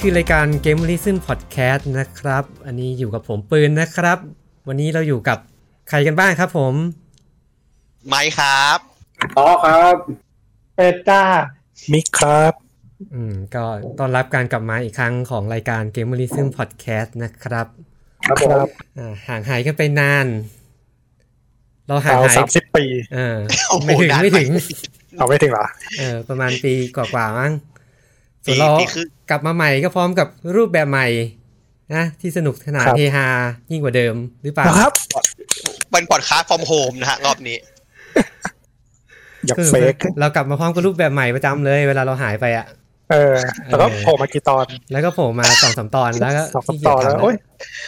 คือรายการ Gamerism Podcast นะครับอันนี้อยู่กับผมปืนนะครับวันนี้เราอยู่กับใครกันบ้างครับผมไมค์ครับต่อครับเป็ดจ้ามิกครับก็ต้อนรับการกลับมาอีกครั้งของรายการ Gamerism Podcast นะครับครับห่างหายกันไปนานเราห่างหาย 30 ปีไม่ถึงเอาไม่ถึงเหรอประมาณปีกว่าๆมั้งส่วนเรากลับมาใหม่ก็พร้อมกับรูปแบบใหม่นะที่สนุกสนานเฮฮายิ่งกว่าเดิมหรือเปล่าครับเป็นพอดคาสต์ฟอร์มโฮมนะฮะรอบนี้อย่าเฟกเรากลับมาพร้อมกับรูปแบบใหม่ประจำเลยเวลาเราหายไปอ่ะแล้วก็โผล่มากี่ตอนแล้วก็โผล่มา 2-3 ตอนแล้วก็ 2-3 ตอนแล้วโอ๊ย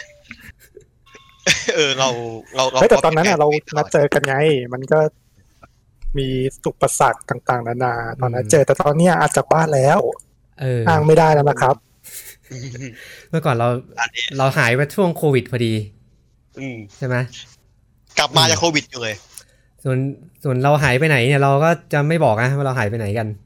เราแต่ตอนนั้นเรานัดเจอกันไงมันก็มีอุปสรรคต่างๆนานาตอนนั้นเจอแต่ตอนนี้อาจจากบ้านแล้วอ้างไม่ได้แล้วนะครับเมื่อก่อนเราหายไปช่วงโควิดพอดีใช่ไหมกลับมาจากโควิดอยู่เลยส่วนเราหายไปไหนเนี่ยเราก็จะไม่บอกนะว่าเราหายไปไหนกัน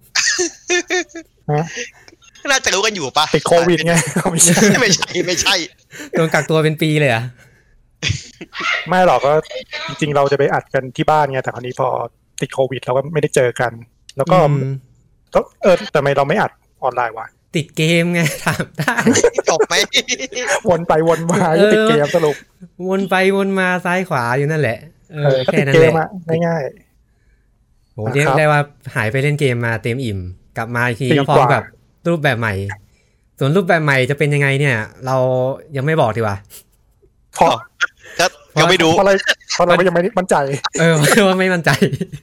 น่าจะรู้กันอยู่ปะติดโควิดไงไม่ใช่โดนกักตัวเป็นปีเลยอ่ะไม่หรอกก็จริงๆเราจะไปอัดกันที่บ้านไงแต่คราวนี้พอติดโควิดเราก็ไม่ได้เจอกันแล้วก็แต่ทำไมเราไม่อัดออนไลน์วะติดเกมไงถามได้จบไหมวนไปวนมาติดเกมสรุปวนไปวนมาซ้ายขวาอยู่นั่นแหละแค่นั้นแหละง่ายๆโหเรียกได้ว่าหายไปเล่นเกมมาเต็มอิ่มกลับมาอีกทีก็พร้อมกับรูปแบบใหม่ส่วนรูปแบบใหม่จะเป็นยังไงเนี่ยเรายังไม่บอกดีกว่าเพราะยังไม่ดูเพราะเรายังไม่มั่นใจว่าไม่มั่นใจ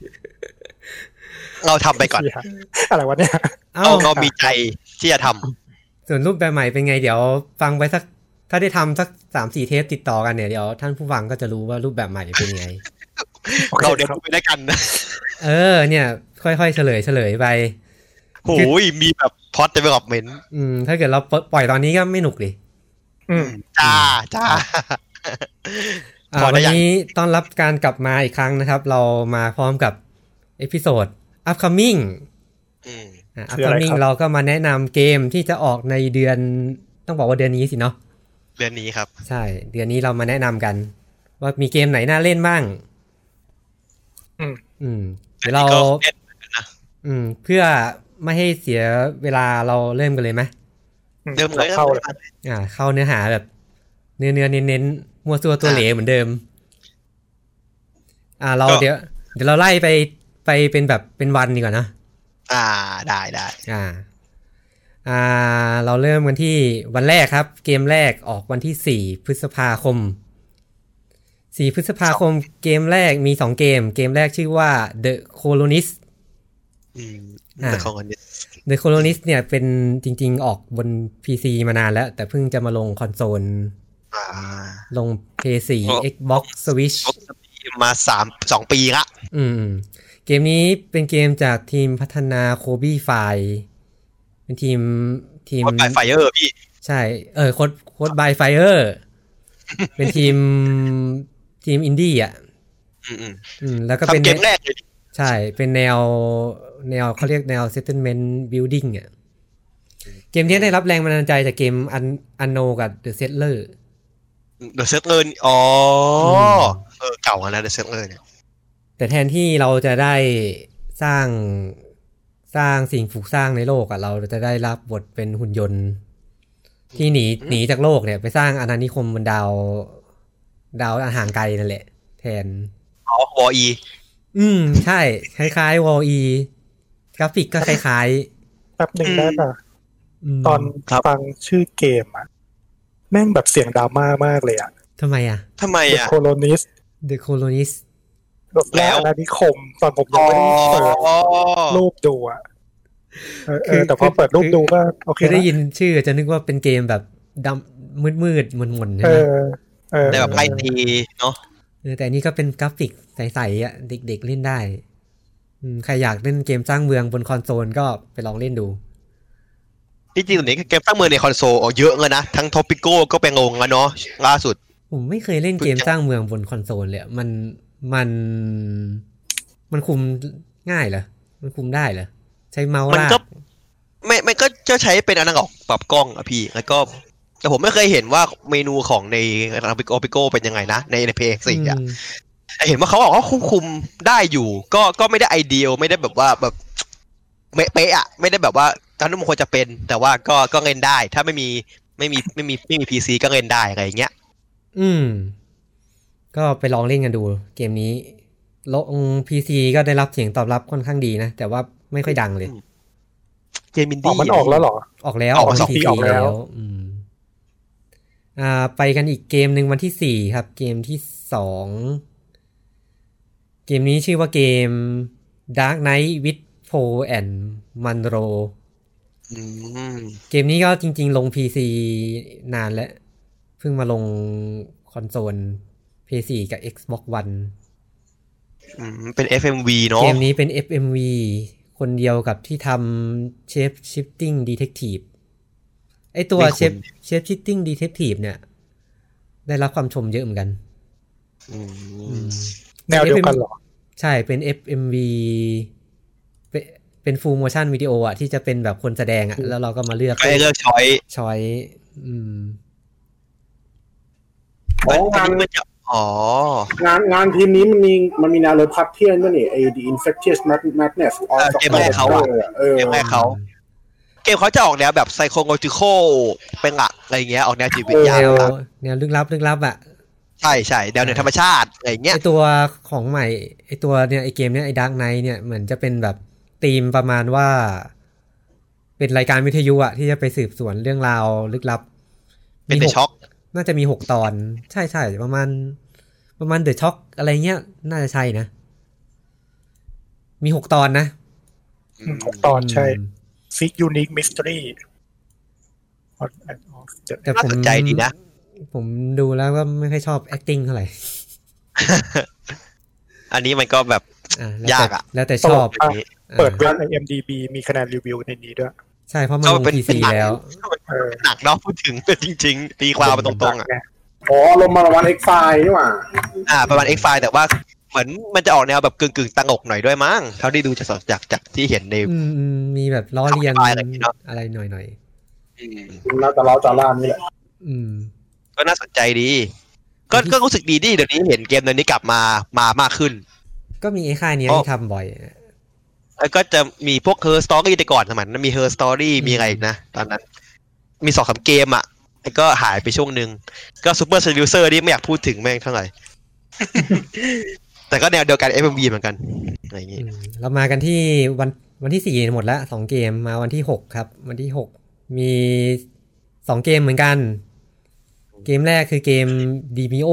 เราทำไปก่อนอะไรวะเนี่ยเรามีใจที่จะทำส่วนรูปแบบใหม่เป็นไงเดี๋ยวฟังไปสักถ้าได้ทำสัก 3-4 เทปติดต่อกันเนี่ยเดี๋ยวท่านผู้ฟังก็จะรู้ว่ารูปแบบใหม่เป็นไงเราเดี๋ยวดูไปด้วยกันนะเนี่ยค่อยๆเฉลยไปโอ้ยมีแบบพล็อตเดเวลอปเมนต์ถ้าเกิดเราปล่อยตอนนี้ก็ไม่หนุกดิจ้าวันนี้ต้อนรับการกลับมาอีกครั้งนะครับเรามาพร้อมกับเอพิโซด upcoming upcoming เราก็มาแนะนำเกมที่จะออกในเดือนต้องบอกว่าเดือนนี้สิเนาะเดือนนี้ครับใช่เดือนนี้เรามาแนะนำกันว่ามีเกมไหนน่าเล่นบ้างเดี๋ยวเราเพื่อไม่ให้เสียเวลาเราเริ่มกันเลยไหมเริ่มเข้าเลยเข้าเนื้อหาแบบเนื้อเน้นมัวซัวตัวเหลวเหมือนเดิมเราเดี๋ยวเราไล่ไปเป็นแบบเป็นวันดีกว่านะได้เราเริ่มกันที่วันแรกครับเกมแรกออกวันที่4 พฤษภาคมเกมแรกมี2เกมแรกชื่อว่า The Colonist The Colonist เนี่ยเป็นจริงๆออกบน PC มานานแล้วแต่เพิ่งจะมาลงคอนโซลลง PS4 Xbox Switch มา2 ปีละเกมนี้เป็นเกมจากทีมพัฒนา Kobe Fire เป็นทีมโค้ด by Fire พี่ใช่โค้ด by Fire เป็นทีมอินดี้อ่ะแล้วก็เป็นเกมแรกเลยใช่เป็นแนวเขาเรียกแนว settlement building อ่ะเกมนี้ได้รับแรงบันดาลใจจากเกมAnno กับ The Settler เก่านะ The Settler เนี่ยแต่แทนที่เราจะได้สร้างสิ่งปลูกสร้างในโลกอ่ะเราจะได้รับบทเป็นหุ่นยนต์ที่หนีจากโลกเนี่ยไปสร้างอาณานิคมบนดาวห่างไกลนั่นแหละแทนวออีใช่คล้ายๆวออีกราฟิกก็คล้ายๆแป๊บนึงได้ป่ะตอนฟังชื่อเกมอ่ะแม่งแบบเสียงดราม่ามากเลยอ่ะทำไมอ่ะ The Colonistแล้วอาณานิคมตอนผมยังไม่ได้เปิดรูปดูอ่ะแต่พอเปิดรูปดูก็โอเคได้ยินชื่อจะนึกว่าเป็นเกมแบบดำมืดๆมนๆใช่ไหมแต่แบบไล่ตีเนาะแต่อันนี้ก็เป็นกราฟิกใสๆอ่ะเด็กๆเล่นได้ใครอยากเล่นเกมสร้างเมืองบนคอนโซลก็ไปลองเล่นดูจริงๆตอนนี้เกมสร้างเมืองในคอนโซลเยอะเลยนะทั้ง Topico ก็ไปลงแล้วเนาะล่าสุดผมไม่เคยเล่นเกมสร้างเมืองบนคอนโซลเลยมันคุมง่ายเหรอมันคุมได้เหรอใช้เมาส์ลากไม่ก็จะใช้เป็นอันนั้นออกปรับกล้องอะพี่แล้วก็แต่ผมไม่เคยเห็นว่าเมนูของในOpicoเป็นยังไงนะใน PS4 อ่ะเห็นว่าเขาบอกว่าควบคุมได้อยู่ก็ไม่ได้ไอเดียไม่ได้แบบว่าแบบเป๊ะอ่ะไม่ได้แบบว่าตอนนั้นมันควรจะเป็นแต่ว่าก็เล่นได้ถ้าไม่มี PC ก็เล่นได้อะไรอย่างเงี้ยก็ไปลองเล่นกันดูเกมนี้ลง PC ก็ได้รับเสียงตอบรับค่อนข้างดีนะแต่ว่าไม่ค่อยดังเลยเกมอินดี้มันออกแล้วเหรอออกแล้วออก PC แล้วไปกันอีกเกมนึงวันที่4ครับเกมที่2เกมนี้ชื่อว่าเกม Dark Knight with Poe and Munro เกมนี้ก็จริงๆลง PC นานแล้วเพิ่งมาลงคอนโซล PS4 กับ Xbox One เป็น FMV เนาะเกมนี้เป็น FMV คนเดียวกับที่ทำ Shape Shifting Detective ไอตัว Shape Shifting Detective เนี่ยได้รับความชมเยอะเหมือนกันแนวเดียวกันเหรอใช่เป็น FMV เป็น full motion video อ่ะที่จะเป็นแบบคนแสดงอ่ะแล้วเราก็มาเลือกช้อยงานทีมนี้มันมีแนวเลยพับเทียนด้วยนี่ไอ้ The Infectious Madness เกมแรกเขาเกมแรกเขาเกมเขาจะออกแนวแบบ psychological เป็นหลักอะไรเงี้ยออกแนวจิตวิทยาแนวลึกลับอ่ะใช่แนวเหนือธรรมชาติอะไรเงี้ยไอตัวของใหม่ไอตัวเนี่ยไอเกมเนี้ยไอ Dark Knight เนี่ยเหมือนจะเป็นแบบธีมประมาณว่าเป็นรายการวิทยุอ่ะที่จะไปสืบสวนเรื่องราวลึกลับเป็นThe Shock น่าจะมี6ตอนใช่ประมาณThe Shock อะไรเงี้ยน่าจะใช่นะมี6ตอนนะ 6ตอนใช่ Six Unique Mystery แต่ผมใจดีนะผมดูแล้วก็ไม่ค่อยชอบ acting เท่าไหร่อันนี้มันก็แบบยากอ่ะแล้วแต่ชอบเปิดเว็บ IMDb มีคะแนนรีวิวในนี้ด้วยใช่เพราะมันลง PC แล้วหนักเนาะพูดถึงจริงๆตีความไปตรงๆอ่ะลงมาประมาณ X-File นี่หว่าประมาณ X-File แต่ว่าเหมือนมันจะออกแนวแบบกึ่งๆตลกหน่อยด้วยมั้งเท่าที่ดูจากที่เห็นในมีแบบล้อเลียนอะไรหน่อยน่าจะล้อจาร่านี่แหละก็น่าสนใจดีก็รู้สึกดีที่เดี๋ยวนี้เห็นเกมนี้กลับมามากขึ้นก็มีไอ้ค่ายนี้ที่ทำบ่อยแล้วก็จะมีพวก Her Story แต่ก่อนสมัยนั้นมี Her Story มีอะไรนะตอนนั้นมี 2-3 เกมอ่ะแล้วก็หายไปช่วงนึงก็ Super Seducer นี่ไม่อยากพูดถึงแม่งเท่าไหร่ แต่ก็แนวเดียวกัน FMV เหมือนกันอะไรอย่างงี้เรามากันที่วันที่4หมดแล้ว2เกมมาวันที่6ครับวันที่6มี2เกมเหมือนกันเกมแรกคือเกม Demeo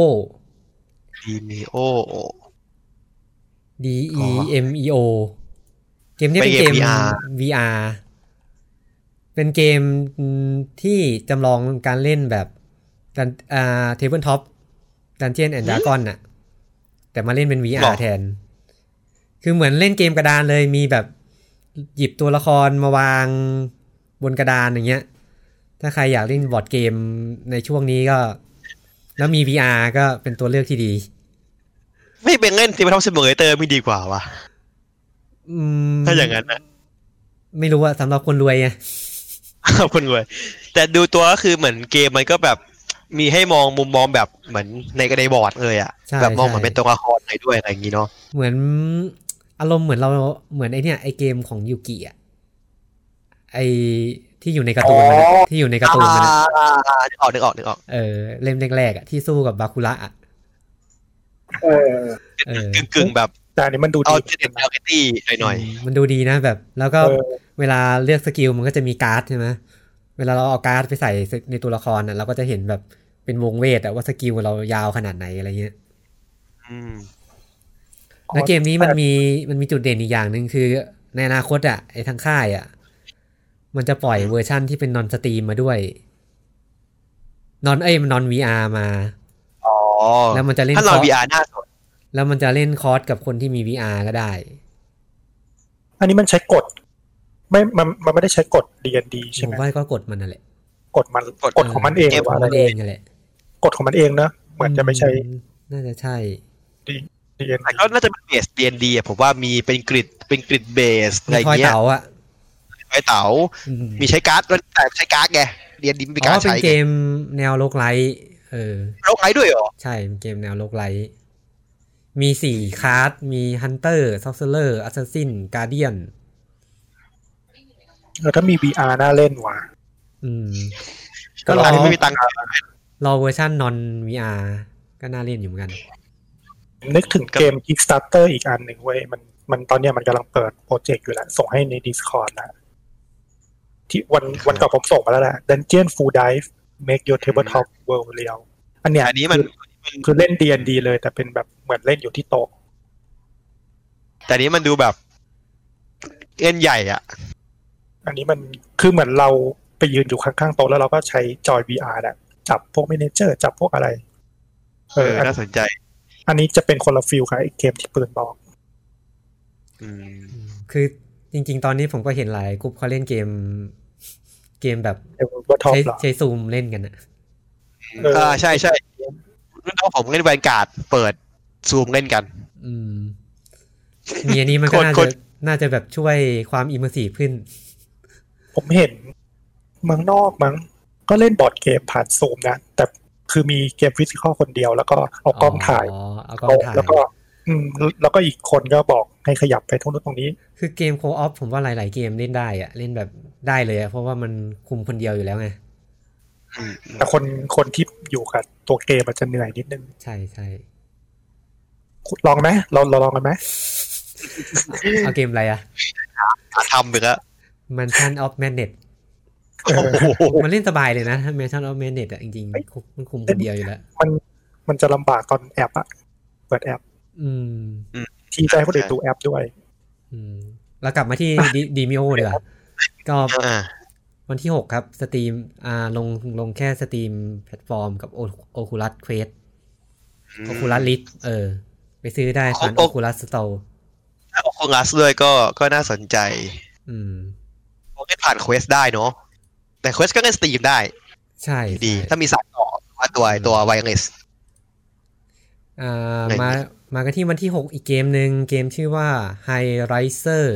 DEMEO เกมนี้เป็นเกม VR เป็นเกมที่จำลองการเล่นแบบTabletop Dungeon and Dragon น่ะแต่มาเล่นเป็น VR แทนคือเหมือนเล่นเกมกระดานเลยมีแบบหยิบตัวละครมาวางบนกระดานอย่างเงี้ยถ้าใครอยากเล่นบอร์ดเกมในช่วงนี้ก็แล้วมี VR ก็เป็นตัวเลือกที่ดีไม่เป็นเล่นที่มาทำเสมอเตอร์ไม่ดีกว่าวะถ้าอย่างนั้นนะไม่รู้ว่าสำหรับคนรวยไงคนรวยแต่ดูตัวก็คือเหมือนเกมมันก็แบบมีให้มองมุมมองแบบเหมือนในบอร์ดเลยอ่ะแบบมองเหมือนเป็นตัวละครด้วยอะไรอย่างงี้เนาะเหมือนอารมณ์เหมือนเราเหมือนไอเนี่ยไอเกมของยูกิอ่ะไอที่อยู่ในการ์ตูนมันที่อยู่ในการ์ตูนมันนึกออกเล่มแรกๆอ่ะที่สู้กับบาคุระอ่ะกึ่งแบบแต่อันนี้มันดูดีเด็ดเอาตี้หน่อยมันดูดีนะแบบแล้วก็เวลาเลือกสกิลมันก็จะมีการ์ดใช่ไหมเวลาเราเอาการ์ดไปใส่ในตัวละครอ่ะเราก็จะเห็นแบบเป็นวงเวทอ่ะว่าสกิลเรายาวขนาดไหนอะไรเงี้ยแล้วเกมนี้มันมีจุดเด่นอีกอย่างนึงคือในอนาคตอ่ะไอ้ทางค่ายอ่ะมันจะปล่อยเวอร์ชั่นที่เป็นนอนสตรีมมาด้วยนอน VR มาแล้วมันจะเล่นถ้าเรา VR น่าสนแล้วมันจะเล่นคอร์สกับคนที่มี VR ก็ได้อันนี้มันใช้กฎมันไม่ได้ใช้กฎ D&D ใช่ไหมผมว่าก็กฎมันนั่นแหละกฎของมันเองของมันเองนั่นแหละกฎของมันเองนะเหมือนจะไม่ใช่น่าจะใช่แต่ก็น่าจะเป็นเบส D&D อ่ะผมว่ามีเป็นกริดเบสอะไรเงี้ยเต่าอ่ะไปไอ้เต๋ามีใช้การ์ดแต่ใช้การ์ดไงเรียนดิมมีการใช้เป็นเกมแนวโลกไลท์โลกไลท์ด้วยเหรอใช่เป็นเกมแนวโลกไลท์มี4คลาสมีฮันเตอร์ซอร์เซอร์แอสซัสซินการ์เดียนถ้ามี VR น่าเล่นว่ะก็รอไม่มีตังค์รอเวอร์ชันนอน VR ก็น่าเล่นอยู่เหมือนกันนึกถึงเกม Kickstarter อีกอันหนึ่งเว้ยมันตอนนี้มันกำลังเปิดโปรเจกต์อยู่แล้วส่งให้ใน Discord แล้วที่วันก่อนผมส่งมาแล้วแหละ Dungeon Full Dive Make Your Tabletop World Real อันนี้มันคือเล่น D&D เลยแต่เป็นแบบเหมือนเล่นอยู่ที่โต๊ะแต่นี้มันดูแบบเล่นใหญ่อ่ะอันนี้มันคือเหมือนเราไปยืนอยู่ข้างๆโต๊ะแล้วเราก็ใช้จอย VR น่ะจับพวก Manager จับพวกอะไรน่าสนใจอันนี้จะเป็นคนละฟีลกับไอ้เกมที่ปืนบอกคือจริงๆตอนนี้ผมก็เห็นหลายกลุ่มเขาเล่นเกมแบบใช้ซูมเล่นกันอ่ะใช่ใช่รุ่นน้องผมเล่นแวนการ์ดเปิดซูมเล่นกันมีอันนี้มันก็น่าจะแบบช่วยความอิมเมอร์ซีฟขึ้นผมเห็นเมืองนอกมั้งก็เล่นบอร์ดเกมผ่านซูมนะแต่คือมีเกมฟิสิคอลคนเดียวแล้วก็เอากล้องถ่ายแล้วก็อีกคนก็บอกให้ขยับไปตรงนู้นตรงนี้คือเกมโคออฟผมว่าหลายๆเกมเล่นได้อะเล่นแบบได้เลยอะเพราะว่ามันคุมคนเดียวอยู่แล้วไงแต่คนที่อยู่กับตัวเกมมันจะเหนื่อยนิดนึงใช่ใช่ลองไหมเราลองกันไหมเอาเกมอะไรอะทำไปแล้ว Mansion of Madness มันเล่นสบายเลยนะ Mansion of Madness อ่ะจริงๆมันคุมคนเดียวอยู่แล้วมันจะลำบากตอนแอปอะเปิดแอปทีใจคนอื่นดูแอปด้วยแล้วกลับมาที่ Demio ดีกว่าก็วันที่6ครับสตรีมลงแค่สตรีมแพลตฟอร์มกับ Oculus Quest Oculus Rift ไปซื้อได้ผ่าน Oculus Store Oculus ด้วยก็น่าสนใจผมได้ผ่าน Quest ได้เนาะแต่ Quest ก็เล่น Steam ได้ใช่ดีถ้ามีสายต่อว่าตัว wireless มากันที่วันที่6อีกเกมนึงเกมชื่อว่า Hi-Riser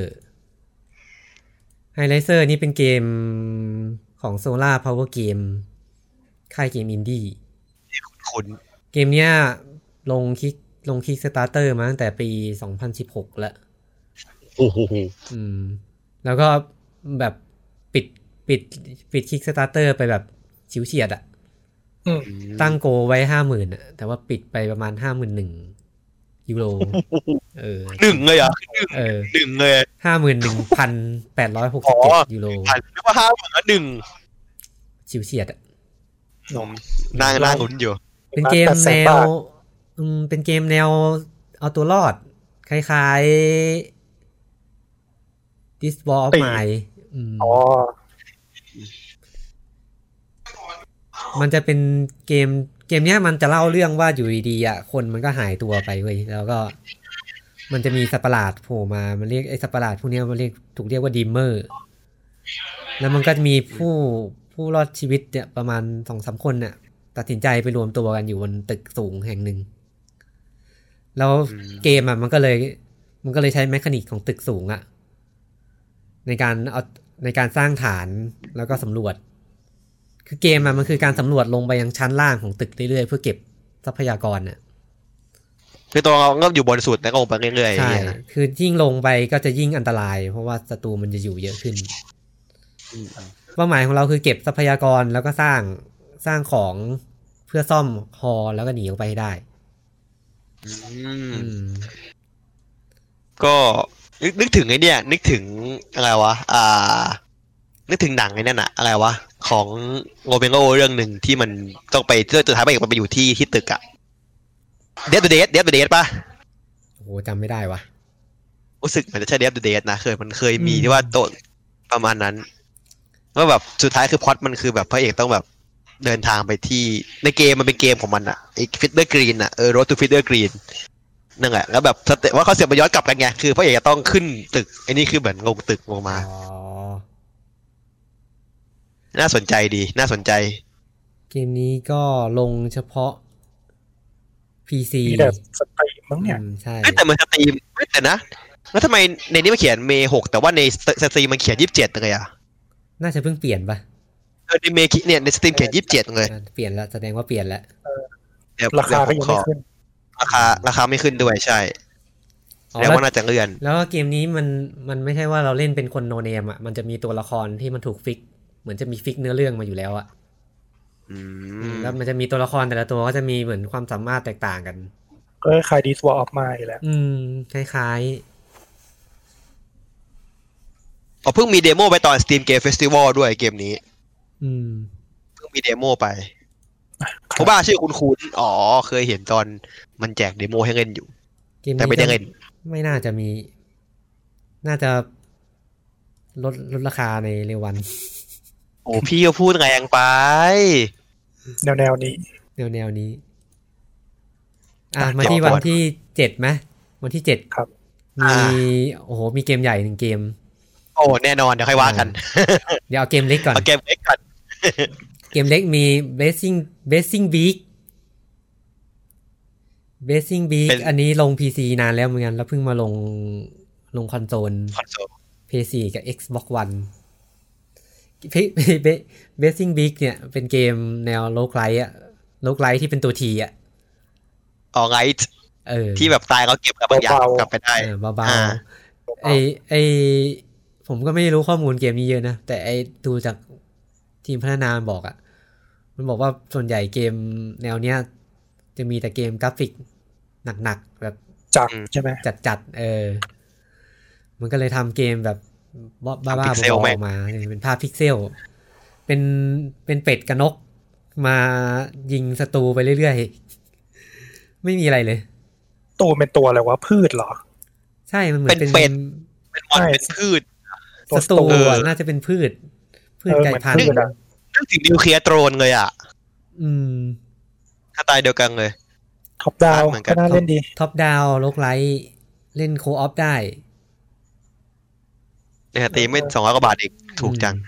นี่เป็นเกมของ Solar Power Game ค่ายเกมอินดี้คุณเกมเนี้ยลงKickstarter มาตั้งแต่ปี2016แล้วโอ้โหแล้วก็แบบปิด Kickstarter ไปแบบฉิวเฉียดอ่ะตั้งโกไว้ 50,000 อ่ะแต่ว่าปิดไปประมาณ 51,000 ยูโร 1เลยอ่ะ1เลย 51,867 ยูโรหรือว่า 50,000 แล้ว1 ฉิวเฉียดอ่ะน่าลุ้นอยู่เป็นเกมแนวเป็นเกมแนวเอาตัวรอดคล้ายๆ This War of Mine มันจะเป็นเกมเนี้ยมันจะเล่าเรื่องว่าอยู่ดีๆอ่ะคนมันก็หายตัวไปเว้ยแล้วก็มันจะมีสัตว์ประหลาดโผล่มามันเรียกไอ้สัตว์ประหลาดพวกนี้มันถูกเรียกว่าดีมเมอร์แล้วมันก็จะมีผู้รอดชีวิตเนี่ยประมาณ 2-3 คนเนี่ยตัดสินใจไปรวมตัวกันอยู่บนตึกสูงแห่งหนึ่งแล้วเกมอ่ะมันก็เลยใช้แมคานิกของตึกสูงอ่ะในการสร้างฐานแล้วก็สำรวจคือเกมมันคือการสำรวจลงไปยังชั้นล่างของตึกเรื่อยๆเพื่อเก็บทรัพยากรน่ะคือตัวเราก็อยู่บนสุดแล้วก็ลงไปเรื่อยๆใช่คือยิ่งลงไปก็จะยิ่งอันตรายเพราะว่าศัตรูมันจะอยู่เยอะขึ้นเป้าหมายของเราคือเก็บทรัพยากรแล้วก็สร้างของเพื่อซ่อมฮอแล้วก็หนีออกไปให้ได้ก็นึกถึงไอ้เนี่ยนึกถึงอะไรวะนึกถึงหนังไอ้นั่นอะอะไรวะของโรเบโรเรื่องหนึ่งที่มันต้องไปเรื่องสุดท้ายไปอยู่ที่ตึกอะเดฟเดทป่ะโอ้โหจำไม่ได้วะรู้สึกมันจะใช่เดฟเดทนะมันเคยมีที่ว่าโตประมาณนั้นว่าแบบสุดท้ายคือพล็อตมันคือแบบพระเอกต้องแบบเดินทางไปที่ในเกมมันเป็นเกมของมันอะไอ้ฟิตเดอร์กรีนอะโรดทูฟิตเดอร์กรีนนั่นแหละแล้วแบบว่าเขาเสียบมาย้อนกลับกันไงคือพระเอกจะต้องขึ้นตึกไอ้นี่คือเหมือนลงตึกลงมาน่าสนใจดีน่าสนใจเกมนี้ก็ลงเฉพาะ PC แบบสตรีมมั้งเนี่ยใช่แต่มันสตรีมแต่นะแล้วทำไมในนี้มันเขียนเมย์6แต่ว่าในสตรีมมันเขียน27เลยอ่ะน่าจะเพิ่งเปลี่ยนปะในเมย์เนี่ยในสตรีมเขียน27เลยเปลี่ยนแล้วแสดงว่าเปลี่ยนแล้วราคาก็ยังไม่ขึ้นราคาไม่ขึ้นด้วยใช่แล้วว่าน่าจะเลื่อนแล้วเกมนี้มันไม่ใช่ว่าเราเล่นเป็นคนโนเนมอ่ะมันจะมีตัวละครที่มันถูกฟิกเหมือนจะมีฟิกเนื้อเรื่องมาอยู่แล้วอ่ะแล้วมันจะมีตัวละครแต่ละตัวก็จะมีเหมือนความสามารถแตกต่างกันก็คล้ายดิสวอร์ออฟมาอีกแล้วคล้ายเพิ่งมีเดโมไปตอน Steam Game Festival ด้วยเกมนี้เพิ่งมีเดโมไปผมว่าชื่อคุ้นๆเคยเห็นตอนมันแจกเดโมให้เล่นอยู่แต่ไม่ได้เล่นไม่น่าจะมีน่าจะลดราคาในเร็ววันพี่ก็พูดแรงไปแนวนี้มาที่วันที่7มั้ยวันที่7 ครับมีเกมใหญ่1เกมแน่นอนเดี๋ยวค่อยว่ากันเดี๋ยวเอาเกมเล็กก่อนเกมเล็กมี Blazing Beak อันนี้ลง PC นานแล้วเหมือนกันแล้วเพิ่งมาลงคอนโซล PS4 กับ Xbox One Blazing Beak เนี่ยเป็นเกมแนวโลกไลท์ที่เป็นตัว T อ่ะไลท์ที่แบบตายเขาเก็บกับบางอย่างกลับไปได้เบาๆไอผมก็ไม่รู้ข้อมูลเกมนี้เยอะนะแต่ดูจากทีมพัฒนาบอกอ่ะมันบอกว่าส่วนใหญ่เกมแนวเนี้ยจะมีแต่เกมกราฟิกหนักๆแบบจัดใช่ไหมจัดมันก็เลยทำเกมแบบบ้าๆบอๆออกมาเป็นภาพพิกเซลเป็นเป็ดกับนกมายิงศัตรูไปเรื่อยๆไม่มีอะไรเลยตัวเป็นตัวอะไรวะพืชเหรอใช่มันเหมือนเป็นเป็นพืชศัตรูน่าจะเป็นพืชไก่พันธุ์นึกถึงนิวเคลียร์โตรนเลยอ่ะสไตล์เดียวกันเลยท็อปดาวก็น่าเล่นดีท็อปดาวโลกไลท์เล่นโคออฟได้เนี่ยตีไม่200 กว่าบาทอีกถูกจัง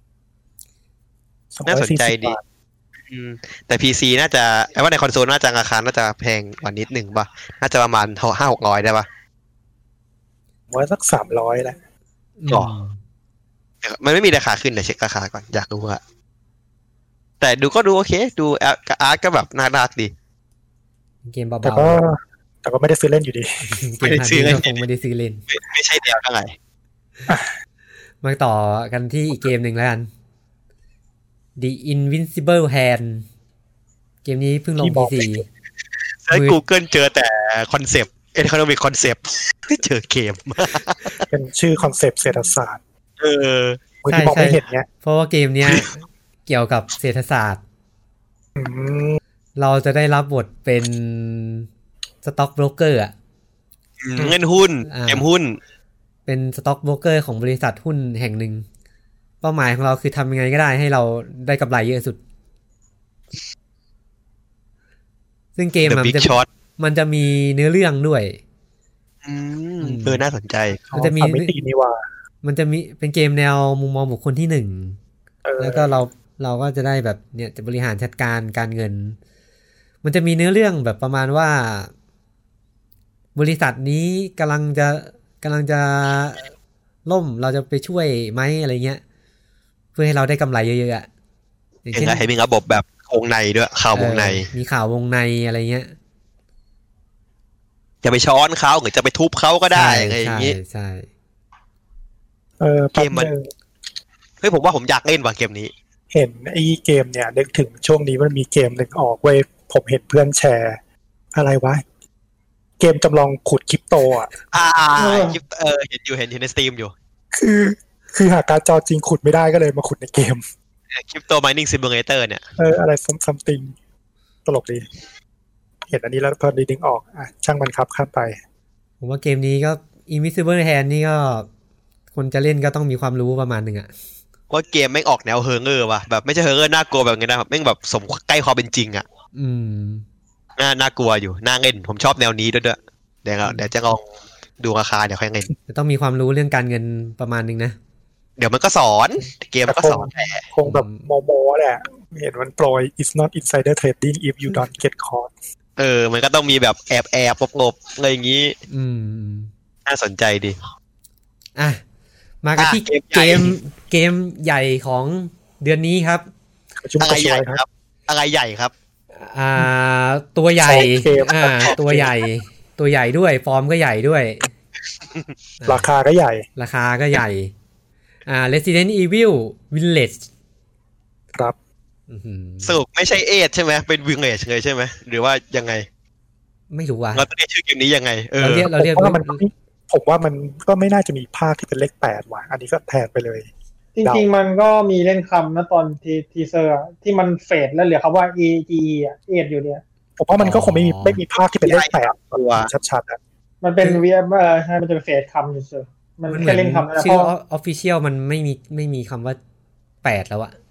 น่าสนใจดีแต่ PC น่าจะว่าในคอนโซลน่าจะราคาน่าจะแพงกว่านิดนึงป่ะน่าจะประมาณ 500-600 ได้ป่ะว่าสัก300แหละมันไม่มีราคาขึ้นเดี๋ยวเช็คราคาก่อนอยากรู้อะแต่ดูโอเคดูอาร์ตก็แบบน่ารักดีเกมเบาๆแต่ก็ไม่ได้ซื้อเล่นอยู่ดีไม่ได้ซื้อเล่นไม่ได้ซื้อเล่นไม่ใช่แนวเท่าไหร่มาต่อกันที่อีกเกมหนึ่งแล้วกัน The Invincible Hand เกมนี้เพิ่งลง PC ใช้ Google เจอแต่คอนเซปต์ Economic Concept ไม่เจอเกมเป็นชื่อคอนเซปต์เศรษฐศาสตร์ใช่เพราะว่าเกมเนี้ยเกี่ยวกับเศรษฐศาสตร์เราจะได้รับบทเป็นสต็อกโบรกเกอร์เงินหุ้นเกมหุ้นเป็นสต็อกโบรกเกอร์ของบริษัทหุ้นแห่งหนึ่งเป้าหมายของเราคือทำยังไงก็ได้ให้เราได้กำไรเยอะสุดซึ่งเกมมันจะมีเนื้อเรื่องด้วยน่าสนใจมันจะมีมันจะมีเป็นเกมแนวมุมมองบุคคลที่หนึ่งแล้วก็เราก็จะได้แบบเนี่ยจะบริหารจัดการการเงินมันจะมีเนื้อเรื่องแบบประมาณว่าบริษัทนี้กำลังจะล่มเราจะไปช่วยไหมอะไรเงี้ยเพื่อให้เราได้กำไรเยอะๆอ่ะอย่างเช่นให้มีระบบแบบวงในด้วยข่าววงในมีข่าววงในอะไรเงี้ยจะไปช้อนเขาหรือจะไปทุบเขาก็ได้อะไรอย่างงี้ใช่เกมมันเฮ้ยผมว่าผมอยากเล่นว่ะเกมนี้เห็นไอ้เกมเนี่ยนึกถึงช่วงนี้มันมีเกมนึงออกเว้ยผมเห็นเพื่อนแชร์อะไรวะเกมจำลองขุดคริปโตอ่ะเห็นใน Steam อยู่คือหาการ์ดจอจริงขุดไม่ได้ก็เลยมาขุดในเกมคริปโตไมนิ่งซิมูเลเตอร์เนี่ยอะไรซัมติงตลกดีเห็นอันนี้แล้วพอดีดึงออกช่างมันครับข้ามไปผมว่าเกมนี้ก็ Invisible Hand นี่ก็คนจะเล่นก็ต้องมีความรู้ประมาณนึงอ่ะว่าเกมแม่งออกแนวเฮอร์เงอร์ว่ะแบบไม่ใช่เฮอร์เงอร์น่ากลัวแบบนี้นะแม่งแบบสมใกล้ความเป็นจริงอ่ะน่ากลัวอยู่น่าเล่นผมชอบแนวนี้ด้วยเดี๋ยวจะลองดูราคาเดี๋ยวค่อยเล่นจะต้องมีความรู้เรื่องการเงินประมาณนึงนะเดี๋ยวมันก็สอนเกมก็สอนคงแบบโมแหละเห็นมันโปรย it's not insider trading if you don't get caught มันก็ต้องมีแบบแอบงบอะไรอย่างงี้น่าสนใจดีอ่ะมากันที่เกมใหญ่ของเดือนนี้ครับอะไรใหญ่ครับอะไรใหญ่ครับตัวใหญ่ตัวใหญ่ด้วยฟอร์มก็ใหญ่ด้วยราคาก็ใหญ่ Resident Evil Village ครับสรุปไม่ใช่เอทใช่ไหมเป็น Village เลยใช่ไหมหรือว่ายังไงไม่รู้ว่าเราต้องเรียกชื่อเกมนี้ยังไงเราเรียกว่าผมว่ามันก็ไม่น่าจะมีภาคที่เป็นเลข8ว่ะอันนี้ก็แทนไปเลยจริงๆมันก็มีเล่นคำนะตอนทีเซอร์ที่มันเฟดแล้วเหลือคำว่า EGE เอทอยู่เนี่ยผมว่ามันก็คงไม่มีภาคที่เป็นเลข8ตัวชัดๆนะมันเป็นใช่มันจะเป็นเฟดคำเฉยๆมันแค่เล่นคำนะชื่อ official มันไม่มีคำว่า8แล้วอะ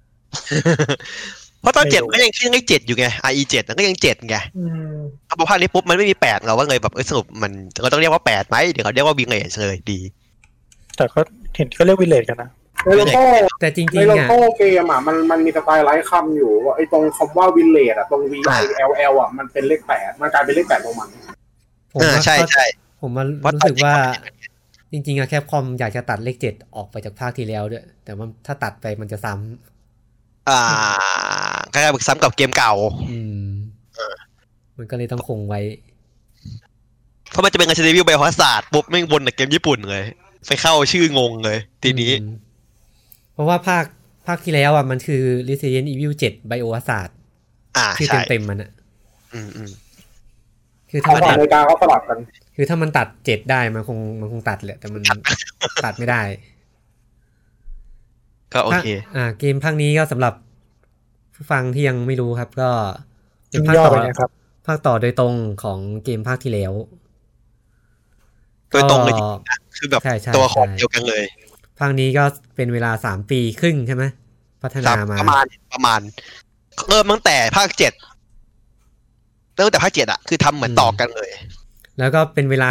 เพราะตอน7ก็ยังชื่อให้7อยู่ไง RE7 ก็ยัง7ไงพอภาคนี้ปุ๊บมันไม่มี8เราว่าเลยแบบสรุปมันเราต้องเรียกว่า8มั้ยเดี๋ยวเขาเรียกว่า Village เลยดีแต่ก็เห็นก็เรียก Village กันนะแต่จริงๆในโลโก้เกมอ่ะมันมีสไตล์ไร้คำอยู่ไอ้ตรงคำว่า Village อ่ะตรง VILL อ่ะมันเป็นเลข8มันกลายเป็นเลข8ลงมาใช่ๆผมมันรู้สึกว่าจริงๆอะแคปคอมอยากจะตัดเลข7ออกไปจากภาคที่แล้วด้วยแต่ว่าถ้าตัดไปมันจะซ้ำก็จะซ้ำกับเกมเก่ามันก็เลยต้องคงไว้เพราะมันจะเป็นResident Evil Biohazardปุ๊บแม่งวนกับเกมญี่ปุ่นเลยไปเข้าชื่องงเลยทีนี้เพราะว่าภาคที่แล้วอ่ะมันคือ Resident Evil 7 Biohazard ชื่อเต็มๆมันอ่ะคือถ้ามันในการเขาสลับกันคือถ้ามันตัด7ได้มันคงตัดแหละแต่มันตัดไม่ได้ก็โอเคเกมภาคนี้ก็สำหรับผู้ฟังที่ยังไม่รู้ครับก็เป็นภาคต่อนะครับภาคต่อโดยตรงของเกมภาคที่แล้วโดยตรงเลยคือแบบตัวของเดียวกันเลยภาคนี้ก็เป็นเวลา3 ปีครึ่งใช่ไหมพัฒนามาประมาณเริ่มตั้งแต่ภาค7ตั้งแต่ภาค7อ่ะคือทำเหมือนต่อกันเลยแล้วก็เป็นเวลา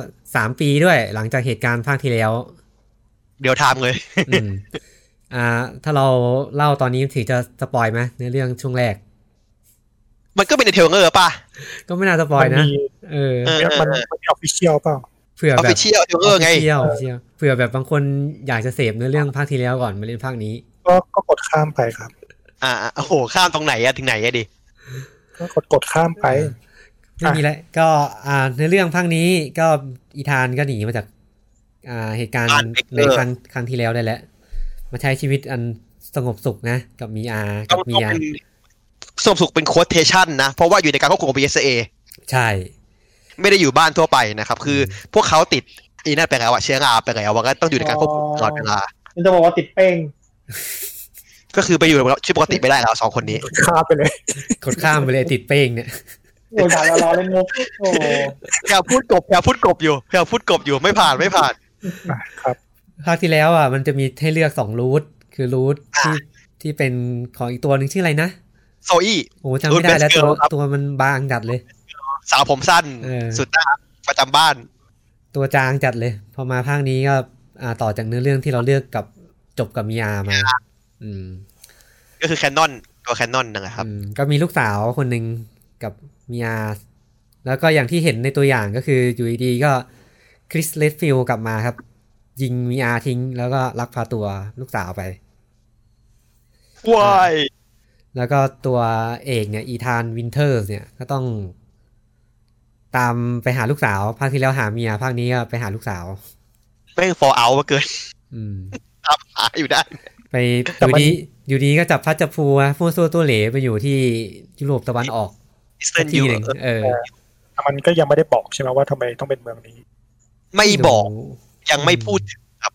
3 ปีด้วยหลังจากเหตุการณ์ภาคที่แล้วเดี๋ยวทำเลยถ้าเราเล่าตอนนี้ถือจะสปอยไหมในเรื่องช่วงแรกมันก็เป็นในเทรลเลอร์ป่ะก็ไม่น่าสปอยนะมันออฟฟิเชียลเปล่าเผื่อแบบ official เทรลเลอร์ไงเผื่อแบบบางคนอยากจะเสพเนื้อเรื่องภาคที่แล้วก่อนมาเล่นภาคนี้ก็กดข้ามไปครับโอ้โหข้ามตรงไหนถึงไหนดิก็กดข้ามไปไม่มีแล้วก็ในเรื่องภาคนี้ก็อีธานก็หนีมาจากเหตุการณ์ในครั้งที่แล้วได้แล้วมาใช้ชีวิตอันสงบสุขนะกับมีสงบสุขเป็นโค้ดเทชั่นนะเพราะว่าอยู่ในการควบคุมของ PSA ใช่ไม่ได้อยู่บ้านทั่วไปนะครับคือพวกเขาติดอีนั่นไปแล้วเชื้อราไปแล้วว่าก็ต้องอยู่ในการควบคุมตลอดเวลามันจะบอกว่าติดเป้งก็คือไปอยู่ชีวิตปกติไม่ได้แล้ว2คนนี้ข้ามไปเลยกดข้ามไปเลยติดเป้งเนี่ยโอ้ด่าเราเล่นมุกโอ้แกพูดกบอยู่ไม่ผ่านครับภาคที่แล้วมันจะมีให้เลือก2รูทคือรูทที่เป็นของอีกตัวนึงชื่ออะไรนะโซอี้โอ้จำไม่ได้แล้วตัวมันบางจัดเลยสาวผมสั้นสุดน่าประจำบ้านตัวจางจัดเลยพอมาภาคนี้ก็ต่อจากเนื้อเรื่องที่เราเลือกกับจบกับมิอามาก็คือแคนนอนตัวแคนนอนนะครับก็มีลูกสาวคนหนึ่งกับมิอาแล้วก็อย่างที่เห็นในตัวอย่างก็คืออยู่ดีๆก็คริสเลดฟิลด์กลับมาครับยิงมิอาทิ้งแล้วก็ลักพาตัวลูกสาวไปว้ายแล้วก็ตัวเอกเนี่ยอีธานวินเทอร์เนี่ยก็ต้องตามไปหาลูกสาวภาคที่แล้วหาเมียภาคนี้ก็ไปหาลูกสาวแม่งฟอร์เอามาเกินครับหาอยู่ได้ไปอยู่ดีก็จับพัดจับผูพวกตัวเหลไปอยู่ที่ยุโรปตะวันออกที่หนึ่งมันก็ยังไม่ได้บอกใช่ไหมว่าทำไมต้องเป็นเมืองนี้ไม่บอกยังไม่พูดครับ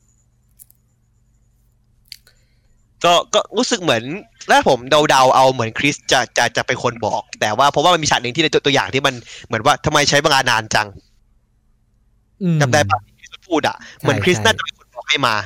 ก็รู้สึกเหมือนถ้าผมเดาเอาเหมือนคริสจะเป็นคนบอกแต่ว่าเพราะว่ามันมีฉากหนึ่งที่ในตัวอย่างที่มันเหมือนว่าทำไมใช้เวลานานจังจำได้ป่ะที่พูดเหมือนคริสน่าจะเป็นคนบอกให้มา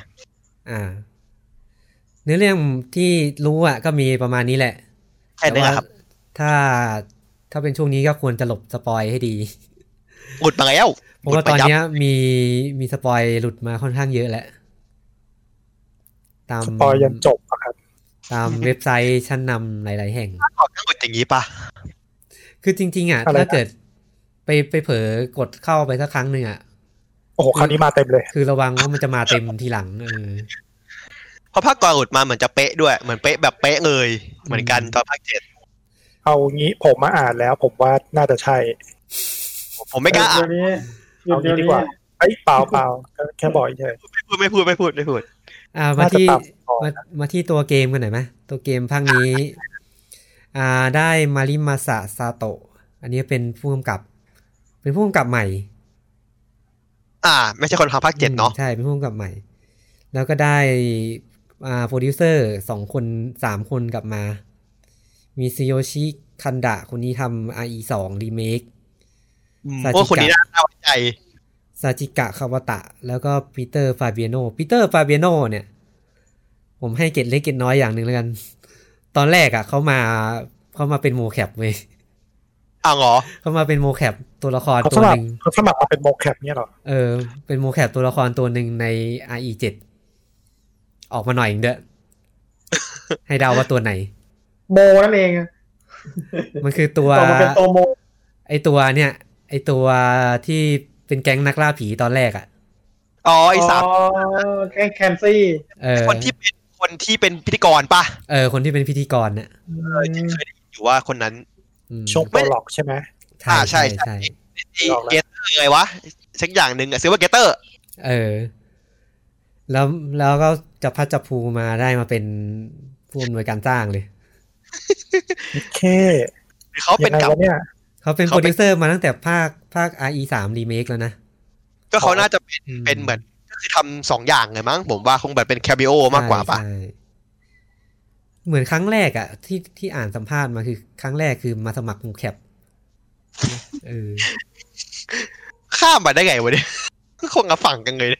เนื้อเรื่องที่รู้ก็มีประมาณนี้แหละแค่นี้ครับถ้าเป็นช่วงนี้ก็ควรจะหลบสปอยให้ดีหลุดมาแล้วเพราะว่าตอนนี้มีสปอยหลุดมาค่อนข้างเยอะแหละตามสปอยยันจบครับตามเว็บไซต์ชั้นนำหลายๆแห่งทั้งหมดอย่างนี้ป่ะคือจริงๆถ้าเกิดไปเผลอกดเข้าไปสักครั้งนึงโอ้โหคราวนี้มาเต็มเลยคือระวังว่ามันจะมาเต็มทีหลังเพราะภาคก่อนอุดมาเหมือนจะเป๊ะด้วยเหมือนเป๊ะแบบเป๊ะเลยเหมือนกันตอนภาค7 เอางี้ผมมาอ่านแล้วผมว่าน่าจะใช่ผมไม่กล้าอ่านเอางี้ดีกว่าเอ้ยเปล่าแค่บอกเฉยไม่พูดมาที่ตัวเกมกันหน่อยไหมตัวเกมภาคนี้ได้มาริมาสะซาโตะอันนี้เป็นผู้กำกับใหม่ไม่ใช่คนทำภาค7เนาะใช่เป็นผู้กำกับใหม่แล้วก็ได้โปรดิวเซอร์2คน3คนกลับมามีซิโยชิคันดะคนนี้ทำ RE2 รีเมคคนนี้น่าไว้ใจซาจิกะคาวาตะแล้วก็ปีเตอร์ฟาเบียโนเนี่ยผมให้เกรดเล็กเกรดน้อยอย่างนึงแล้วกันตอนแรกเขามาเป็นโมแคปเว้ยเหรอเขามาเป็นโมแคปตัวละครตัวนึงเขาสมัครมาเป็นโมแคปเนี่ยหรอเป็นโมแคปตัวละครตัวนึงใน RE7 ออกมาหน่อยเด้อให้เดาว่าตัวไหนโมนั่นเองมันคือตัวมันเป็นตัวโมไอตัวเนี่ยไอตัวที่เป็นแก๊งนักล่าผีตอนแรกไอสัตว์แคนซี่คนที่เป็นพิธีกรป่ะคนที่เป็นพิธีกรเนี่ยเคยได้ยินอยู่ว่าคนนั้นช่วงโปรล็อกใช่ไหมใช่เกเตอร์อะไรวะสักอย่างหนึ่งซิลเวอร์เกเตอร์แล้วก็จะพัดจับภูมาได้มาเป็นผู้อำนวยการสร้างเลยโอเคเขาเป็นกับเนี่ยเขาเป็นโปรดิวเซอร์มาตั้งแต่ภาค RE3 รีเมคแล้วนะก็เขาน่าจะเป็นเหมือนก็คือทำ2อย่างเลยมั้งผมว่าคงแบบเป็นแคมิโอมากกว่าป่ะเหมือนครั้งแรกที่อ่านสัมภาษณ์มาคือครั้งแรกคือมาสมัครโมแคปข้ามมาได้ไงวะเนี่ยคงกระฝังกันเลย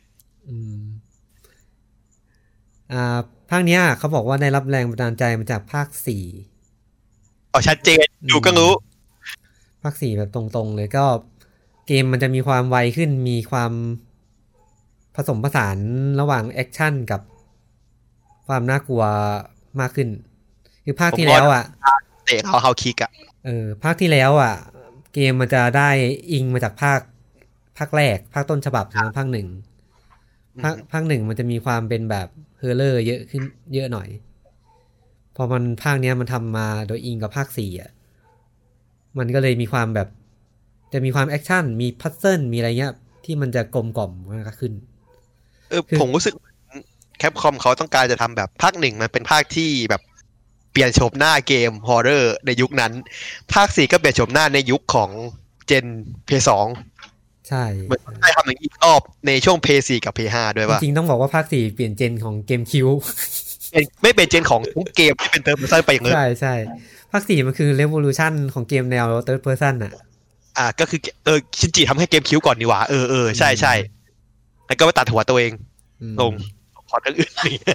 ภาคเนี้ยเขาบอกว่าได้รับแรงบันดาลใจมาจากภาค4 ชัดเจนดูก็รู้ภาค4แบบตรงๆเลยก็เกมมันจะมีความไวขึ้นมีความผสมผสานระหว่างแอคชั่นกับความน่ากลัวมากขึ้นคือภาคที่แล้วเตะเขาคิกภาคที่แล้วเกมมันจะได้อิงมาจากภาคแรกภาคต้นฉบับของภาค1ภาค1มันจะมีความเป็นแบบเฮอร์เรอร์เยอะขึ้นเยอะหน่อยพอมันภาคเนี้ยมันทำมาโดยอิงกับภาค4มันก็เลยมีความแบบจะมีความแอคชั่นมีพัซเซิลมีอะไรเงี้ยที่มันจะกลมกล่อมมากขึ้นผมรู้สึกแคปคอมเขาต้องการจะทำแบบภาค1มันเป็นภาคที่แบบเปลี่ยนโฉมหน้าเกมฮอร์เรอร์ในยุคนั้นภาค4ก็เปลี่ยนโฉมหน้าในยุคของเจน PS2 ใช่ได้ทำอย่างอีกรอบในช่วง PS4 กับ PS5 ด้วยป่ะจริงๆต้องบอกว่าภาค4เปลี่ยนเจนของเกมคิวไม่เป็นเจนของทุกเกมที่เป็น Third Person ไปอย่างเลยใช่ภาค4มันคือ Revolution ของเกมแนว Third Person ก็คือชินจิทำให้เกมคิวก่อนดีกว่าใช่แล้วก็ไปตัดหัวตัวเองลงขอทั้งอื่น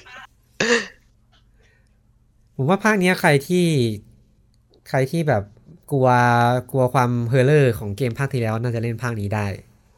ผมว่าภาคนี้ใครที่แบบกลัวความเฮอร์เรอร์ของเกมภาคที่แล้วน่าจะเล่นภาคนี้ได้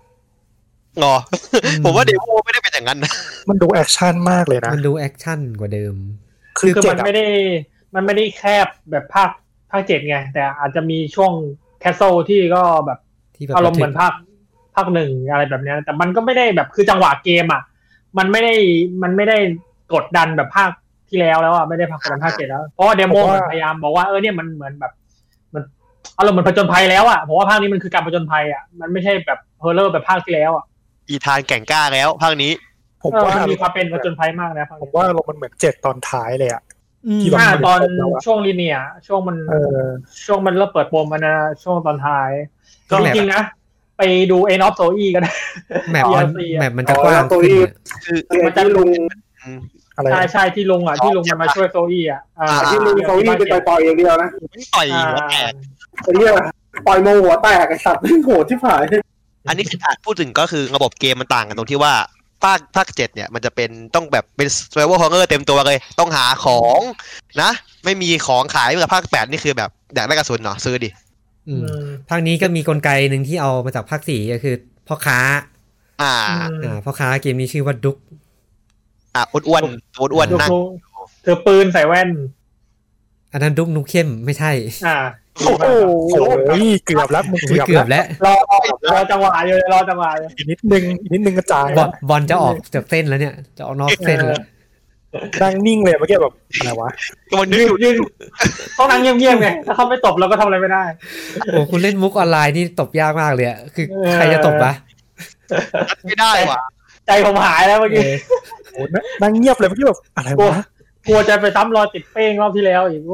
ผมว่าเดโมไม่ได้เป็นอย่างนั้นนะมันดูแอคชั่นมากเลยนะมันดูแอคชั่นกว่าเดิมคือมันไม่ได้แคบแบบภาค7ไงแต่อาจจะมีช่วงแคสเซิลที่ก็แบบอารมณ์เหมือนภาค1อะไรแบบนี้แต่มันก็ไม่ได้แบบคือจังหวะเกมมันไม่ได้กดดันแบบภาคที่แล้วไม่ได้ภาค7แล้วเพราะว่าเดโมมันพยายามบอกว่าเนี่ยมันเหมือนแบบมันอารมณ์เหมือนผจญภัยแล้วเพราะว่าภาคนี้มันคือการผจญภัยมันไม่ใช่แบบเฮอร์เรอร์แบบภาคที่แล้วอีธานแก่งกล้าแล้วภาคนี้ผมว่ามีความเป็นผจญภัยมากนะผมว่ามันเหมือน7ตอนท้ายเลยที่ตอนช่วงลีเนียช่วงมันเริ่มเปิดปมนะช่วงตอนท้ายก็จริงๆนะไปดู End of Zoe ก็ได้แมปมันจะกว้างขึ้นคือมันจะลุงใช่ที่ลุงที่ลุงมันมาช่วยโซอี้ที่ลุงโซอี้ไปต่อยอย่างเดียวนะไม่ต่อยหัวแตกเรียกปล่อยโมหัวแตกไอ้สัตว์โหดที่ผ่านอันนี้พูดถึงก็คือระบบเกมมันต่างกันตรงที่ว่าภาค7เนี่ยมันจะเป็นต้องแบบเป็น survival horror เต็มตัวเลยต้องหาของนะไม่มีของขายเหมือนภาค8นี่คือแบบอยากได้กระสุนเนาะซื้อดิภาคนี้ก็มีกลไกนึงที่เอามาจากภาค4ก็คือพ่อค้าพ่อค้าเกมนี้ชื่อว่าดุ๊กอ้วนนั่งเธอปืนใส่แว่นอันนั้นดุ๊กนุกเข้มไม่ใช่โอ้โหเกือบแล้วมึงเกือบแล้วรอจังหวะอยู่รอจังหวะอีกนิดนึงกระจายบอลจะออกจากเส้นแล้วเนี่ยจะออกนอกเส้นแล้วนั่งนิ่งเลยเมื่อกี้แบบอะไรวะมันยืนต้องนั่งเงียบๆไงถ้าเขาไม่ตบเราก็ทำอะไรไม่ได้โอ้คุณเล่นมุกออนไลน์นี่ตบยากมากเลยคือใครจะตบวะไม่ได้ว่ะใจผมหายแล้วเมื่อกี้โอ้นั่งเงียบเลยเมื่อกี้แบบอะไรวะกลัวจะไปซ้ำรอยติดเป้งรอบที่แล้วอีก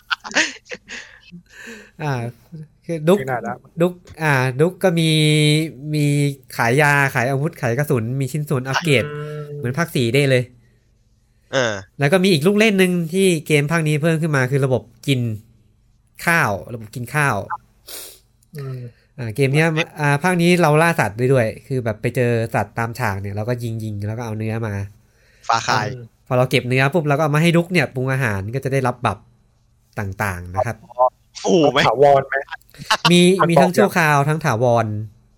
คือดุกก็มีขายยาขายอาวุธขายกระสุนมีชิ้นส่วนอัปเกรดเหมือนภาค4ได้เลยแล้วก็มีอีกลูกเล่นนึงที่เกมภาคนี้เพิ่มขึ้นมาคือระบบกินข้าวระบบกินข้าวเกมนี้ภาคนี้เราล่าสัตว์ได้ด้วยคือแบบไปเจอสัตว์ตามฉากเนี่ยเราก็ยิงแล้วก็เอาเนื้อมาฝาคายพอเราเก็บเนื้อปุ๊บเราก็เอามาให้ดุกเนี่ยปรุงอาหารก็จะได้รับบัฟต่างๆนะครับโอ้ไหมถาวรไหมมีทั้งชั่วคราวทั้งถาวร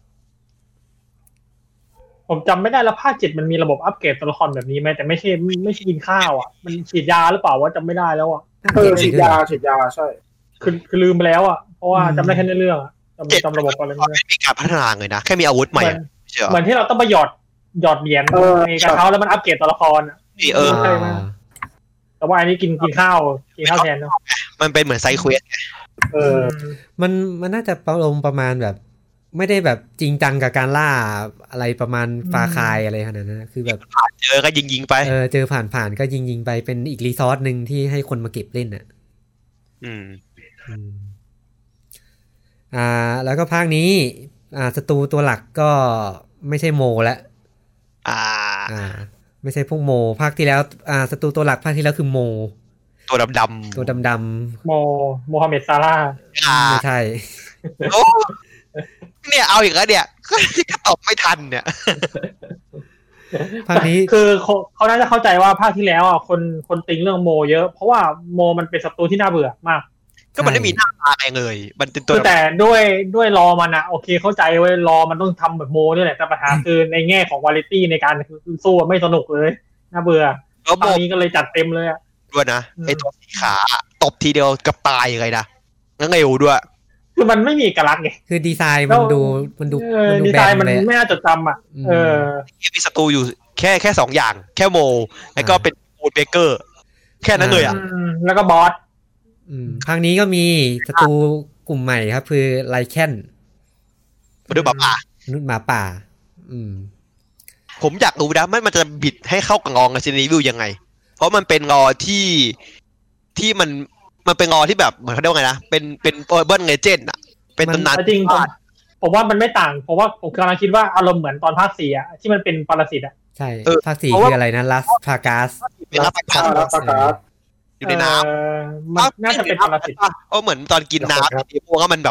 ผมจำไม่ได้แล้วภาค7มันมีระบบอัปเกรดตัวละครแบบนี้ไหมแต่ไม่ใช่กินข้าวอ่ะมันฉีดยาหรือเปล่าว่าจำไม่ได้แล้วอ่ะฉีดยาใช่คือลืมไปแล้วอ่ะเพราะว่าจำได้แค่ในเรื่องอ่ะจำระบบอะไรไม่มีการพัฒนาเลยนะแค่มีอาวุธใหม่เหมือนที่เราต้องไปหยอดเหรียญในกระเช้าแล้วมันอัปเกรดตัวละครใช่ไหมแต่ว่าอันนี้กินข้าวแทนเนาะมันเป็นเหมือนไซเควสมันน่าจะประมาณแบบไม่ได้แบบจริงจังกับการล่าอะไรประมาณฟาคายอะไรขนาดนั้นคือแบบเจอก็ยิงไปเจอผ่านก็ยิงไปเป็นอีกรีซอสนึงที่ให้คนมาเก็บเล่นแล้วก็ภาคนี้ศัตรูตัวหลักก็ไม่ใช่โมแล้วไม่ใช่พวกโมภาคที่แล้วศัตรูตัวหลักภาคที่แล้วคือโมตัวดำตัวดำโมฮัมเหม็ดซาร่าไม่ใช่เนี่ยเอาอีกแล้วเนี่ยก็ตอบไม่ทันเนี่ยภาคนี้คือเขาน่าจะเข้าใจว่าภาคที่แล้วคนติงเรื่องโมเยอะเพราะว่าโมมันเป็นศัตรูที่น่าเบื่อมากก็มันไม่มีหน้าตาอะไรเลยมันเป็นตัวแต่ด้วยรอมันโอเคเข้าใจไว้รอมันต้องทำแบบโมนี่แหละแต่ปัญหาคือในแง่ของวาไรตี้ในการสู้ไม่สนุกเลยน่าเบื่อตอนนี้ก็เลยจัดเต็มเลยด้วยนะไอตัวสีขาตบทีเดียวกับตายเลยนะงั้นเร็วด้วยคือมันไม่มีเอกลักษณ์ไงคือดีไซน์มันดูดีไซน์มันไม่น่าจดจำมีศัตรูอยู่แค่2อย่างแค่โมแล้วก็เป็นบูดเบเกอร์แค่นั้นเลยแล้วก็บอสครั้งนี้ก็มีศัตรูกลุ่มใหม่ครับคือไลแคนมนุษย์หมาป่าผมอยากรู้นะมันจะบิดให้เข้ากับงองกับซีรีวิวยังไงเพราะมันเป็นงอที่มันเป็นงอที่แบบเหมือนเขาเรียกว่าไงนะเป็นเบิร์นเลเจนด์เป็นตำนานจริงผมว่ามันไม่ต่างเพราะว่าผมกำลังคิดว่าอารมณ์เหมือนตอนภาค4ที่มันเป็นปรสิตใช่ภาค4คืออะไรนะลัสพากาสเป็นลัสพากาสอยู่ในน้ำน่าจะเป็นปรสิตเหมือนตอนกินน้ำที่พวกมันแบบ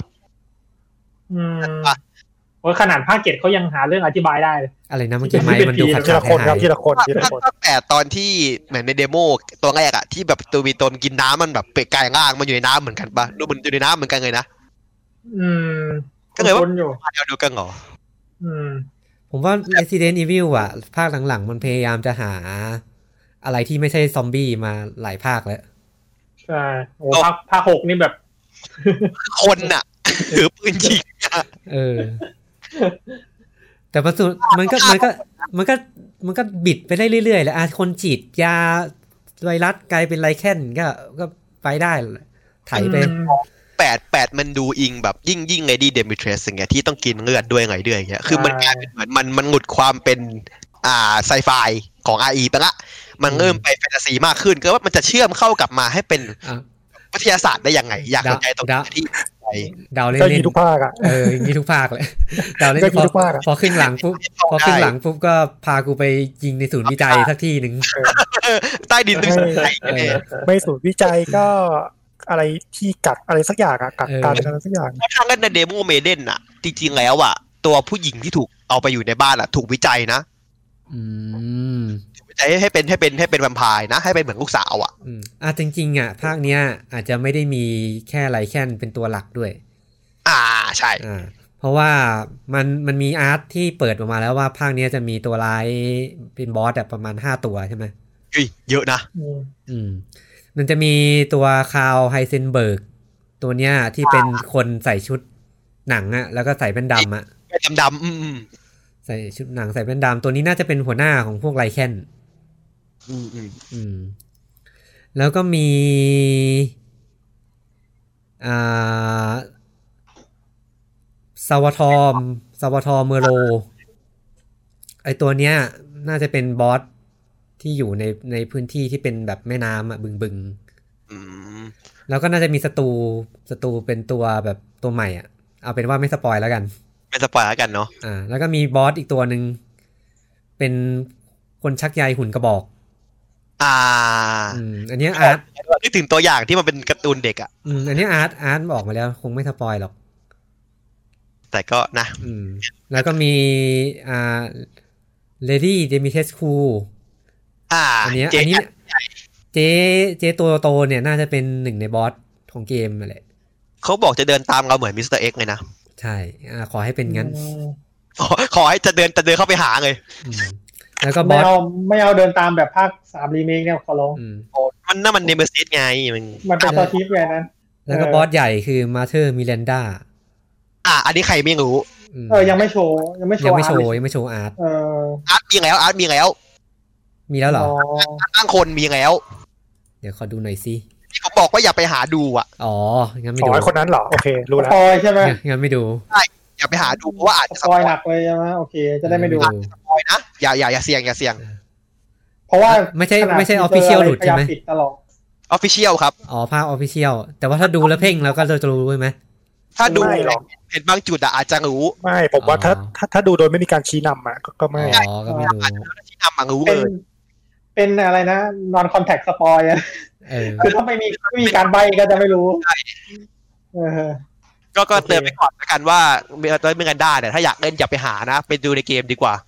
โอ้ยขนาดภาค7เขายังหาเรื่องอธิบายได้อะไรนะมันกินไม้มันดูขัดทีละคนครับทีละคนตั้งแต่ตอนที่เหมือนในเดโมตัวแรกที่แบบตัวมีตนกินน้ำมันแบบเปกกายล่างมันอยู่ในน้ำเหมือนกันปะดูมันอยู่ในน้ำเหมือนกันเลยนะก็เลยว่าเดียวกันเหรอผมว่า Resident Evil ภาคหลังๆมันพยายามจะหาอะไรที่ไม่ใช่ซอมบี้มาหลายภาคแล้วใช่โอ้ภาค6นี่แบบคนถือปืนยิงแต่ประสุดมันก็บิดไปได้เรื่อยๆแหละคนฉีดยาไวรัสกลายเป็นไลแคนก็ไปได้ไถไป 8มันดูอิงแบบยิ่งไงดีเดมิเทรสอย่างเงี้ยที่ต้องกินเลือดด้วยไงด้วยอย่างเงี้ยคือมันกลายเป็นเหมือนมันหลุดความเป็นไซไฟของ RE ไปละมันเริ่มไปแฟนตาซีมากขึ้นก็ว่ามันจะเชื่อมเข้ากลับมาให้เป็นวิทยาศาสตร์ได้ยังไงอยากสนใจตรงที่ดาวเล่นทุกภาคอย่างนี้ทุกภาคเลยดาวเล่นพอขึ้นหลังปุ๊บก็พากูไปยิงในศูนย์วิจัยสักที่นึงใต้ดินไม่ศูนย์วิจัยก็อะไรที่กักอะไรสักอย่างกักการอะไรสักอย่างถ้าเล่นในเดโมเมเดนจริงๆแล้วตัวผู้หญิงที่ถูกเอาไปอยู่ในบ้านถูกวิจัยนะวิจัยให้เป็นแวมไพร์นะให้เป็นเหมือนลูกสาวจริงๆภาคเนี้ยอาจจะไม่ได้มีแค่ไลแคนเป็นตัวหลักด้วยใช่เพราะว่ามันมีอาร์ตที่เปิดออกมาแล้วว่าภาคเนี้ยจะมีตัวร้ายเป็นบอสประมาณ5ตัวใช่ไหมเยอะนะมันจะมีตัวคาร์ลไฮเซนเบิร์กตัวเนี้ยที่เป็นคนใส่ชุดหนังอะแล้วก็ใส่แว่นดำอะดำใส่ชุดหนังใส่แว่นดำตัวนี้น่าจะเป็นหัวหน้าของพวกไลแคนแล้วก็มีซาวทอร์เมโรไอตัวเนี้ยน่าจะเป็นบอสที่อยู่ในพื้นที่ที่เป็นแบบแม่น้ำอ่ะบึงแล้วก็น่าจะมีศัตรูเป็นตัวแบบตัวใหม่อ่ะเอาเป็นว่าไม่สปอยแล้วกันไม่สปอยแล้วกันเนาะแล้วก็มีบอสอีกตัวหนึ่งเป็นคนชักใยหุ่นกระบอกอันนี้อาร์ตนึกถึงตัวอย่างที่มันเป็นการ์ตูนเด็กอ่ะอันนี้อาร์ตบอกมาแล้วคงไม่สปอยหรอกแต่ก็นะแล้วก็มีLady Dimitrescu อันนี้เจ๊ตัวโตเนี่ยน่าจะเป็นหนึ่งในบอสของเกมอะไรเขาบอกจะเดินตามเราเหมือนมิสเตอร์เอ็กซ์เลยนะใช่ขอให้เป็นงั้นขอให้จะเดินเข้าไปหาเลยแล้วก็บอสไม่เอาเดินตามแบบภาค3รีเมคเนี่ยขอร้องมันน่ามันเนเมซิสไงมันเป็นตัวทิปไงนั้นแล้วก็บอสใหญ่คือมาเธอร์มิเรนดาอันนี้ใครไม่รู้ยังไม่โชว์อาร์ตอาร์ตมีแล้วเหรอตั้งคนมีแล้วเดี๋ยวขอดูหน่อยสิที่ผมบอกว่าอย่าไปหาดูอ่ะงั้นไม่ดูคนนั้นเหรอโอเครู้แล้วใช่ไหมงั้นไม่ดูใช่อย่าไปหาดูเพราะว่าอาจจะสปอยหนักเลยใช่ไหมโอเคจะได้ไม่ดูสปอยนะอย่าเสี่ยงเพราะว่าไม่ใช่ออฟฟิเชียลหลุดใช่ไหมตลอดออฟฟิเชียลครับภาคออฟฟิเชียลแต่ว่าถ้าดูแล้วเพ่งแล้วก็จะรู้ไหมถ้าดูเห็นบางจุดอาจจะรู้ไม่ผมว่าถ้าดูโดยไม่มีการชี้นำก็ไม่ก็ไม่รู้ชี้นำรู้เลยเป็นอะไรนะ non contact spoil คือถ้าไม่มีการใบก็จะไม่รู้ก็เตือนไปก่อนแล้วกันว่าไม่กันได้แต่ถ้าอยากเล่นอย่าไปหานะไปดูในเกมดีกว่า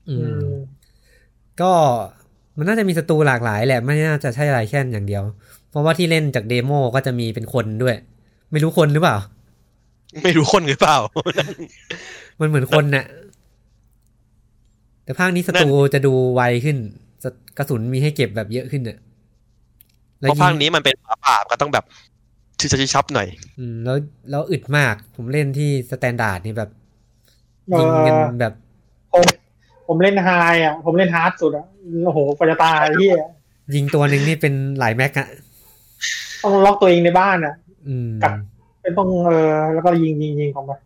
ก็มันน่าจะมีศัตรูหลากหลายแหละไม่น่าจะใช่ไรแค่อย่างเดียวเพราะว่าที่เล่นจากเดโมก็จะมีเป็นคนด้วยไม่รู้คนหรือเปล่าไม่รู้คนหรือเปล่ามันเหมือนคนน่ะแต่ภาคนี้ศัตรูจะดูไวขึ้นกระสุนมีให้เก็บแบบเยอะขึ้นน่ะเพราะภาคนี้มันเป็นปราบก็ต้องแบบชับหน่อยแล้วอึดมากผมเล่นที่สแตนดาร์ดนี่แบบยิงกันแบบผมเล่นไฮอ่ะผมเล่นฮาร์ดสุดอ่ะโอ้โหกว่าจะตายเหี้ยยิงตัวนึงนี่เป็นหลายแม็กอ่ะต้องล็อกตัวเองในบ้านอ่ะกับเป็นต้องแล้วก็ยิงของมัน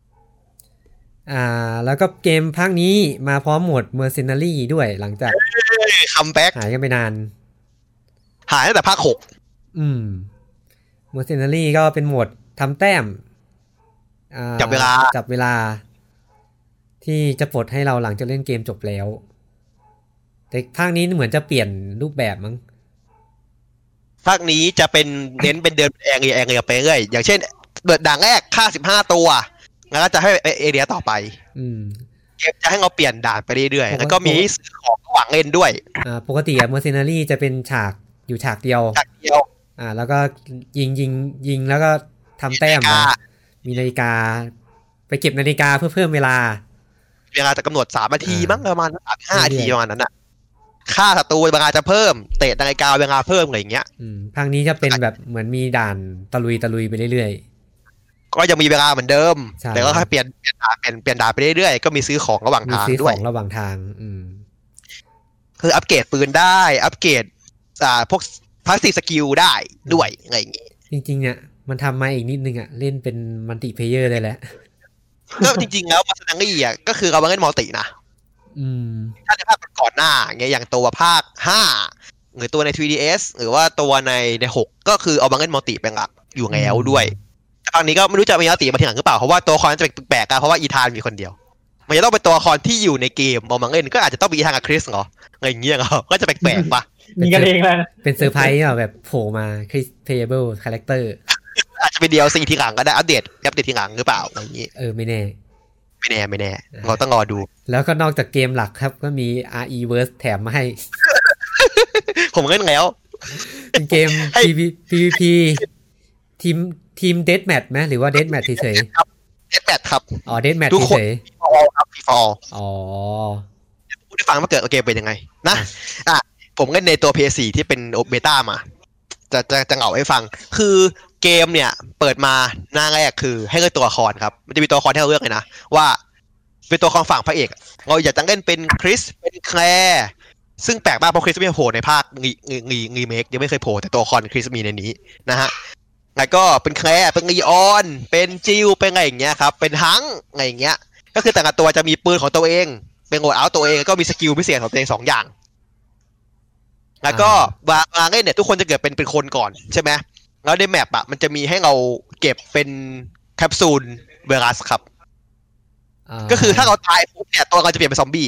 แล้วก็เกมภาคนี้มาพร้อมโหมด Mercenary ด้วยหลังจากคัมแบ็กหายกันไปนานหายตั้งแต่ภาค Mercenary ก็เป็นโหมดทำแต้มจับเวลาที่จะปลดให้เราหลังจากเล่นเกมจบแล้วแต่ภาคนี้เหมือนจะเปลี่ยนรูปแบบมั้งภาคนี้จะเป็นเน้นเป็นเดินแองเรียไปเรื่อยอย่างเช่นเปิดด่านแรกฆ่า15ตัวแล้วก็จะให้เอเรียต่อไปเกมจะให้เราเปลี่ยนด่านไปเรื่อยๆแล้วก็มีซื้อของระหว่างเล่นด้วยปกติMercenary จะเป็นฉากอยู่ฉากเดียวแล้วก็ยิงแล้วก็ทำแต้มมีนาฬิกาไปเก็บนาฬิกาเพื่อเพิ่มเวลาจะกำหนด3 นาทีมั้งประมาณ5 นาทีประมาณนั้นน่ะค่าศัตรูเวลาจะเพิ่มเตะนาฬิกาเวลาเพิ่มอะไรอย่างเงี้ยภาคนี้จะเป็นแบบเหมือนมีด่านตะลุยไปเรื่อยๆก็ยังมีเวลาเหมือนเดิมแต่ก็แค่เปลี่ยนด่านไปเรื่อยๆก็มีซื้อของระหว่างทางด้วยระหว่างทางคืออัปเกรดปืนได้อัปเกรดพวกพาสซีฟสกิลได้ด้วยอะไรอย่างงี้จริงๆเนี่ยมันทำมาอีกนิดนึงอ่ะเล่นเป็นมัลติเพลเยอร์ได้แล้วก็จริงๆแล้วมาสนังลี่ก็คือเราเล่นมัลตินะถ้าในภาคก่อนหน้าเงี้ยอย่างตัวภาค5หรือตัวใน 3DS หรือว่าตัวใน6ก็คือเอามาเล่นมัลติเป็นหลักอยู่แล้วด้วยแต่ครั้งนี้ก็ไม่รู้จะมีมัลติมาทีหลังหรือเปล่าเพราะว่าตัวละครจะแปลกๆกันเพราะว่าอีธานมีคนเดียวมันจะต้องเป็นตัวละครที่อยู่ในเกมเอามาเล่นก็อาจจะต้องมีอีธานกับคริสเหรออะไรอย่างเงี้ยเหรอก็จะแปลกๆป่ะมีกันเองเลยเป็นเซอร์ไพรส์แบบโผล่มาคริสเพย์เบิลคาแรคเตอร์อาจจะเป็นDLCทีหลังก็ได้อัปเดตทีหลังหรือเปล่าอะไรอย่างงี้ไม่แน่เราต้องรอดูแล้วก็นอกจากเกมหลักครับก็มี RE-verse แถมมาให้ผมเล่นแล้วเป็นเกม PVP ทีม Deathmatch มั้ยหรือว่า Deathmatch เฉยๆครับ Deathmatch ครับ Deathmatch เฉยๆครับ Fall พูดให้ฟังว่าเกิดเกมเป็นยังไงนะผมเล่นในตัว PS4 ที่เป็นเบต้ามาจะเหงาให้ฟังคือเกมเนี่ยเปิดมาหน้าแรกคือให้เลือกตัวละครครับมันจะมีตัวละครให้เราเลือกเลยนะว่าเป็นตัวละครฝั่งพระเอกเราอยากจะเล่นเป็นคริสเป็นแคลร์ซึ่งแปลกมากเพราะคริสไม่โผล่ในภาครีเมคยังไม่เคยโผล่แต่ตัวละครคริสมีในนี้นะฮะแล้วก็เป็นแคลร์เป็นลีออนเป็นจิลเป็นอะไรอย่างเงี้ยครับเป็นฮังอะไรอย่างเงี้ยก็คือแต่ละตัวจะมีปืนของตัวเองเป็นโหลดเอาท์ตัวเองแล้วก็มีสกิลพิเศษของตัวเอง2อย่างแล้วก็มาเล่นเนี่ยทุกคนจะเกิดเป็นคนก่อนใช่ไหมแล้วในแมปอะมันจะมีให้เราเก็บเป็นแคปซูลไวรัสครับก็คือถ้าเราตายปุ๊บเนี่ยตัวเราจะเปลี่ยนเป็นซอมบี้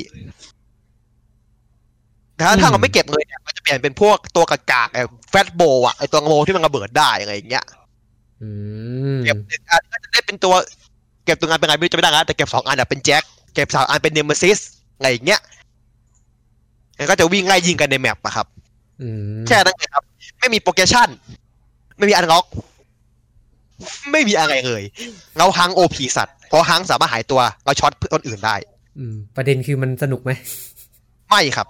ถ้าเราไม่เก็บเลยเนี่ยมันจะเปลี่ยนเป็นพวกตัวกากๆแฟตโบอะไอตัวโมที่มันระเบิดได้อะไรอย่างเงี้ยเก็บ1 อันก็จะได้เป็นตัวเก็บตัวงานเป็นไงไม่รู้จะไม่ได้นะแต่เก็บ2 อันเป็นแจ็คเก็บ3 อันเป็นเนมซิสอะไรอย่างเงี้ยมันก็จะวิ่งไล่ยิงกันในแมปอะครับแค่นั้นเองครับไม่มีโปรเกรสชั่นไม่มีอันล็อกไม่มีอะไรเลยเราฮังโอพีสัตว์เพราะฮังสามารถหายตัวเราช็อตเพื่อนอื่นได้ประเด็นคือมันสนุกไหมไม่ครับ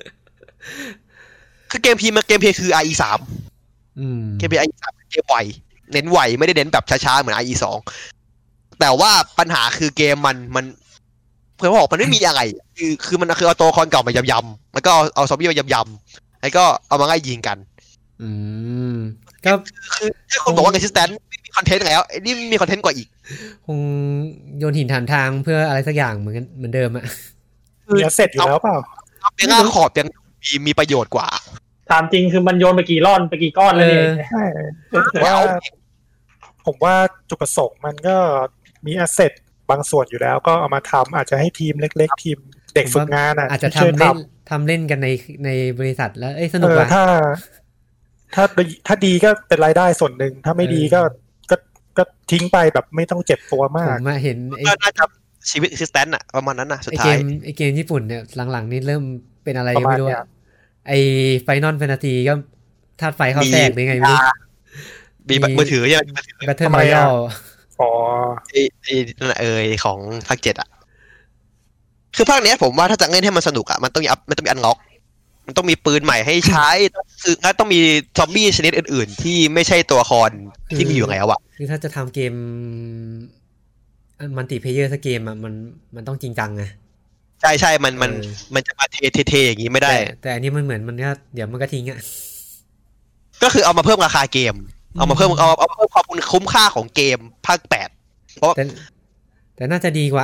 คือเกมเพย์คือ IE3 เกมเพย์ IE3 เกมไวเน้นไวไม่ได้เน้นแบบช้าๆเหมือน IE2 แต่ว่าปัญหาคือเกมมันเพื่อนบอกมันไม่มีอะไรคือมันคือเอาตัวละครเก่ามายำๆแล้วก็เอาซอมบี้มายำๆแล้วก็เอามาไล่ยิงกันก็คือถ้าคนบอกว่า Resistance ไม่มีคอนเทนต์แล้วนี่มีคอนเทนต์กว่าอีกคงโยนหินถามทางเพื่ออะไรสักอย่างเหมือนเดิมอ่ะคือเสร็จอยู่แล้วเปล่าเป็นหน้าขอบยังมีประโยชน์กว่าถามจริงคือมันโยนไปกี่ร่อนไปกี่ก้อนแล้วเนี่ยใช่ผมว่าจุดประสงค์มันก็มีแอสเซทบางส่วนอยู่แล้วก็เอามาทำอาจจะให้ทีมเล็กๆทีมเด็กฝึกงานอาจจะทำเล่นกันในบริษัทแล้วสนุกกว่าถ้าดีก็เป็นรายได้ส่วนหนึ่งถ้าไม่ดีก็ทิ้งไปแบบไม่ต้องเจ็บตัวมากผมมาเห็นก็น่าจะชีวิต Existence อะประมาณนั้นน่ะสุดท้ายไอเกมญี่ปุ่นเนี่ยหลังๆนี่เริ่มเป็นอะไรไม่รู้ไอ Final Fantasy ก็ธาตุไฟเข้าแทรกได้ไงไม่รู้มีมือถือใช่มั้ย Battle Royale อ๋อไอ้นั่นของภาค7อะคือภาคเนี้ยผมว่าถ้าจะเล่นให้มันสนุกอะมันต้องมีอันล็อกมันต้องมีปืนใหม่ให้ใช้คือต้องมีซอมบี้ชนิดอื่นๆที่ไม่ใช่ตัวละครที่มีอยู่แล้วอะคือถ้าจะทำเกมมัลติเพลเยอร์สักเกมอะมันต้องจริงจังไงใช่มันจะมาเทอย่างนี้ไม่ได้แต่อันนี้มันเหมือนมันก็เดี๋ยวมันก็ทิ้งอะก็คือเอามาเพิ่มราคาเกมเอามาเพิ่มความคุ้มค่าของเกมภาค8เพราะแต่น่าจะดีกว่า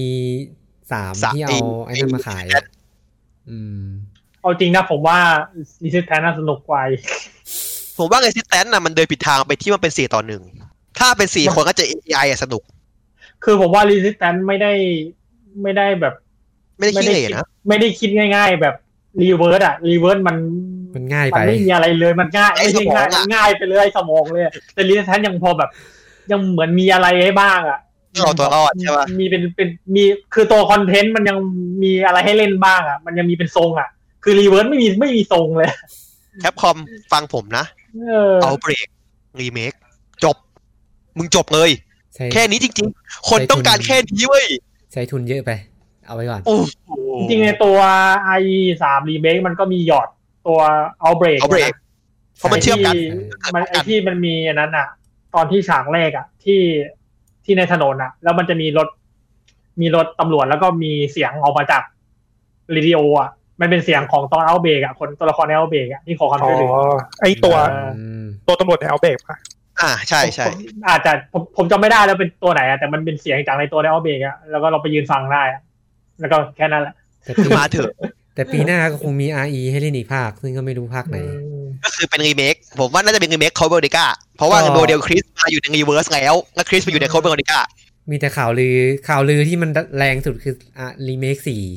RE3 ที่เอาไอ้นั่นมาขายเอาจริงนะผมว่า Resistance น่าสนุกกว่าผมว่า Resistance น่ะมันเดินผิดทางไปที่มันเป็น4-1ถ้าเป็น4คนก็จะ AI สนุกคือผมว่า Resistance ไม่ได้แบบไม่ได้คิดเลยนะไม่ได้คิดง่ายๆแบบรีเวิร์สมันง่ายไปมันไม่มีอะไรเลยมันง่ายไม่ใช่ง่ายไปเลยสมองเลยแต่ Resistance ยังพอแบบยังเหมือนมีอะไรให้บ้างอ่ะเอาตัวรอดใช่ป่ะมีเป็นมีคือตัวคอนเทนต์มันยังมีอะไรให้เล่นบ้างอ่ะมันยังมีเป็นทรงอ่ะคือรีเวิร์สไม่มีทรงเลยแคปคอมฟังผมนะเอาเบรกรีเมคจบมึงจบเลยแค่นี้จริงๆคนต้องการแค่นี้เว้ยใช้ทุนเยอะไปเอาไว้ก่อนจริงๆในตัว IE3 remake มันก็มีหยอดตัวเอาเบรกเพราะมันเชื่อมกันมันไอที่มันมีอันนั้นอ่ะตอนที่ฉากแรกอ่ะที่ในถนนอ่ะแล้วมันจะมีรถตำรวจแล้วก็มีเสียงออกมาจากเรดิโออ่ะมันเป็นเสียงของตอนเอาเบรกอ่ะคนตัวละครในเอาเบรกอ่ะที่ขอความช่วยเหลือไอตัวตำรวจในเอาเบรกป่ะใช่อาจจะผมจำไม่ได้แล้วเป็นตัวไหนอ่ะแต่มันเป็นเสียงจากในตัวในเอาเบรกอ่ะแล้วก็เราไปยืนฟังได้แล้วก็แค่นั้นแหละมาเถอะแต่ปีหน้าก็คงมี RE ให้เล่นอีกภาคซึ่งก็ไม่รู้ภาคไหนก็คือเป็นรีเมคผมว่าน่าจะเป็นรีเมคโคเบอร์ดิก้าเพราะว่าโมเดลคริสมาอยู่ในรีเวิร์สแล้วคริสมาอยู่ในโคเบอร์ดิก้ามีแต่ข่าวลือที่มันแรงสุดคือรีเมค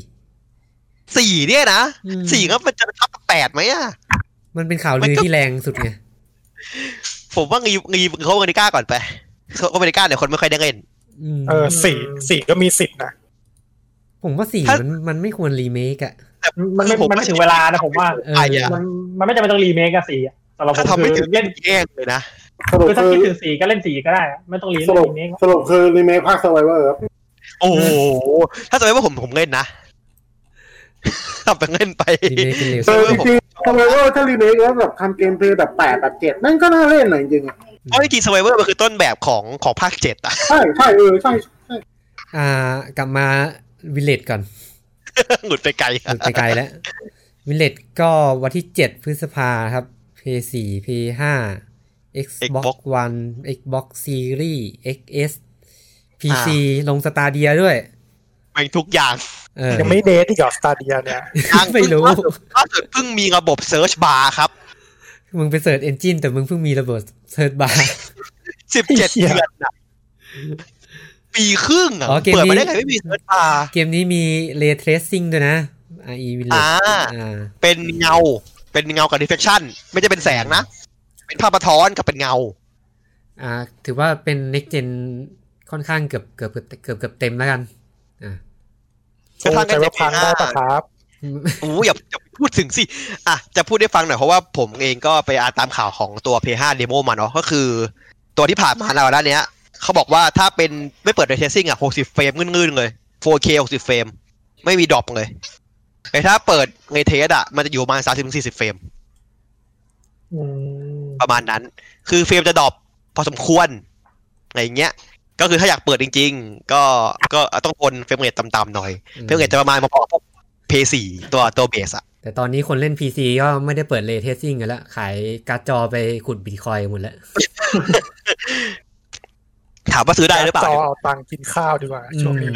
4 เนี่ยนะ4ก็มันจะทับ8ไหมอ่ะมันเป็นข่าวลือที่แรงสุดไงผมว่ารีโคเบอร์ดิก้าก่อนไปโคเบอร์ดิก้าเนี่ยคนไม่ค่อยได้เล่น 4ก็มีสิทธิ์นะผมว่า4มันไม่ควรรีเมคอ่ะมันไม่ถึงเวลานะผมว่ามันไม่จำเป็นต้องรีเมคกับ4อ่ะแต่เราคือเล่นแย่เลยนะคือถ้าคิดถึง4ก็เล่น4ก็ได้ไม่ต้องรีเมคสรุปคือรีเมคภาค Survivor ครับโอ้โหถ้า Survivor ผมเล่นนะทำไปเล่นไปจริงๆ Survivor ถ้ารีเมคแล้วแบบทำเกมเพลย์แบบ8แบบ7นั่นก็น่าเล่นหน่อยจริงเพราะจริงๆ Survivor มันคือต้นแบบของภาค7อ่ะใช่ใช่ใช่กลับมาวิลเลจก่อนหลุดไปไกลแล้ววิลเลจก็วันที่7พฤษภาครับ PS4 PS5 Xbox One Xbox Series XS PC ลง Stadia ด้วยแม่งทุกอย่างยังไม่เดทอีกเหรอ Stadia เนี่ยไม่รู้ล่าสุดเพิ่งมีระบบ Search Bar ครับมึงไปเสิร์ช Engine แต่มึงเพิ่งมีระบบ Search Bar 17 เดือนน่ะปีครึ่งอ่ะเปิดมาได้ไงไม่มี Search Bar เกมนี้มี Ray Tracing ด้วยนะ RE Village เป็นเงากับ reflection ไม่ใช่เป็นแสงนะเป็นภาพสะท้อนกับเป็นเงาถือว่าเป็น next gen ค่อนข้างเกือบเต็มแล้วกันจะทางกันจะพังได้ปะครับอย่าพูดถึงสิจะพูดให้ฟังหน่อยเพราะว่าผมเองก็ไปอ่านตามข่าวของตัว PS5 Demo มาเนาะก็คือตัวที่ผ่านมาแล้วด้านเนี้ยเขาบอกว่าถ้าเป็นไม่เปิด Ray Tracing60 เฟรมงื่นๆเลย 4K 60 เฟรมไม่มีดรอปเลยแต่ถ้าเปิดในเทสมันจะอยู่ประมาณ 30-40 เฟรมประมาณนั้นคือเฟรมจะดรอปพอสมควรอะไรอย่างเงี้ยก็คือถ้าอยากเปิดจริงๆก็ต้องทนเฟรมเรทต่ำๆหน่อยเฟรมเรทจะประมาณพอๆกับ PS4 ตัวเบสอะแต่ตอนนี้คนเล่น PC ก็ไม่ได้เปิด Ray Tracing กันแล้วขายการ์ดจอไปขุด Bitcoin หมดแล้วถามว่าซื้อได้หรือเปล่าจอเอาตังค์กินข้าวดีกว่าช่วงนี้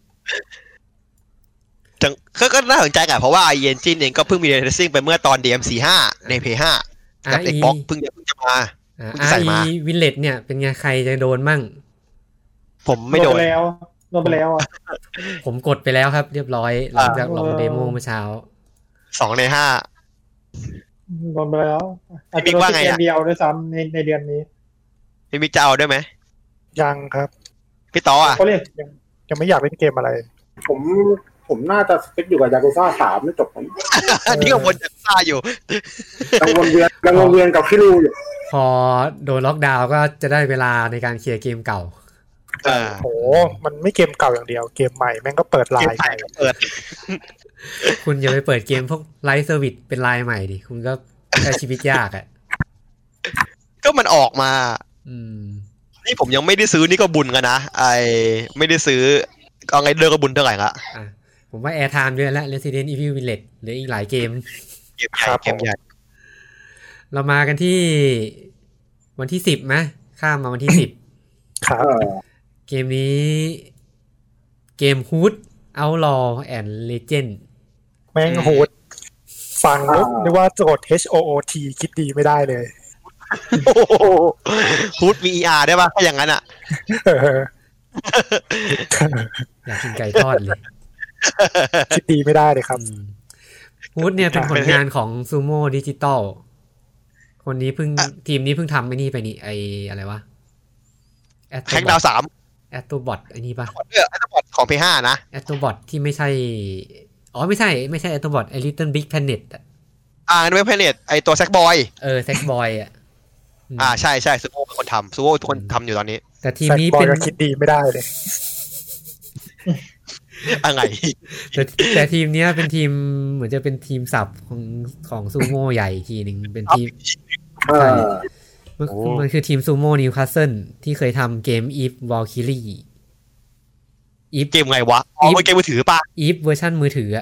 ก็น่าสนใจกันเพราะว่า Engine เองก็เพิ่งมี Ray Tracing ไปเมื่อตอน DMC5 ใน PS5 กับ Xbox เพิ่งจะมาใส่มาวิลเลจเนี่ยเป็นไงใครจะโดนมั่งผมไม่โดนไปแล้วผมกดไปแล้วครับเรียบร้อยหลังจากลงเดโมเมื่อเช้า 2 ใน 5โดนไปแล้วอาจจะโดนเกมเดียวด้วยซ้ำในเดือนนี้พี่มิกจะเอาด้วยไหมยังครับพี่ต่อยังไม่อยากเล่นเกมอะไรผมน่าจะสเปคอยู่กับยากุซ่า3ไม่จบผมนี่ก็วนยากุซ่าอยู่ยังวนเวียนกับพี่ลูอยู่พอโดนล็อกดาวน์ก็จะได้เวลาในการเคลียร์เกมเก่าโหมันไม่เกมเก่าอย่างเดียวเกมใหม่แม่งก็เปิดไลน์เปิดคุณอย่าไปเปิดเกมพวกไลฟ์เซอร์วิสเป็นไลน์ใหม่ดิคุณก็ใช้ชีวิตยากก็มันออกมานี่ผมยังไม่ได้ซื้อนี่ก็บุญกันนะไม่ได้ซื้อเอาไงเลิกก็บุญเท่าไหร่ละผมว่า Airtime ด้วยแล้ว Resident Evil Village หรืออีกหลายเกมใหญ่เรามากันที่วันที่10มั้ยข้ามมาวันที่10 ครับเกมนี้เกม Hood Outlaw and Legend แม่งโหดฟังแล้วนึกว่าโจทย์ HOOT คิดดีไม่ได้เลย Hood VER ได้ป่ะถ้าอย่างนั้นอ่ะอยากกินไก่ทอดเลยคิดดีไม่ได้เลยครับฮูดเนี่ยเป็นผลงานของซูโม่ดิจิตอลคนนี้ทีมนี้เพิ่งทำไอ้นี่ไปนี่อะไรวะแฮกดาว3 แอตโตบอทไอ้นี่ป่ะแอตโตบอทของ PS5 นะแอตโตบอทที่ไม่ใช่ไม่ใช่แอตโตบอทไอ้ Little Big Planet นั่นเป็น Planet ไอ้ตัวแซกบอยแซกบอยใช่ซูโม่เป็นคนทำซูโม่ทุกคนทำอยู่ตอนนี้แต่ทีมนี้เป็นคิดดีไม่ได้เลยอะไรแต่ทีมนี้เป็นทีมเหมือนจะเป็นทีมสับของซูโม่ใหญ่ทีนึงเป็นทีมมันคือทีมซูโม่นิวคาสเซิลที่เคยทำเกม Eve Valkyrie Eve เกมไงวะเกมมือถือป่ะ Eve เวอร์ชั่นมือถือ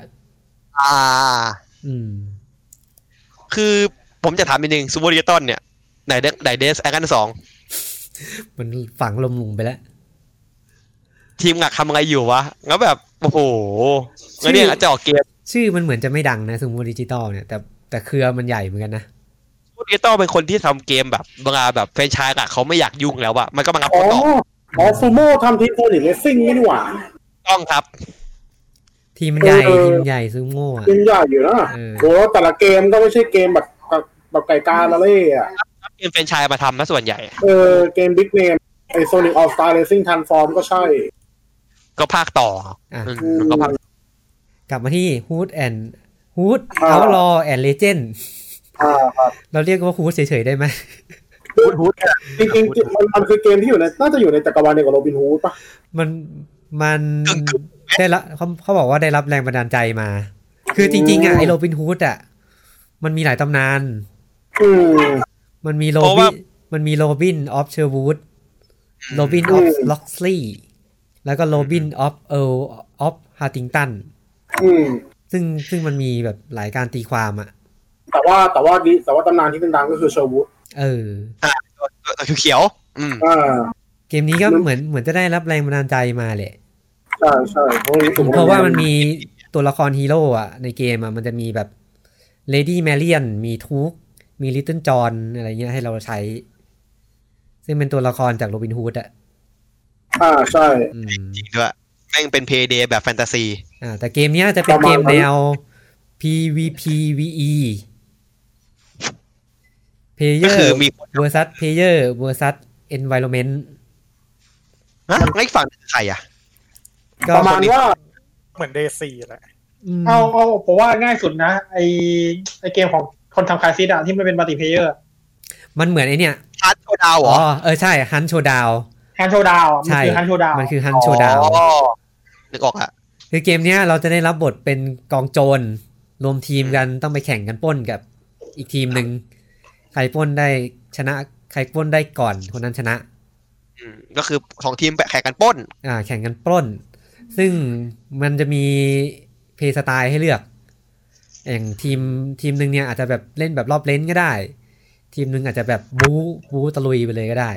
คือผมจะถามนิดนึงซูโม่ดิจิตอลเนี่ยไหนเดสแอคชั่น2 มันฝังลมลงไปแล้วทีมงานทำอะไรอยู่วะงั้นแบบโอ้โหงั้นเนี่ยจะออกเกมชื่อมันเหมือนจะไม่ดังนะซูโม่ดิจิตอลเนี่ยแต่เครือมันใหญ่เหมือนกันนะซูโม่ดิจิตอลเป็นคนที่ทำเกมแบบเวลาแบบแฟรนไชส์อะเขาไม่อยากยุ่งแล้วอะมันก็มางับต่อซูโม่ทำทีมโซนิคเลสซิ่งนี่หว่าต้องครับทีมใหญ่ซูโม่ทีมใหญ่อยู่นะโอ้แต่ละเกมก็ไม่ใช่เกมแบบไก่กาละเล่อะเกมแฟรนไชส์มาทำนะส่วนใหญ่เกมบิ๊กเนมไอโซนิคออลสตาร์เรซิ่งทรานส์ฟอร์มก็ใช่ก็ภาคต่อก็ภาคกลับมาที่ Hood Outlaw and Legend เราเรียกว่า Hood เฉยๆได้ไหม Hood จริงๆมันคือเกมที่อยู่ในน่าจะอยู่ในจักรวาลเดียวกับโรบินฮูดป่ะมันได้ละเขาบอกว่าได้รับแรงบันดาลใจมาคือจริงๆไอ้โรบินฮูดมันมีหลายตำนานมันมีมันมีโรบินออฟเชอร์วูดโรบินออฟล็อกสลีย์แล้วก็โรบินออฟเอิร์ลออฟฮาร์ติงตันซึ่งมันมีแบบหลายการตีความอะแต่ว่าตำนานที่ดังก็คือเชอร์วูดตัวเขียวเกมนี้ก็เหมือนจะได้รับแรงบันดาลใจมาแหละใช่เพราะว่ามันมีตัวละครฮีโร่อะในเกมอะมันจะมีแบบเลดี้แมเรียนมีทูกมีลิตเติ้ลจอห์นอะไรเงี้ยให้เราใช้ซึ่งเป็นตัวละครจากโรบินฮูดอะใช่จริงด้วยแม่งเป็นเพย์เดย์แบบแฟนตาซีแต่เกมเนี้ยจะเป็นเกมแนว PVPVE Player versus Player versus Environment งั้นฝั่งใครอ่ะประมาณว่าเหมือนเดซี่แหละเอาผมว่าง่ายสุดนะไอเกมของคนทำคายซิดอะที่มันเป็นมัลติเพลเยอร์มันเหมือนไอเนี่ยฮันโชดาวเหรอใช่ฮันโชดาวมันคือฮันโชดาวมันคือฮันโชดาวนึกออกอะคือเกมเนี้ยเราจะได้รับบทเป็นกองโจรรวมทีมกันต้องไปแข่งกันปล้นกับอีกทีมนึงใครปล้นได้ชนะใครปล้นได้ก่อนคนนั้นชนะก็คือของทีมแข่งกันปล้นแข่งกันปล้นซึ่งมันจะมีเพลย์สไตล์ให้เลือกอย่างทีมนึงเนี่ยอาจจะแบบเล่นแบบรอบเลนก็ได้ทีมนึงอาจจะแบบบู๊ตะลุยไปเลยก็ได้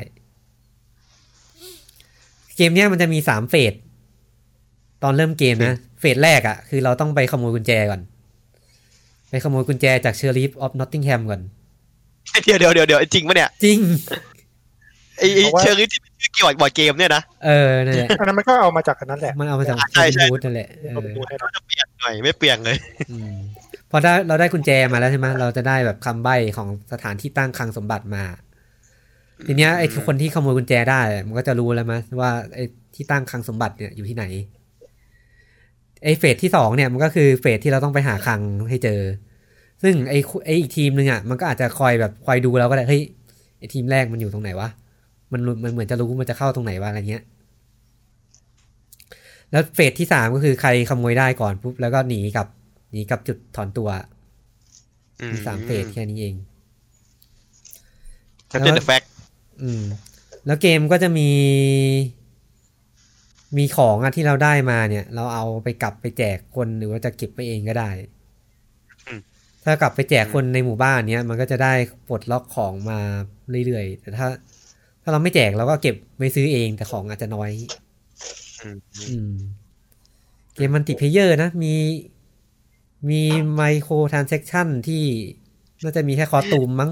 เกมเนี้ยมันจะมี3เฟสตอนเริ่มเกมนะเฟสแรกอ่ะคือเราต้องไปขโมยกุญแจก่อนไปขโมยกุญแจจากเชอริฟออฟนอตติงแฮมก่อนเดี๋ยวจริงปะเนี่ยจริงไอ้เชอริฟที่เป็นชื่อเกี่ยวกับบอร์ดเกมเนี่ยนะนั่นแหละอันนั้นมันก็เอามาจากอันนั้นแหละมันเอามาจากใช่นั่นแหละจะเปลี่ยนหน่อยไม่เปลี่ยนเลยพอเราได้กุญแจมาแล้วใช่ไหมเราจะได้แบบคำใบ้ของสถานที่ตั้งคลังสมบัติมาทีเนี้ยไอ้คนที่ขโมยกุญแจได้มันก็จะรู้แล้วมั้ยว่าไอ้ที่ตั้งคลังสมบัติเนี่ยอยู่ที่ไหนไอ้เฟสที่2เนี่ยมันก็คือเฟสที่เราต้องไปหาคลังให้เจอซึ่งไอ้อีกทีมนึงอ่ะมันก็อาจจะคอยดูแล้วก็ได้เฮ้ยไอ้ทีมแรกมันอยู่ตรงไหนวะมันเหมือนจะรู้มันจะเข้าตรงไหนวะอะไรเงี้ยแล้วเฟสที่3ก็คือใครขโมยได้ก่อนปุ๊บแล้วก็หนีกับจุดถอนตัวมี3เฟสแค่นี้เองจะเป็นแฟกต์แล้วเกมก็จะมีของอะที่เราได้มาเนี่ยเราเอาไปกลับไปแจกคนหรือว่าจะเก็บไปเองก็ได้ถ้ากลับไปแจกคนในหมู่บ้านเนี้ยมันก็จะได้ปลดล็อกของมาเรื่อยๆแต่ถ้าเราไม่แจกเราก็เก็บไว้ซื้อเองแต่ของอาจจะน้อยเกมมัลติเพลเยอร์นะมีไมโครทรานแซคชั่นที่น่าจะมีแค่คอสตูมมั้ง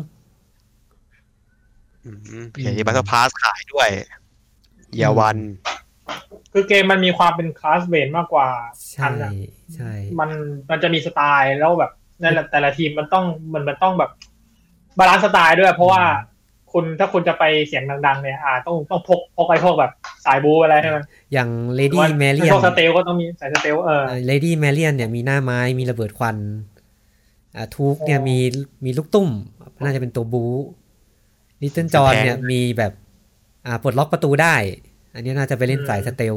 เห็นบัตเตอร์พาสขายด้วยยาวันคือเกมมันมีความเป็นคลาสเบสมากกว่าใช่มันจะมีสไตล์แล้วแบบนั่นแหละแต่ละทีมมันต้องแบบบาลานซ์สไตล์ด้วยเพราะว่าถ้าคุณจะไปเสียงดังๆเนี่ยต้องพกไอ้พวกแบบสายบู๊อะไรใช่ไหมอย่าง Lady Marian พวกสเตลก็ต้องมีสายสเตล Lady Marian เนี่ยมีหน้าไม้มีระเบิดควันทูกเนี่ยมีลูกตุ้มน่าจะเป็นตัวบู๊Little John เนี่ยมีแบบปลดล็อกประตูได้อันนี้น่าจะไปเล่นสายสเตล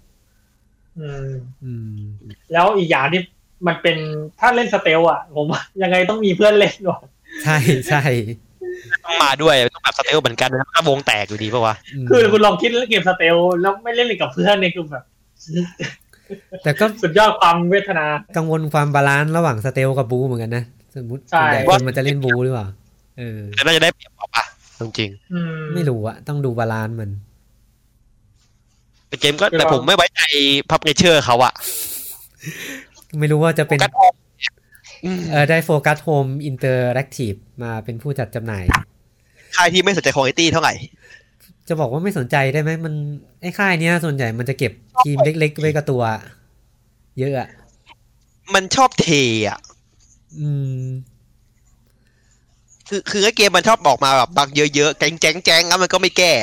แล้วอีกอย่างที่มันเป็นถ้าเล่นสเตลผมยังไงต้องมีเพื่อนเล่นหรอใช่ต้องมาด้วยต้องแบบสเตลเหมือนกันนะถ้าวงแตกอยู่ดีป่ะวะคือคุณลองคิดเล่นเกมสเตลแล้วไม่เล่นกับเพื่อนเนี่ยคือแบบแต่ก็สุดยอดความเวทนากังวลความบาลานซ์ระหว่างสเตลกับบูเหมือนกันนะสมมติคนมันจะเล่นบูหรือเปล่าแต่น่าจะได้เปรียบป่ะจริงไม่รู้อะต้องดูบาลานซ์มันเกมก็แต่ผมไม่ไว้ใจพับเนเชอร์เขาอะไม่รู้ว่าจะเป็นได้โฟกัสโฮมอินเตอร์แอคทีฟมาเป็นผู้จัดจำหน่ายค่ายที่ไม่สนใจควอลิตี้เท่าไหร่จะบอกว่าไม่สนใจได้ไหมมันไอ้ค่ายเนี้ยส่วนใหญ่มันจะเก็บทีมเล็กๆไว้กับตัวเยอะอะมันชอบเทอะคือไอ้เกมมันชอบบอกมาแบบบักเยอะๆแจ๊งแล้วมันก็ไม่แก้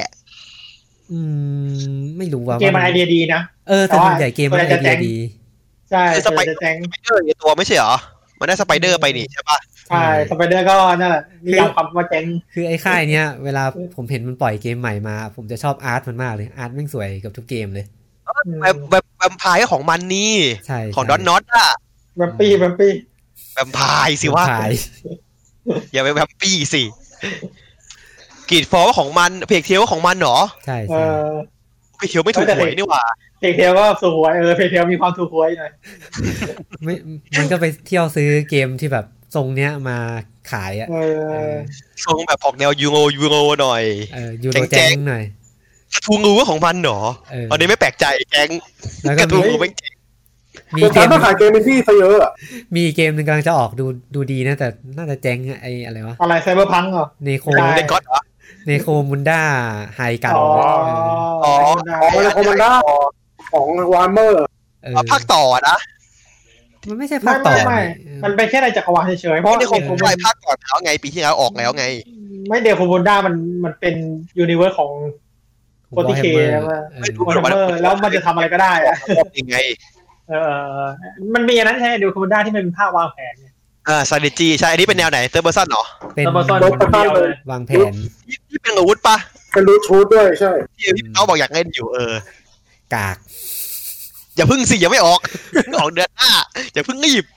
ไม่รู้ว่าเกมมันไอเดียดีนะแต่ส่วนใหญ่เกมมันไอเดียดีใช่สไปเดอร์ตัวไม่ใช่เหรอมันได้สไปเดอร์ไปนี่ใช่ป่ะใช่สไปเดอร์ก็นั่นแหละมียำคำว่าเจ๊งคือไอ้ค่ายเนี้ยเวลาผมเห็นมันปล่อยเกมใหม่มาผมจะชอบอาร์ตมันมากเลยอาร์ตแม่งสวยกับทุกเกมเลยแบบแวมไพร์ของมันนี่ของดอนน็อตอะแวมปี้แวมไพร์สิวะอย่าไปแวมปี้สิกรีดฟอร์ของมันเพกเทลของมันเหรอใช่เพกเทลไม่ถูกหวยนี่หว่าเพกเทลก็ถูกหวยเพกเทลมีความถูกหวยหน่อยไม่มันก็ไปเที่ยวซื้อเกมที่แบบทรงเนี้ยมาขายอ่ะทรงแบบออกแนวยูโรหน่อยยูโรแจ้งหน่อยกระทูงูของมันเหรออันนี้ไม่แปลกใจแก๊งกระทูงูไม่มีเกมขายเกมเป็นที่ซะเยอะอ่ะมีเกมนึงกำลังจะออกดูดีนะแต่น่าจะแจ้งไอ้อะไรวะอะไรไซเบอร์พังเหรอเนโคเนโคมุนด้าไฮกันเนโคมุนด้าของวาร์เมอร์ภาคต่อนะมันไม่ใช่ภาคต่อมันเป็นแค่ในจักรวาลเฉยๆเพราะเนโคมุนด้าภาคก่อนแล้วไงปีที่แล้วออกแล้วไงไม่เนโคมุนด้ามันเป็นยูนิเวิร์สของโคติเคแล้วมันจะทำอะไรก็ได้อะยังไงมันมีอันนั้นใช่เนโคมุนด้าที่มันเป็นภาควางแผน strategy ใช่อันนี้เป็นแนวไหนเตอร์เบอร์ซันเหรอเป็นวางแผนที่เป็นอาวุธปะเป็นรูทชูดด้วยใช่ที่เขาบอกอยากเล่นอยู่กากอย่าพึ่งสิยังไม่ออกออกเดือนหน้าอย่าพึ่งรีบ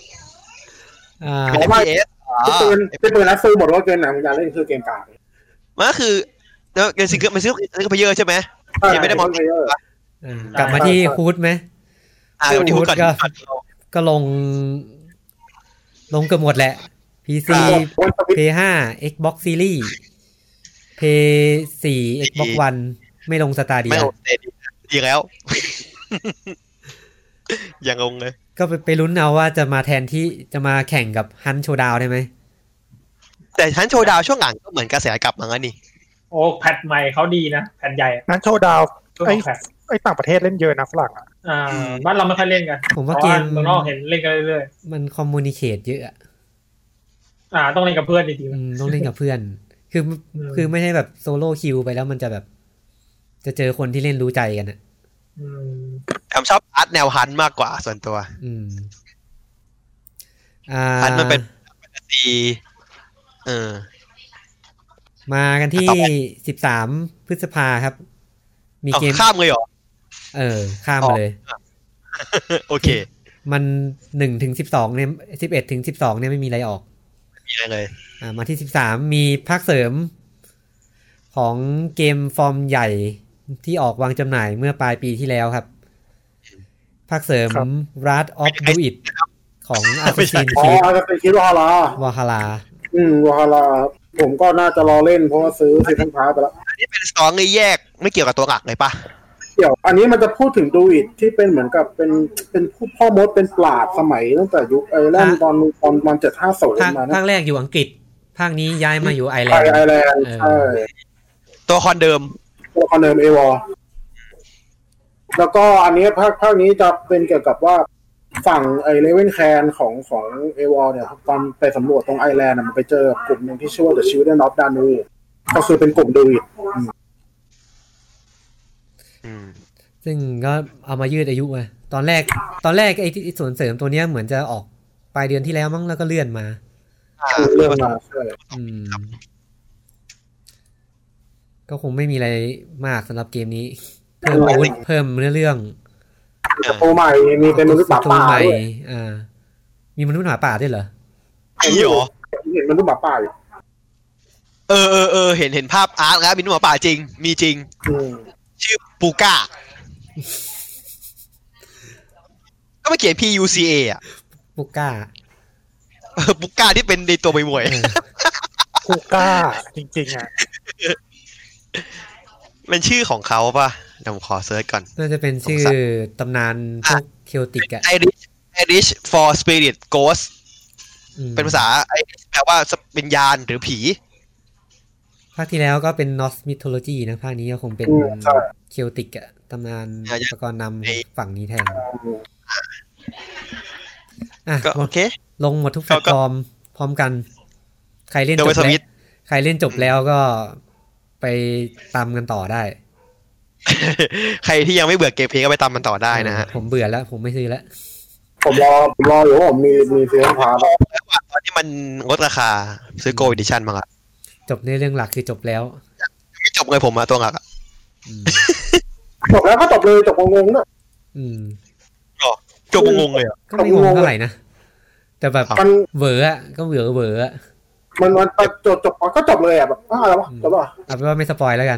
เป็น FPS เป็นปืนนัดสู้หมดว่าเกินหนังอยากเล่นคือเกมกากมันก็คือเกมซิงเกิลมันซื้อเพลเยอร์ใช่ไหมยังไม่ได้มองเพลเยอร์กลับมาที่ฮูดไหมที่ฮูดก็ลงเกือบหมดแหละ PC PS5 Xbox Series PS4 Xbox One ไม่ลง Stadia ไม่ลง Stadia ดีแล้วอย่างงงเลยก็ไปลุ้นเอาว่าจะมาแทนที่จะมาแข่งกับ Hunt Showdown ได้ไหมแต่Hunt Showdown ช่วงหลังก็เหมือนกระแสกลับมาแล้วนี่โอ้แพทใหม่เขาดีนะแพทใหญ่ Hunt Showdown ไอ้ต่างประเทศเล่นเยอะนะฝรั่งบ้านเราไม่ค่อยเล่นกันผมว่าเกมเมืองนอกเห็นเล่นกันเรื่อยๆมันคอมมูนิเคตเยอะต้องเล่นกับเพื่อนจริงๆต้องเล่นกับเพื่อนคือไม่ใช่แบบโซโล่คิวไปแล้วมันจะแบบจะเจอคนที่เล่นรู้ใจกันอ่ะผมชอบอาร์ตแนวฮันมากกว่าส่วนตัวฮันมันเป็นแฟนตาซีมากันที่13พฤษภาครับมีเกมข้ามเลยเหรอข้ามมาเลยโอเคมัน1ถึง12เนี่ย11ถึง12เนี่ยไม่มีอะไรออกมีอะไรเลยมาที่13มีภาคเสริมของเกมฟอร์มใหญ่ที่ออกวางจำหน่ายเมื่อปลายปีที่แล้วครับภาคเสริม Wrath of Druid ของ Assassin's Creed Valhalla Valhalla ผมก็น่าจะรอเล่นเพราะว่าซื้อซีซั่นพาสไปแล้วอันนี้เป็นสตอรี่แยกไม่เกี่ยวกับตัวหลักเลยปะเกี่ยวอันนี้มันจะพูดถึงดูอิดที่เป็นเหมือนกับเป็นพ่อมดเป็นปราชญ์สมัยตั้งแต่ยุคไอแลนด์ตอน750 มานะภาคแรกอยู่อังกฤษภาคนี้ย้ายมาอยู่ไอร์แลนด์ใช่ตัวคอนเดิมเอวอแล้วก็อันนี้ภาคนี้จะเป็นเกี่ยวกับว่าฝั่งไอเลเวนแคนของเอวอเนี่ยตอนไปสำรวจตรงไอร์แลนด์มันไปเจอกลุ่มนึงที่ชื่อว่า The Children of Danu ก็คือเป็นกลุ่มดูอิดซึ่งก็เอามายืดอายุไว้ตอนแรกไอ้ส่วนเสริมตัวเนี้ยเหมือนจะออกปลายเดือนที่แล้วมั้งแล้วก็เลื่อนมาใช่ก็คงไม่มีอะไรมากสำหรับเกมนี้เพิ่มอาวุธเพิ่มเนื้อเรื่องตัวใหม่มีเป็นมนุษย์หมาป่าด้วยมีมนุษย์หมาป่าด้วยเหรอเห็นมนุษย์หมาป่าอยู่เห็นภาพอาร์ตแล้วมีมนุษย์หมาป่าจริงมีจริงชื่อปูก้าก็มาเขียน PUCA อ่ะปูก้าที่เป็นในตัวมวยปูก้าจริงๆอ่ะเป็นชื่อของเขาป่ะเดี๋ยวผมขอเซิร์ชก่อนน่าจะเป็นชื่อตำนานพวกเคลติกอ่ะ Irish for Spirit Ghost เป็นภาษาแปลว่าวิญญาณหรือผีภาคที่แล้วก็เป็น Norse Mythology นะภาคนี้ก็คงเป็นเคลติกอ่ะตำนานตะกอนนำฝั่งนี้แทนโอเคลงหมดทุกแพลตฟอร์มพร้อมกันใครเล่นจบแล้วก็ไปตามกันต่อได้ใครที่ยังไม่เบื่อเกมเพลย์ก็ไปตามมันต่อได้นะฮะผมเบื่อแล้วผมไม่ซื้อแล้วผมรออยู่ว่าผมมีซีซั่นพาสตอนที่มันลดราคาซื้อโกลด์อีดิชั่นมั้งอ่ะจบในเรื่องหลักคือจบแล้วไม่จบเลยผมมาตัวหลักอ่ะจบแล้วก็จบเลยจบงงๆด้วยจบงงเลยอ่ะก็ไม่งงเท่าไหร่นะแต่แบบเวอร์อ่ะก็เวอร์มันจบก็จบเลยอ่ะแบบอะไรวะจบป่ะเอาเป็นว่าไม่สปอยแล้วกัน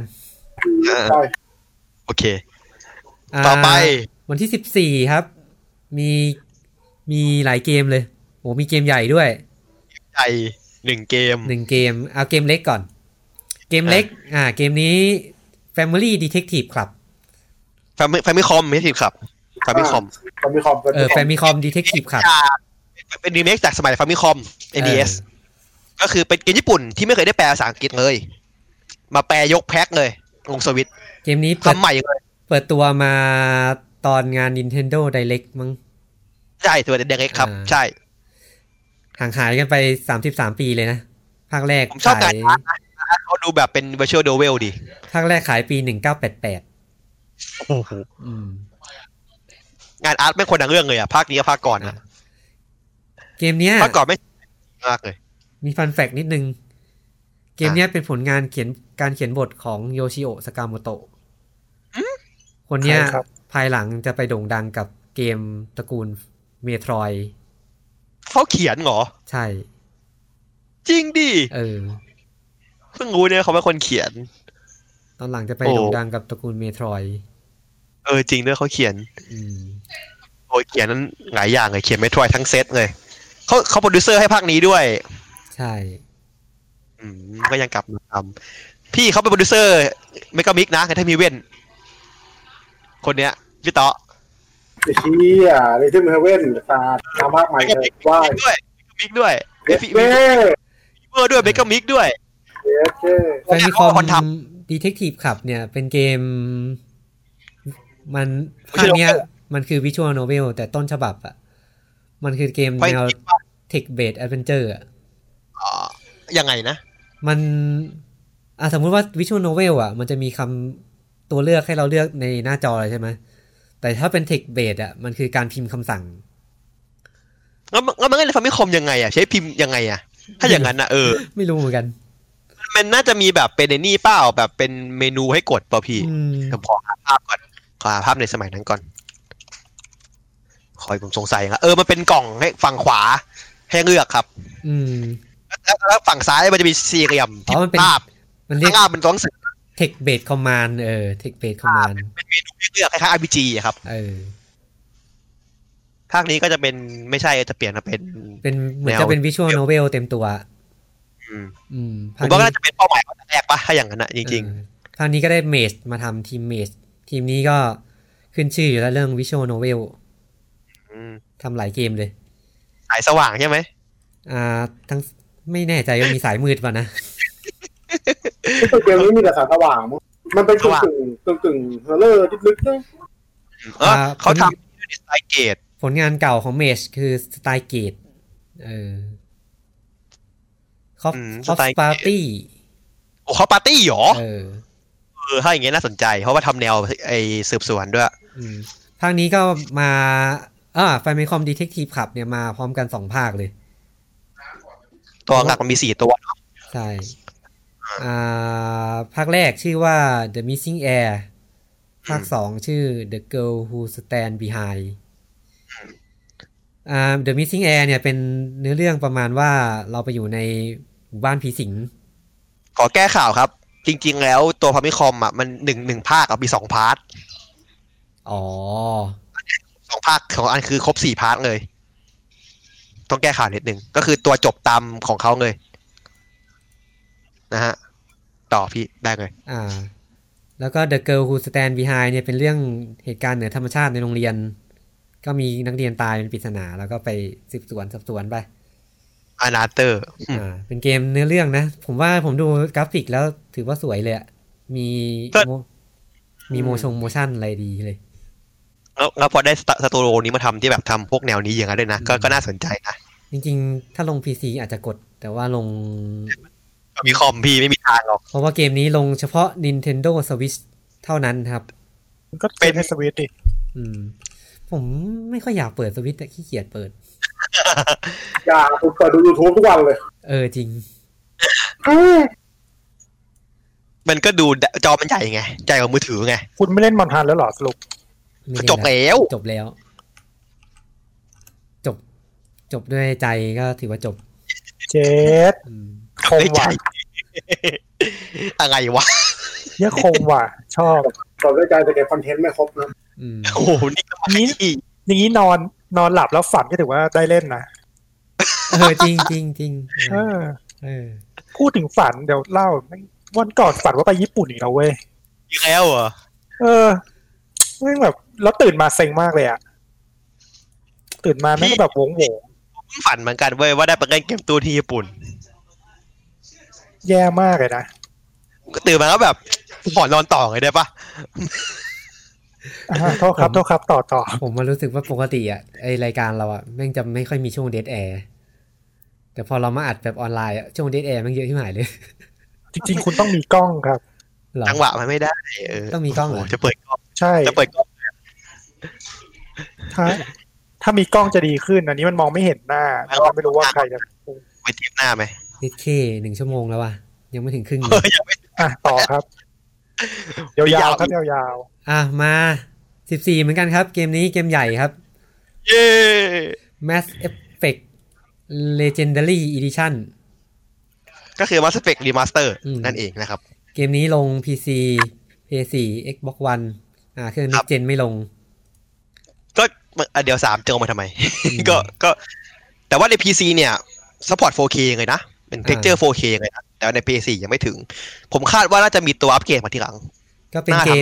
โอเคต่อไปวันที่14ครับมีหลายเกมเลยโหมีเกมใหญ่ด้วยใหญ่1เกมเอาเกมเล็กก่อนเกมเล็กเกมนี้ Family Detective Club Famicom Detective Club Famicom Famicom Detective Club เป็นรีเมคจากสมัย Famicom NES ก็คือเป็นเกมญี่ปุ่นที่ไม่เคยได้แปลภาษาอังกฤษเลยมาแปลยกแพ็คเลยลงสวิตเกมนี้ทำใหม่เลยเปิดตัวมาตอนงาน Nintendo Direct มั้งใช่ตัว Direct ครับใช่ห่างหายกันไป33ปีเลยนะภาคแรกผมชอบการเขาดูแบบเป็น Virtual Novel ดีภาคแรกขายปี1988 โอ้โหงานอาร์ตไม่คนดังเรื่องเลยอ่ะภาคนี้กับภาคก่อนนะเกมเนี้ยภาคก่อนไม่มากเลยมีฟันแฟกต์นิดนึงเกมเนี้ยเป็นผลงานการเขียนบทของโยชิโอะสากาโมโตะคนเนี้ยภายหลังจะไปโด่งดังกับเกมตระกูลเมโทรยเขาเขียนเหรอใช่จริงดิเพิ่งรู้เนี่ยเขาเป็นคนเขียนตอนหลังจะไปโด่งดังกับตระกูลเมโทรยจริงด้วยเขาเขียนโอ้ยเขียนนั้นหลายอย่างเลยเขียนเมโทรยทั้งเซตเลยเขาโปรดิวเซอร์ให้ภาคนี้ด้วยใช่ก็ยังกลับมาทำพี่เขาเป็นโปรดิวเซอร์เมกามิกนะในไทมีเว่นคนเนี้ยพี่ต๊อไอ้เหี้ยเลยที่เมกาเว่นตาทำภาคใหม่เลยว่าด้วยเมกามิกด้วยเวอร์ด้วยเมกามิกด้วยแฟมิคอมดีเทคทีฟคลับเนี่ยเป็นเกมมันภาคเนี้ยมันคือวิชวลโนเวลแต่ต้นฉบับอ่ะมันคือเกมแนวเทคเบสแอดเวนเจอร์อ่ะยังไงนะมันสมมุติว่าวิชวลโนเวลอ่ะมันจะมีคำตัวเลือกให้เราเลือกในหน้าจอเลยใช่ไหมแต่ถ้าเป็นเทคเบสอ่ะมันคือการพิมพ์คำสั่งแล้วมันก็เลยฟังไม่คมยังไงอ่ะใช้พิมพ์ยังไงอ่ะถ้าอย่างนั้นอ่ะไม่รู้เหมือนกันมันน่าจะมีแบบเป็นในนี่เปล่าแบบเป็นเมนูให้กดป่ะพี่ผมขอหาภาพก่อนขอหาภาพในสมัยนั้นก่อนคอยผมสงสัยอ่ะมันเป็นกล่องให้ฝั่งขวาให้เลือกครับแล้วฝั่งซ้ายมันจะมีสี่เหลี่ยมที่ภาพมันเรียกมันตัวหนังสือ text based command text based command เป็นเมนูให้เลือกคล้ายๆ RPG อ่ะครับภาคนี้ก็จะเป็นไม่ใช่จะเปลี่ยนมาเป็นเหมือนจะเป็น visual novel เต็มตัวผมว่าน่าจะเป็นเป้าหมายของแรกป่ะถ้าอย่างนั้นนะจริงๆภาคนี้ก็ได้เมจมาทำทีมเมจทีมนี้ก็ขึ้นชื่ออยู่แล้วเรื่อง visual novel ทำหลายเกมเลยสายสว่างใช่ไหมทั้งไม่แน่ใจว่ามีสายมืดป่ะนะเกมนี้มีแต่สายสว่างมันเป็นกึ่งเฮอร์เรอร์ลึกๆนะเขาทำสไตล์เกตผลงานเก่าของเมจคือสไตล์เกตคอฟปาร์ตี้คอฟปาร์ตี้หรอถ้าอย่างเงี้ยน่าสนใจเพราะว่าทำแนวไอ้สืบสวนด้วยภาคนี้ก็มาFamicom Detective Club เนี่ยมาพร้อมกัน2ภาคเลยตัวหลักมันมี4ตัวใช่ภาคแรกชื่อว่า The Missing Heir ภาค2ชื่อ The Girl Who Stand Behind The Missing Heir เนี่ยเป็นเนื้อเรื่องประมาณว่าเราไปอยู่ในหมู่บ้านผีสิงขอแก้ข่าวครับจริงๆแล้วตัว Famicom อ่ะมัน1ภาคมี2พาร์ท2ภาคของอันคือครบ4พาร์ทเลยต้องแก้ข่าวนิดนึงก็คือตัวจบตามของเขาเลยนะฮะต่อพี่ได้เลยแล้วก็ The Girl Who Stand Behind เนี่ยเป็นเรื่องเหตุการณ์เหนือธรรมชาติในโรงเรียนก็มีนักเรียนตายเป็นปริศนาแล้วก็ไปสืบสวนไปอนาเตอร์เป็นเกมเนื้อเรื่องนะผมว่าผมดูกราฟิกแล้วถือว่าสวยเลยมีโมชั่นอะไรดีเลยแล้วพอได้สตูดิโอนี้มาทำที่แบบทำพวกแนวนี้อย่างนั้นด้วยนะก็น่าสนใจนะจริงๆถ้าลง PC อาจจะกดแต่ว่าลงมีคอมพี่ไม่มีทางหรอกเพราะว่าเกมนี้ลงเฉพาะ Nintendo Switch เท่านั้นครับก็เป็นให้ Switch ดิผมไม่ค่อยอยากเปิด Switch แต่ขี้เกียจเปิดอยากเปิดดู YouTube ทุกวันเลยจริงมันก็ดูจอมันใหญ่ไงใหญ่กว่ามือถือไงคุณไม่เล่นมอนทันแล้วหรอสรุปจบแล้วจบด้วยใจก็ถือว่าจบเจ็ดคมว่ะอะไรวะเนี่ยคมว่ะชอบตอนได้ใจแต่เก็บคอนเทนต์ไม่ครบนะโอ้โหนี่ก็นี้อย่างนี้นอนหลับแล้วฝันก็ถือว่าได้เล่นนะจริงจริงจริงพูดถึงฝันเดี๋ยวเล่าวันก่อนฝันว่าไปญี่ปุ่นอีกแล้วเว้ยอีกแล้วเหรอไม่แบบแล้วตื่นมาเซ็งมากเลยอ่ะตื่นมาไม่ก็แบบวงฝันเหมือนกันเว้ยว่าได้ไปเล่นเกมตู้ที่ญี่ปุ่นแย่มากเลยนะตื่นมาแล้วแบบขอนอนต่อเลยได้ปะโทษครับต่อผมมารู้สึกว่าปกติอ่ะไอรายการเราอ่ะแม่งจะไม่ค่อยมีช่วงเดทแอร์แต่พอเรามาอัดแบบออนไลน์ช่วงเดทแอร์มันเยอะที่หมายเลยจริงๆคุณต้องมีกล้องครับจังหวะมันไม่ได้ต้องมีกล้องเหรอจะเปิดกล้องใช่จะเปิดกล้องถ้ามีกล้องจะดีขึ้นอันนี้มันมองไม่เห็นหน้าเราไม่รู้ว่าใครจะไปเทียบหน้าไหมนิดเค1 ชั่วโมงแล้วว่ะยังไม่ถึงครึ่งต่อครับยาวๆครับยาวๆมา14เหมือนกันครับเกมนี้เกมใหญ่ครับเย้ Mass Effect Legendary Edition ก็คือ Mass Effect Remaster นั่นเองนะครับเกมนี้ลง PC PS4 Xbox One เครื่อง Next Gen ไม่ลงก็เดี๋ยว3จะลงมาทำไม ก็แต่ว่าใน PC เนี่ย support 4K เลยนะเป็น texture 4K เลยนะแต่ใน PS4 ยังไม่ถึงผมคาดว่าน่าจะมีตัวอัปเกรดมาทีหลังก็เป็นเกม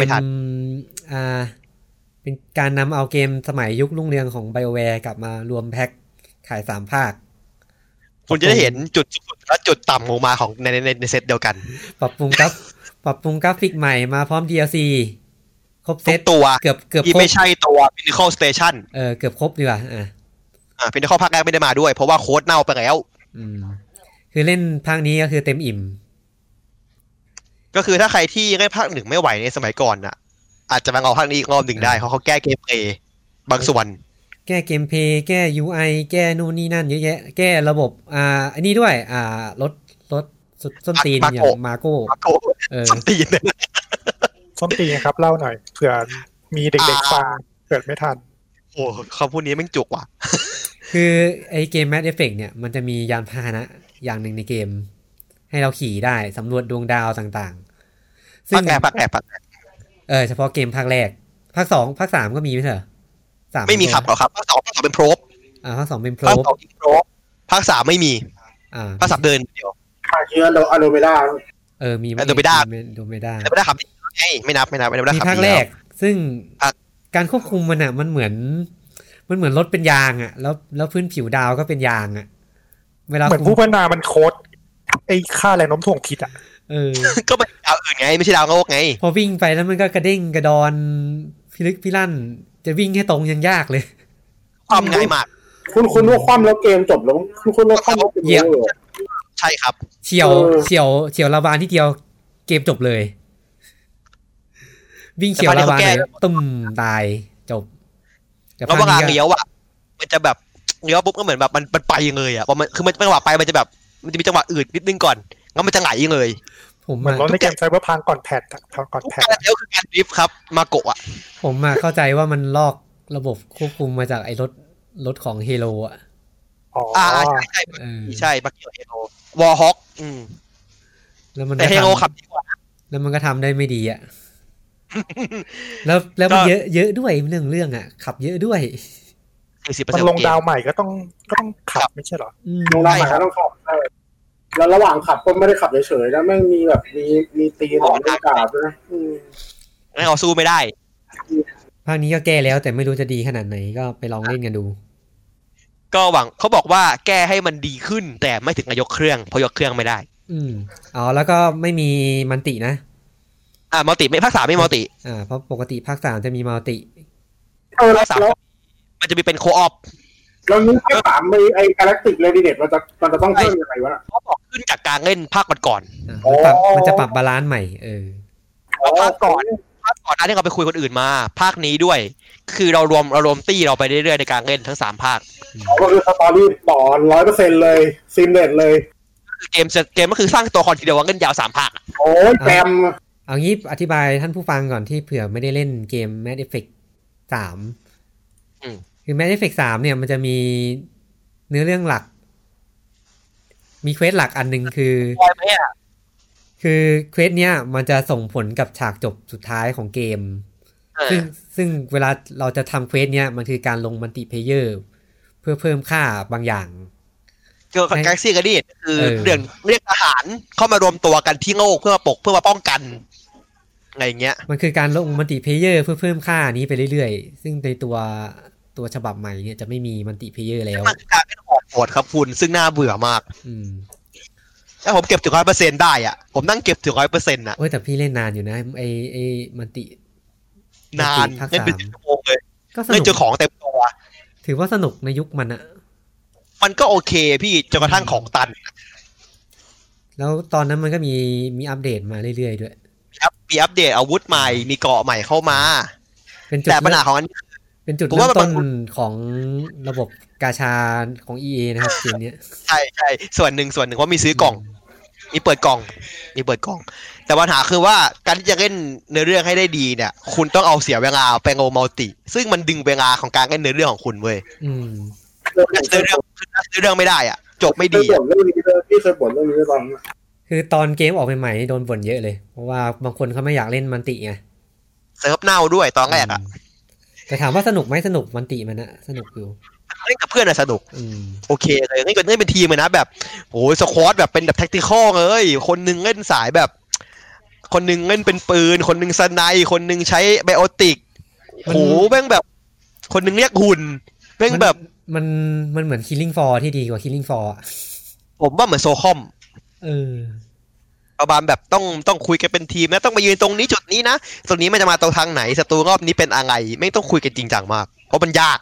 เป็นการนำเอาเกมสมัยยุครุ่งเรืองของ BioWare กลับมารวมแพ็คขาย3 ภาคคุณจะได้เห็นจุดสุดและจุดต่ำลงมาของในเซตเดียวกันปรับปรุงกราฟิกใหม่มาพร้อม DLC ครบเซตตัวเกือบที่ไม่ใช่ตัว Pinnacle Station เกือบครบดีกว่า Pinnacle ภาคแรกไม่ได้มาด้วยเพราะว่าโค้ดเน่าไปแล้วคือเล่นภาคนี้ก็คือเต็มอิ่มก็คือถ้าใครที่เล่นภาค1ไม่ไหวในสมัยก่อนน่ะอาจจะมาเอาภาคนี้อีกรอบหนึ่งได้เพราะเขาแก้เกมเพลย์บางส่วนแก้เกมเพลย์แก้ UI แก้นู่นนี่นั่นเยอะแยะแก้ระบบอันนี้ด้วยลดส้นตีนอย่างมาโก้ส้นตีนส้นตีนครับเล่าหน่อยเผื่อมีเด็กๆฟังเกิดไม่ทันโอ้คำพูดนี้แม่งจุกว่ะคือไอเกม Mass Effect เนี่ยมันจะมียานพาหนะอย่างหนึ่งในเกมให้เราขี่ได้สำรวจดวงดาวต่างๆซึ่งภาคแรกเฉพาะเกมภาคแรกภาค2ภาค3ก็มีไม่ใช่เหรอไม่มีครับภาค2เป็นโพรบภาค2เป็นโพรบภาค3ไม่มีภาค3เดินเดียวภาคนี้อะโดเมดามีโดเมดาครับไม่นับมีภาคแรกซึ่งการควบคุมมันมันเหมือนรถเป็นยางแล้วพื้นผิวดาวก็เป็นยางเวลาเหมือนผู้พัฒนามันโค้ดไอ้ค่าแรงโน้มถ่วงผิดก็เป็นดาวอื่นไงไม่ใช่ดาวโลกไงพอวิ่งไปแล้วมันก็กระเด้งกระดอนพิลึกพิลั่นจะวิ่งให้ตรงยังยากเลยความง่ายมากคุณว่าคว่ำแล้วเกมจบแล้วคุณว่าคว่ำเหยียบใช่ครับเฉียวลาวาที่เดียวเกมจบเลยวิ่งเฉียวลาวาเลยตุ้มตายจบแล้วบางเลี้ยวมันจะแบบเลี้ยวปุ๊บก็เหมือนแบบมันไปเลยพอมันคือมันจังหวะไปมันจะแบบมันจะมีจังหวะอื่นนิดนึงก่อนงั้นมันจะไหลเลยผมเหมือนรถในเกมไซเบอร์พังก่อนแพทการเลี้ยวคือการดริฟต์ครับมาโกะผมเข้าใจว่ามันลอกระบบควบคุมมาจากไอ้รถของเฮโร่ใช่บักเกียวเฮโร่วอลฮอคแต่เฮโร่ขับดีกว่าแล้วมันก็ทำได้ไม่ดีแล้วมันเยอะด้วยเรื่องขับเยอะด้วยมันลงดาวใหม่ก็ต้องขับไม่ใช่หรอลงดาวใหม่ก็ต้องขับแล้วระหว่างขับก็ไม่ได้ขับเฉยๆนะแม่งมีแบบมีตีหนอนอากาศด้วยนะงั้นเราสู้ไม่ได้ภาคนี้ก็แก้แล้วแต่ไม่รู้จะดีขนาดไหนก็ไปลองเล่นกันดูก็หวังเขาบอกว่าแก้ให้มันดีขึ้นแต่ไม่ถึงกับยกเครื่องเพราะยกเครื่องไม่ได้แล้วก็ไม่มีมัลตินะมัลติไม่ภาค3ไม่มัลติเพราะปกติภาค3จะมีมัลติภาค3มันจะมีเป็นโคออฟแล้วนี้ภาค3มีไอ้กาแล็กติกเรดิเนตมันจะต้องเพิ่มยังไงวะเขาบอกขึ้นจากการเล่นภาคก่อนมันจะปรับบาลานซ์ใหม่ภาคก่อนอันนี้เราไปคุยคนอื่นมาภาคนี้ด้วยคือเรารวมตี้เราไปเรื่อยๆในการเล่นทั้ง3ภาคก็คือสตอรี่ต่อ 100% เลยซิมเลตเลยเกมก็คือสร้างตัวคอนทีเดียวเล่นยาว3ภาคโอ้ยแต้มเอางี้อธิบายท่านผู้ฟังก่อนที่เผื่อไม่ได้เล่นเกม Mass Effect 3คือ Mass Effect 3เนี่ยมันจะมีเนื้อเรื่องหลักมีเควสหลักอันนึงคือเควสเนี้ยมันจะส่งผลกับฉากจบสุดท้ายของเกมซึ่งเวลาเราจะทำเควสเนี้ยมันคือการลงมัลติเพลเยอร์เพื่อเพิ่มค่าบางอย่างเกี่ยวกับกาแล็กซี่กันดิคือเรื่องเรียกทหารเข้ามารวมตัวกันที่โลกเพื่อมาป้องกันอะไรเงี้ยมันคือการลงมัลติเพลเยอร์เพื่อเพิ่มค่านี้ไปเรื่อยๆซึ่งในตัวฉบับใหม่เนี่ยจะไม่มีมัลติเพลเยอร์แล้วมันคือการเป็นโหดครับคุณซึ่งน่าเบื่อมากถ้าผมเก็บถึง 100% ได้อ่ะผมนั่งเก็บถึง 100% น่ะโอ้ยแต่พี่เล่นนานอยู่นะไอ้มัลตินานเล่นเป็นชั่วโมงเลยเล่นเจอของเต็มตัวถือว่าสนุกในยุคมันอะมันก็โอเคพี่จนกระทั่งของตันแล้วตอนนั้นมันก็มีอัปเดตมาเรื่อยๆด้วยมีอัปเดตอาวุธใหม่มีเกราะใหม่เข้ามาแต่ปัญหาของอันนี้เป็นจุดเริ่มต้นของระบบกาชาของ EA นะครับเกมนี้ใช่ส่วนหนึ่งว่ามีซื้อกล่องมีเปิดกล่องแต่ปัญหาคือว่าการที่จะเล่นเนื้อเรื่องให้ได้ดีเนี่ยคุณต้องเอาเสียเวลาไปโงมัลติซึ่งมันดึงเวลาของการเล่นเนื้อเรื่องของคุณเว้ยเรื่องไม่ได้อ่ะจบไม่ดีเรื่องนี้เลยพี่เคยบ่นเรื่องนี้ตอนคือตอนเกมออกใหม่ๆโดนบ่นเยอะเลยเพราะว่าบางคนเขาไม่อยากเล่นมัลติไงเซิร์ฟเน่าด้วยตอนแรกอ่ะแต่ถามว่าสนุกไหมสนุกมัลติมันนะสนุกอยู่เล่นกับเพื่อนอะสนุกโอเคเลยเล่นเป็นทีมเลยนะแบบโอ้ยสควอตแบบเป็นแบบแท็กติคอลเลยคนนึงเล่นสายแบบคนนึงเล่นเป็นปืนคนนึงสไนป์คนนึงใช้ไบโอติกโหแม่งแบบคนนึงเรียกหุ่นแม่งแบบมันเหมือน Killing Floor ที่ดีกว่า Killing Floor ผมว่าเหมือนโซคอมประมาณแบบต้องคุยกันเป็นทีมนะต้องมายืนตรงนี้จุดนี้นะตรงนี้มันจะมาตรงทางไหนศัตรูรอบนี้เป็นอะไรไม่ต้องคุยกันจริงจังมากเพราะมันยาก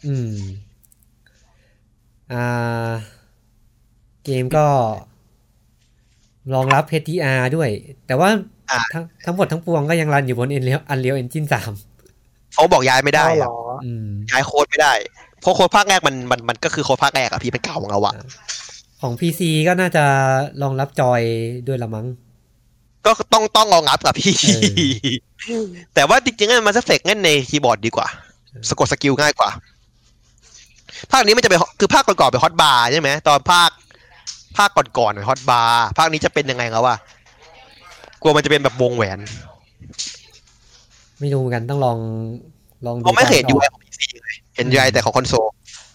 เกมก็รองรับ HDR ด้วยแต่ว่าทั้งหมดทั้งปวงก็ยังรันอยู่บน Unreal Engine 3 เขาบอกย้ายไม่ได้หรอย้ายโค้ดไม่ได้เพราะโค้ดภาคแรกมันก็คือโค้ดภาคแรกอะพี่เป็นเก่าของเราอะของ PC ก็น่าจะรองรับจอยด้วยละมั้งก็ต้องรองรับกับพี่แต่ว่าจริงๆมันจะเฟกเล่นในคีย์บอร์ดดีกว่าสะกดสกิลง่ายกว่าภาคนี้มันจะเป็นคือภาคก่อนๆเป็นฮอตบาร์ใช่ไหมตอนภาคก่อนๆเป็นฮอตบาร์ภาคนี้จะเป็นยังไงแล้ววะกลัวมันจะเป็นแบบวงแหวนไม่รู้เหมือนกันต้องลองดูผมไม่เห็น UI ของ PC เลยเห็น UI แต่ของคอนโซล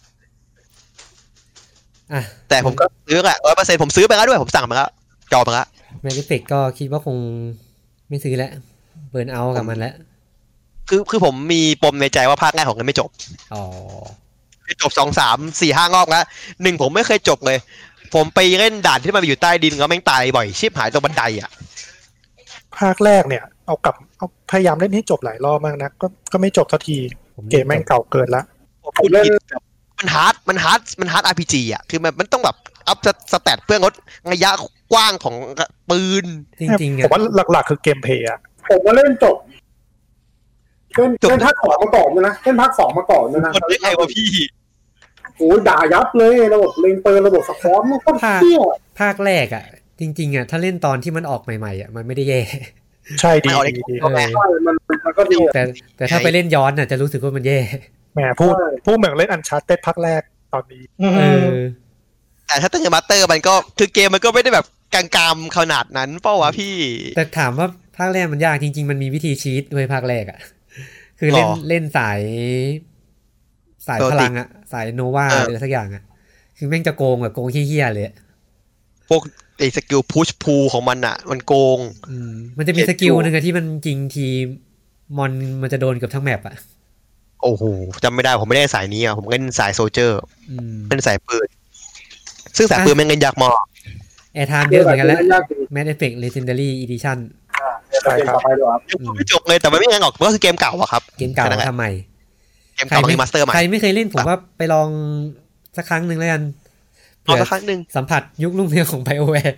แต่ผมก็ซื้ออะ 100% ผมซื้อไปแล้วด้วยผมสั่งมาแล้วจองมาแล้วแมสเฟกก็คิดว่าคงไม่ซื้อแล้วเบิร์นเอาท์กับมันแล้วคือผมมีปมในใจว่าภาคแรกของมันไม่จบจบ 2 3 4 5 รอบแล้ว1ผมไม่เคยจบเลยผมไปเล่นด่านที่มันอยู่ใต้ดินแล้วแม่งตายบ่อยชิบหายตรงบันไดอ่ะภาคแรกเนี่ยเอาพยายามเล่นให้จบหลายรอบมากนะก็ไม่จบสักทีเกมแม่งเก่าเกินละผมเล่นมันฮาร์ด RPG อ่ะคือมันต้องแบบอัพสแตทเพื่อลดระยะกว้างของปืนจริงๆผมว่าหลักๆคือเกมเพลย์อ่ะผมว่าเล่นจบเล่นภาค2มาก่อนนะเล่นภาค2มาก่อนนะคนได้ไงวะพี่โอ้ยด่ายับเลยระบบเล็งปืนระบบสะท้อนมันก็เที่ยวภาคแรกอ่ะจริงๆอ่ะถ้าเล่นตอนที่มันออกใหม่ๆอ่ะมันไม่ได้แย่ใช่ดีมันก็ดีแต่ถ้าไปเล่นย้อนน่ะจะรู้สึกว่ามันแย่แหมพูดเหมือนเล่นอันชาร์เต็ดภาคแรกตอนนี้แต่ถ้าตั้งแต่มาสเตอร์มันก็คือเกมมันก็ไม่ได้แบบกลางๆขนาดนั้นเปล่าวะพี่แต่ถามว่าภาคแรกมันยากจริงๆมันมีวิธีชีทด้วยภาคแรกอ่ะคือเล่นสายพลังอ่ะสายโนวาหรือสักอย่างอ่ะคือแม่งจะโกงแบบโกงเหี้ยๆเลยพวกไอ้สกิลพุชพูของมันอ่ะมันโกงมันจะมีสกิลนึงที่มันจริงทีมันจะโดนกับทั้งแมปอ่ะโอ้โหจำไม่ได้ผมไม่ได้สายนี้อ่ะผมเล่นสายโซลเจอร์เป็นสายปืนซึ่งสายปืนมันเงินยากมากแอร์ไทม์เยอะเหมือนกันแล้ว Mass Effect Legendary Edition ใช่ครับไม่จบเลยแต่มันไม่ยังออกก็คือเกมเก่าอะครับเกมเก่าทำไมเกมเก่ารีมาสเตอร์ใหม่ใครไม่เคยเล่นผมว่าไปลองสักครั้งนึงแล้วกันสักครั้งนึงสัมผัสยุครุ่งเรืองของ BioWare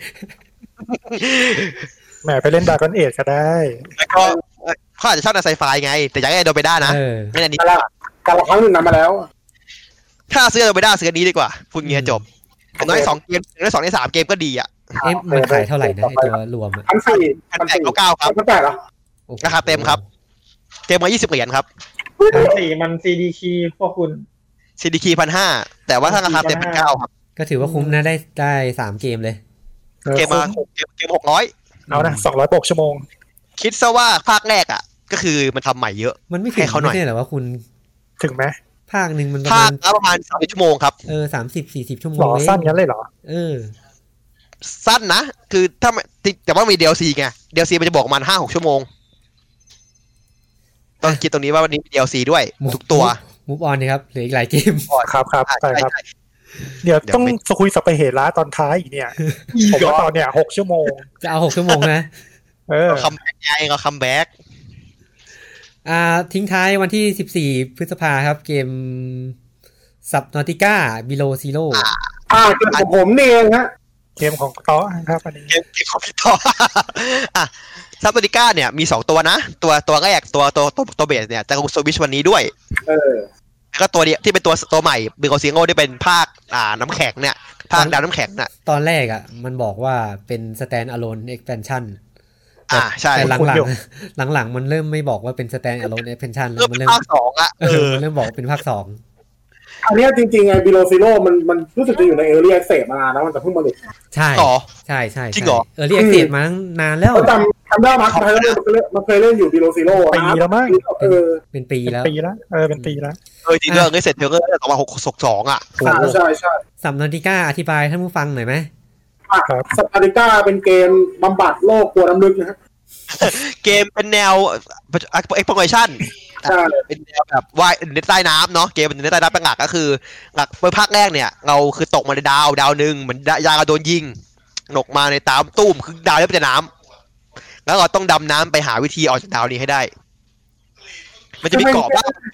แหมไปเล่น Dragon Age ก็ได้แล้วก็เขาอาจจะชอบในไซไฟไงแต่อยากให้โดนไปได้นะไม่อันนี้การละครั้งนึงนำมาแล้วถ้าซื้อโดนไปได้ซื้อนี้ดีกว่าพูดงี้จบน้อย2เกมน้อย2ใน3เกมก็ดีอ่ะมันขายเท่าไหร่นะไอ้ตัวรวมอ่ะ 1,499ครับ 1,800เหรอราคาเต็มครับเกมมา20 เหรียญครับ 1,400มัน CDK พวกคุณ CDK 1,500แต่ว่าถ้าราคาเต็ม 1,900ครับก็ถือว่าคุ้มนะได้3 เกมเลยเกมมาเกม600 เอานะ200 ชั่วโมงคิดซะว่าภาคแรกอ่ะก็คือมันทำใหม่เยอะมันไม่ถึงเขาหน่อยไม่ใช่เหรอว่าคุณถึงไหมภาคนึงมันประมาณ30 ชั่วโมงครับ 30-40 ชั่วโมงสั้นงั้นเลยเหรอสั้นนะคือถ้าแต่ว่ามี DLC ไง DLC มันจะบอกประมาณ 5-6 ชั่วโมงต้องคิดตรงนี้ว่าวันนี้มี DLC ด้วยทุกตัว Move on นะครับเหลืออีกหลายเกมครับใช่ครับเดี๋ยวต้องคุยสเปเหตุละตอนท้ายอีกเนี่ยผมว่าตอนเนี่ย6 ชั่วโมงจะเอา6 ชั่วโมงนะคัมแบ็กไงก็คัมแบ็กทิ้งท้ายวันที่14 พฤษภาครับเกม Subnautica Below Zero เกมของผมนี่เองฮะเกมของต่อครับอันนี้เกมของพี่ต่อSubnautica เนี่ยมี2ตัวนะตัวแรกตัวเบสเนี่ยจะลงสวิตช์วันนี้ด้วยแล้วก็ตัวนี้ที่เป็นตัวใหม่Below Zeroที่เป็นภาคน้ำแข็งเนี่ยภาคดาวน้ำแข็งน่ะตอนแรกอ่ะมันบอกว่าเป็น stand alone expansion ใช่แต่หลังมันเริ่มไม่บอกว่าเป็น stand alone expansion แล้วมันเริ่มภาค2อ่ะเริ่มบอกเป็นภาค2 อันนี้จริงๆไอ้ Below Zero มันรู้สึกจะอยู่ใน Early Access มานานแล้วมันแต่เพิ่งมาหลุดใช่จริงเหรอ Early Access มานานแล้วจำได้มั้ยมันเคยเล่นอยู่ Below Zero ปีแล้วมั้งเป็นปีแล้วเป็นปีแล้วจริงๆเสร็จเรื่อง2062อ่ะใช่ Subnautica อธิบายให้ผู้ฟังหน่อยมั้ยครับ Subnautica เป็นเกมบำบัดโรคกลัวน้ำลึกนะฮะเกมเป็นแนว exploration เป็นแนวแบบว่ายในใต้น้ำเนาะเกมในใต้น้ำเป็นหลักก็คือหลักภาคแรกเนี่ยเราคือตกมาในดาวนึงเหมือนยางโดนยิงตกมาในตามตุ้มคือดาวเล็บในน้ำแล้วเราต้องดำน้ำไปหาวิธีออกจากดาวนี้ให้ได้มันจะมีเกาะบ้างบาง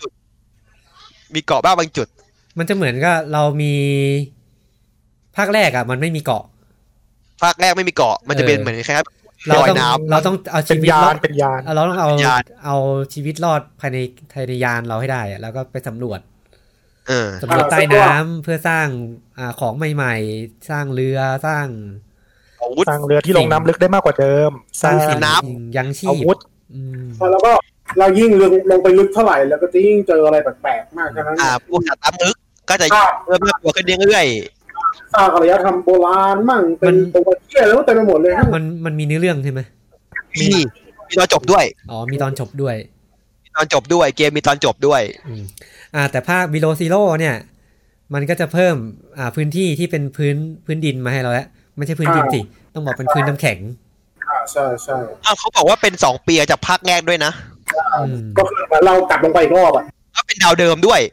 จุดมันจะเหมือนกับเรามีภาคแรกอ่ะมันไม่มีเกาะภาคแรกไม่มีเกาะมันจะเป็นเหมือนคล้ายๆเราต้องเอาชีวิตรอดเป็นยานเราต้องเอาชีวิตรอดภายในยานเราให้ได้แล้วก็ไปสำรวจใต้น้ำเพื่อสร้างของใหม่ๆสร้างเรือสร้างเรือที่ลงน้ำลึกได้มากกว่าเดิมสร้างน้ำยังชีพแล้วก็เรายิ่งลงไปลึกเท่าไหร่แล้วก็จะยิ่งเจออะไรแปลกๆมากขนาดนั้นพวกสัตว์น้ำลึกก็จะเพิ่มตัวขึ้นเรื่อยสร้างอารยธรรมโบราณมั่งเป็นตัวเชี่ยแล้วเต็มไปหมดเลยฮะมันมีเนื้อเรื่องใช่ไหมมีตอนจบด้วยมีตอนจบด้วยเกมมีตอนจบด้วยแต่ภาค Below Zero เนี่ยมันก็จะเพิ่มพื้นที่ที่เป็นพื้นดินมาให้เราแล้วไม่ใช่พื้นดินสิต้องบอกเป็นพื้นน้ำแข็งใช่เขาบอกว่าเป็น2 ปีจากภาคแรกด้วยนะก็คือเรากลับลงไปอีกรอบแล้วเป็นดาวเดิมด้วย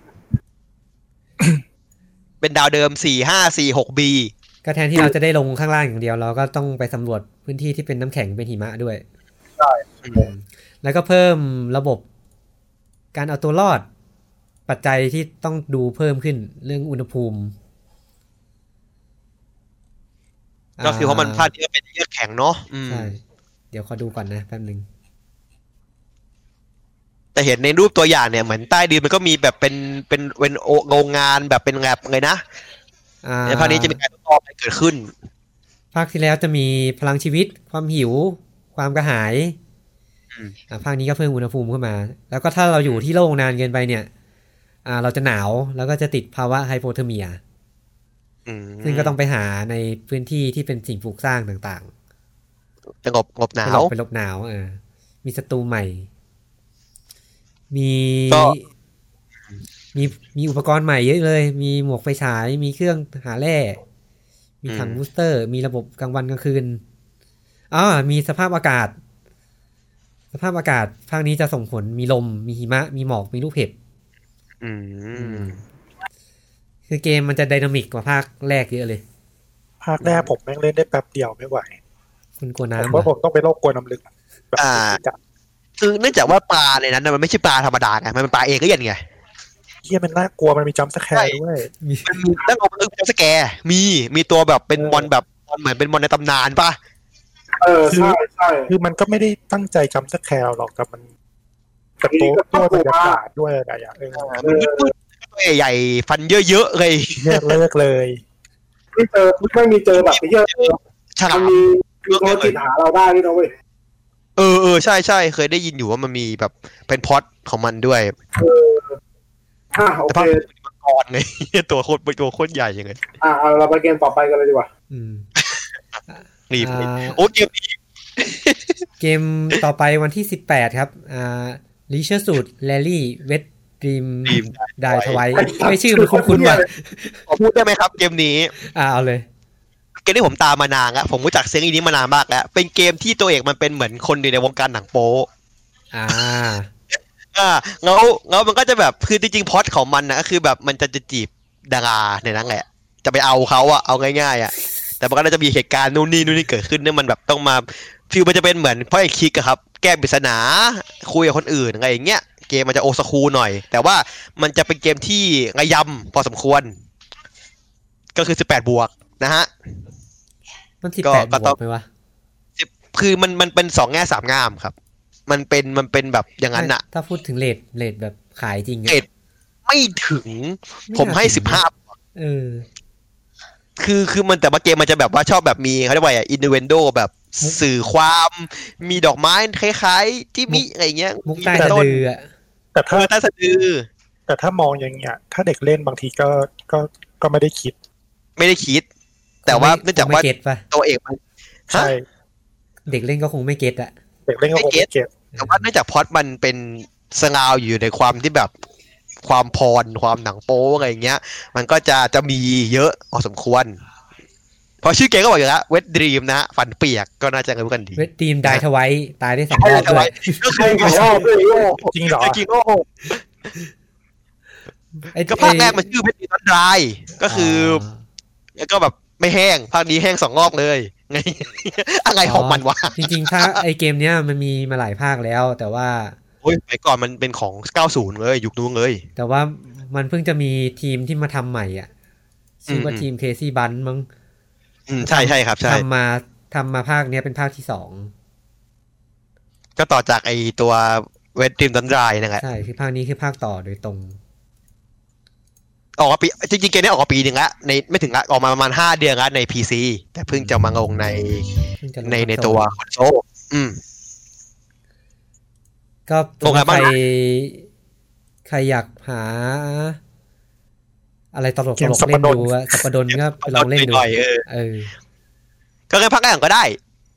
เป็นดาวเดิม 4546B ก็แทนที่เราจะได้ลงข้างล่างอย่างเดียวเราก็ต้องไปสำรวจพื้นที่ที่เป็นน้ำแข็งเป็นหิมะด้วยใช่แล้วก็เพิ่มระบบการเอาตัวรอดปัจจัยที่ต้องดูเพิ่มขึ้นเรื่องอุณหภูมิก็คือเพราะมันพลาดที่เป็นเยือกแข็งเนาะใช่เดี๋ยวขอดูก่อนนะแป๊บนึงแต่เห็นในรูปตัวอย่างเนี่ยเหมือนใต้ดินมันก็มีแบบเป็นโรงงานแบบเป็นแลบไงนะในภาคนี้จะมีการทดสอบเกิดขึ้นภาคที่แล้วจะมีพลังชีวิตความหิวความกระหายภาคนี้ก็เพิ่มอุณหภูมิขึ้นมาแล้วก็ถ้าเราอยู่ที่โล่งนานเกินไปเนี่ยเราจะหนาวแล้วก็จะติดภาวะไฮโปเทอร์เมียซึ่งก็ต้องไปหาในพื้นที่ที่เป็นสิ่งปลูกสร้างต่างๆจะหลบหนาวไปหลบหนาวมีศัตรูใหม่มีอุปกรณ์ใหม่เยอะเลยมีหมวกไฟฉายมีเครื่องหาแร่มีถังบูสเตอร์มีระบบกลางวันกลางคืนมีสภาพอากาศภาคนี้จะส่งผลมีลมมีหิมะมีหมอกมีลูกเห็บคือเกมมันจะไดนามิกกว่าภาคแรกเยอะเลยภาคแรกผมแม่งเล่นได้แป๊บเดียวไม่ไหวคุณกลัวน้ำเพราะผมต้องไปโลกกลัวน้ำลึกคือเนื่องจากว่าปลาในนั้นมันไม่ใช่ปลาธรรมดาไงมันเป็นปลาเอเลี่ยนไงเหี้ยมันน่ากลัวมันมีจัมป์สแคร์ด้วยมันมีตั้งเอาจัมป์สแคร์มีตัวแบบเป็นมอนแบบเหมือนเป็นมอนในตำนานป่ะใช่คือมันก็ไม่ได้ตั้งใจจัมป์สแคร์หรอกแต่มันกระตุ้นด้วยบรรยากาศด้วยอะไรอย่างเงี้ยมันมืดๆตัวใหญ่ฟันเยอะๆเลยเลิกเลยไม่มีเจอแบบเยอะมันมีโทรจิตหาเราได้นี่นะเว้ยใช่เคยได้ยินอยู่ว่ามันมีแบบเป็นพอดของมันด้วยโอเคแต่ภาคมังกรไงตัวโคตรใหญ่ยังไงเราไปเกมต่อไปกันเลยดีกว่ารีบโอ้เกมนี้เกมต่อไปวันที่18ครับลิเชอร์สูตรแรลลี่เวทดรีมได้ทวายไม่ชื่อมันคุ้นๆว่ะขอพูดได้ไหมครับเกมนี้เอาเลยเกมที่ผมตามมานานแล้วผมรู้จักเซียงอีนี้มานานมากแล้วเป็นเกมที่ตัวเอกมันเป็นเหมือนคนอยู่ในวงการหนังโป๊แล้วมันก็จะแบบคือจริงๆพล็อตของมันนะก็คือแบบมันจะจีบดาราในนั้นแหละจะไปเอาเขาอะเอาง่ายๆอะแต่มันก็จะมีเหตุการณ์นู่นนี่เกิดขึ้นเนี่ยมันแบบต้องมาฟิลมันจะเป็นเหมือนพ่อไอ้คิกอะครับแก้ปริศนาคุยกับคนอื่นอะไรอย่างเงี้ยเกมมันจะโอสคูลหน่อยแต่ว่ามันจะเป็นเกมที่ระยำพอสมควรก็คือ18บวกนะฮะมัน18บวกไหมวะคือมันเป็น2แง่3ง่ามครับมันเป็นแบบอย่างนั้นอะถ้าพูดถึงเรทแบบขายจริงเรทไม่ถึงผมให้15คือมันแต่ว่าเกมมันจะแบบว่าชอบแบบมีเขาเรียกว่าอินเวนโดแบบสื่อความมีดอกไม้คล้ายๆที่มีอะไรเงี้ยมุกใต้สะดืออะแต่ถ้าใต้สะดือแต่ถ้ามองอย่างเงี้ยถ้าเด็กเล่นบางทีก็ไม่ได้คิดแต่ว่าเนื่องจากว่าตัวเอกมันใช่เด็กเล่นก็คงไม่เก็ตอะเด็กเล่นก็คงไม่เก็ตแต่ว่าเนื่องจากพล็อตมันเป็นสงาวอยู่ในความที่แบบความพรความหนังโป๊อะไรเงี้ยมันก็จะมีเยอะพอสมควรพอชื่อเกมก็บอกอยู่แล้วเวทดรีมนะฝันเปียกก็น่าจะรู้กันดีเวทดรีมได้ทวายตายได้2 รอบด้วยจริงเหรอจริงโอ้ก็ภาคแรกมันชื่อเวทดรีมดรายก็คือแล้วก็แบบไม่แห้งภาคนี้แห้ง2 รอบเลยไงอะไรของมันวะจริงๆถ้าไอเกมเนี้ยมันมีมาหลายภาคแล้วแต่ว่าโอ้ยไปก่อนมันเป็นของ90เลยยุคนู้นเลยแต่ว่ามันเพิ่งจะมีทีมที่มาทำใหม่อ่ะชื่อว่าทีมเคซี่บันมั้งใช่ครับใช่ทำมาภาคเนี้ยเป็นภาคที่2 ก็ต่อจากไอตัวเวทดรีมดันดรายนั่นแหละใช่คือภาคนี้คือภาคต่อโดยตรงออกมาปีจริงๆเกมนี้ออกมาปีนึงละในไม่ถึงละออกมาประมาณ5 เดือนละใน PC แต่เพิ่งจะมาลงในตัวคอนโซลก็ใครอยากหาอะไรตลกเล่นดูอะสัปดนก็ไปลองเล่นดูก็แค่พักแรกก็ได้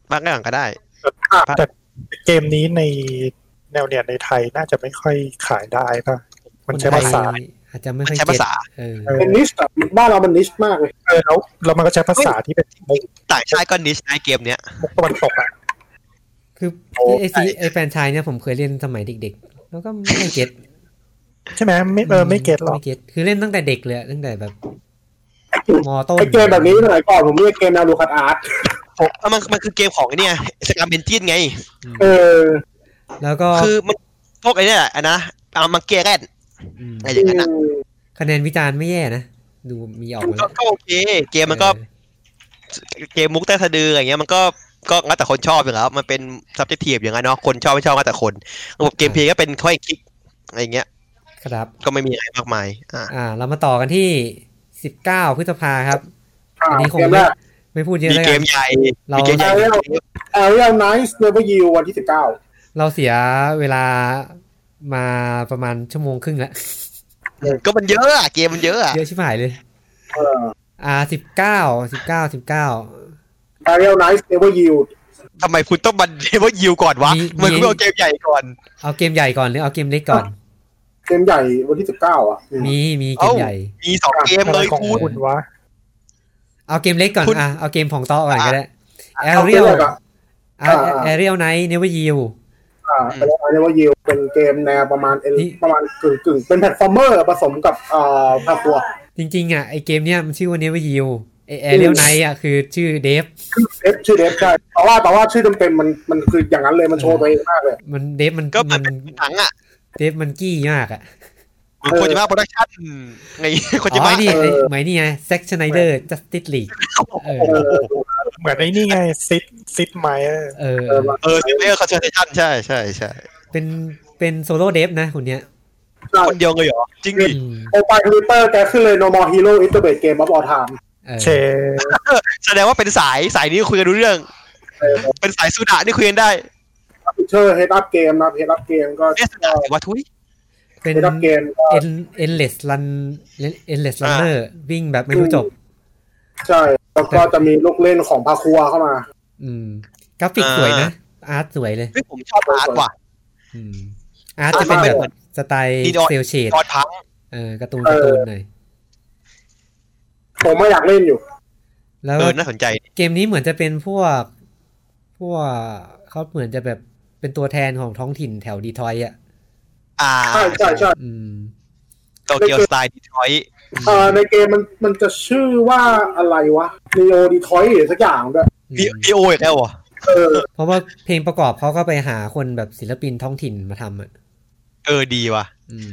แต่เกมนี้ในแนวเนี่ยในไทยน่าจะไม่ค่อยขายได้ป่ะมันใช้ภาษาอาจจะไม่ค่อยใช้ภาษาเป็นนิชแบบบ้านเรามันนิชมากเลยแล้วมันก็ใช้ภาษาที่เป็นมุกต่างชาติก็นิชในเกมเนี้ยมุกตะวันตกอ่ะคือไอแฟนชายเนี่ยผมเคยเล่นสมัยเด็กๆแล้วก็ไม่เก็ตใช่ไหมไม่เก็ตหรอกไม่เก็ตคือเล่นตั้งแต่เด็กเลยตั้งแต่แบบมอต้นเกมแบบนี้สมัยก่อนผมเรียกเกมแนวลูคัสอาร์ตมันคือเกมของเนี่ยสกาเมนจินไงแล้วก็คือมันพวกไอ้นี่แหละนะเอามาเกรนอะไรอย่างนั้นคะแนนวิจารณ์ไม่แย่นะดูมีออกมาก็โอเคเกมมันก็เกมมุกใต้สะดืออย่างเงี้ยมันก็แล้วแต่คนชอบอย่างแล้วมันเป็น subjective อย่างนั้นเนาะคนชอบไม่ชอบก็แต่คนระบบเกมเพลย์ก็เป็นค่อยคลิกอะไรเงี้ยครับก็ไม่มีอะไรมากมายเรามาต่อกันที่19 พฤษภาครับอันนี้คงไม่พูดเยอะแล้วกันมีเกมใหญ่เราAriel Nice Never Yield วันที่19 เราเสียเวลามาประมาณ1.5 ชั่วโมงแล้วก็มันเยอะอะเกมมันเยอะอะเยอะชิบหายเลย19 Ariel Nice Never Yield ทำไมคุณต้องมา Never Yield ก่อนวะมันคุณเอาเกมใหญ่ก่อนเอาเกมใหญ่ก่อนหรือเอาเกมเล็กก่อนเกมใหญ่วันที่19อ่ะมีเกมใหญ่มี2เกมเลยคุณวะเอาเกมเล็กก่อนเอาเกมของต่อก่อนก็ได้ Ariel Night Never Yield Never Yield เป็นเกมแนวประมาณกึ่งเป็นแพลตฟอร์มเมอร์ผสมกับภาคตัวจริงๆอ่ะไอเกมเนี้ยมันชื่อว่า Never Yield Ariel Night อ่ะคือชื่อเดฟชื่อเดฟใช่แต่ว่าชื่อเต็มๆมันคืออย่างนั้นเลยมันโชว์ตัวเองมากเลยมันเดฟมันก็มันหนังอ่ะเดฟมันกี้มากอ่ะโคจิมะโปรดักชั่นไงโคจิมะนี่หมายนี่ไงแซ็กชไนเดอร์จัสติสลีกเหมือนไอ้นี่ไงซิดไมเออซิดไมเออร์คอนเซอร์เทชั่นใช่เป็นโซโล่เดฟนะคนเนี้ยคนเดียวเลยเหรอจริงดิโอปาทวิตเตอร์แกขึ้นเลย No More Hero Is the Best Game of All Time แสดงว่าเป็นสายนี้คุยกันรู้เรื่องเป็นสายสุดานี่คุยกันได้พิเชอร์เฮดอัพเกมนะเฮดอัพเกมก็ว่าทุยเป็นเกมก็ endless runner วิ่งแบบไม่รู้จบใช่แล้วก็จะมีลูกเล่นของพาคัวเข้ามากราฟิกสวยนะอาร์ตสวยเลยผมชอบอาร์ตว่ะอาร์ตจะเป็นแบบสไตล์เซลเชดการ์ตูนหน่อยผมไม่อยากเล่นอยู่แล้วน่าสนใจเกมนี้เหมือนจะเป็นพวกเขาเหมือนจะแบบเป็นตัวแทนของท้องถิ่นแถวดีทรอยต์ใช่โตเกียวสไตล์ดีทรอยต์ในเกมมันจะชื่อว่าอะไรวะ Neo Detroit หรือสักอย่างด้วย Neo อีกแล้วเหรอเพราะว่าเพลงประกอบเขาก็ไปหาคนแบบศิลปินท้องถิ่นมาทำดีว่ะ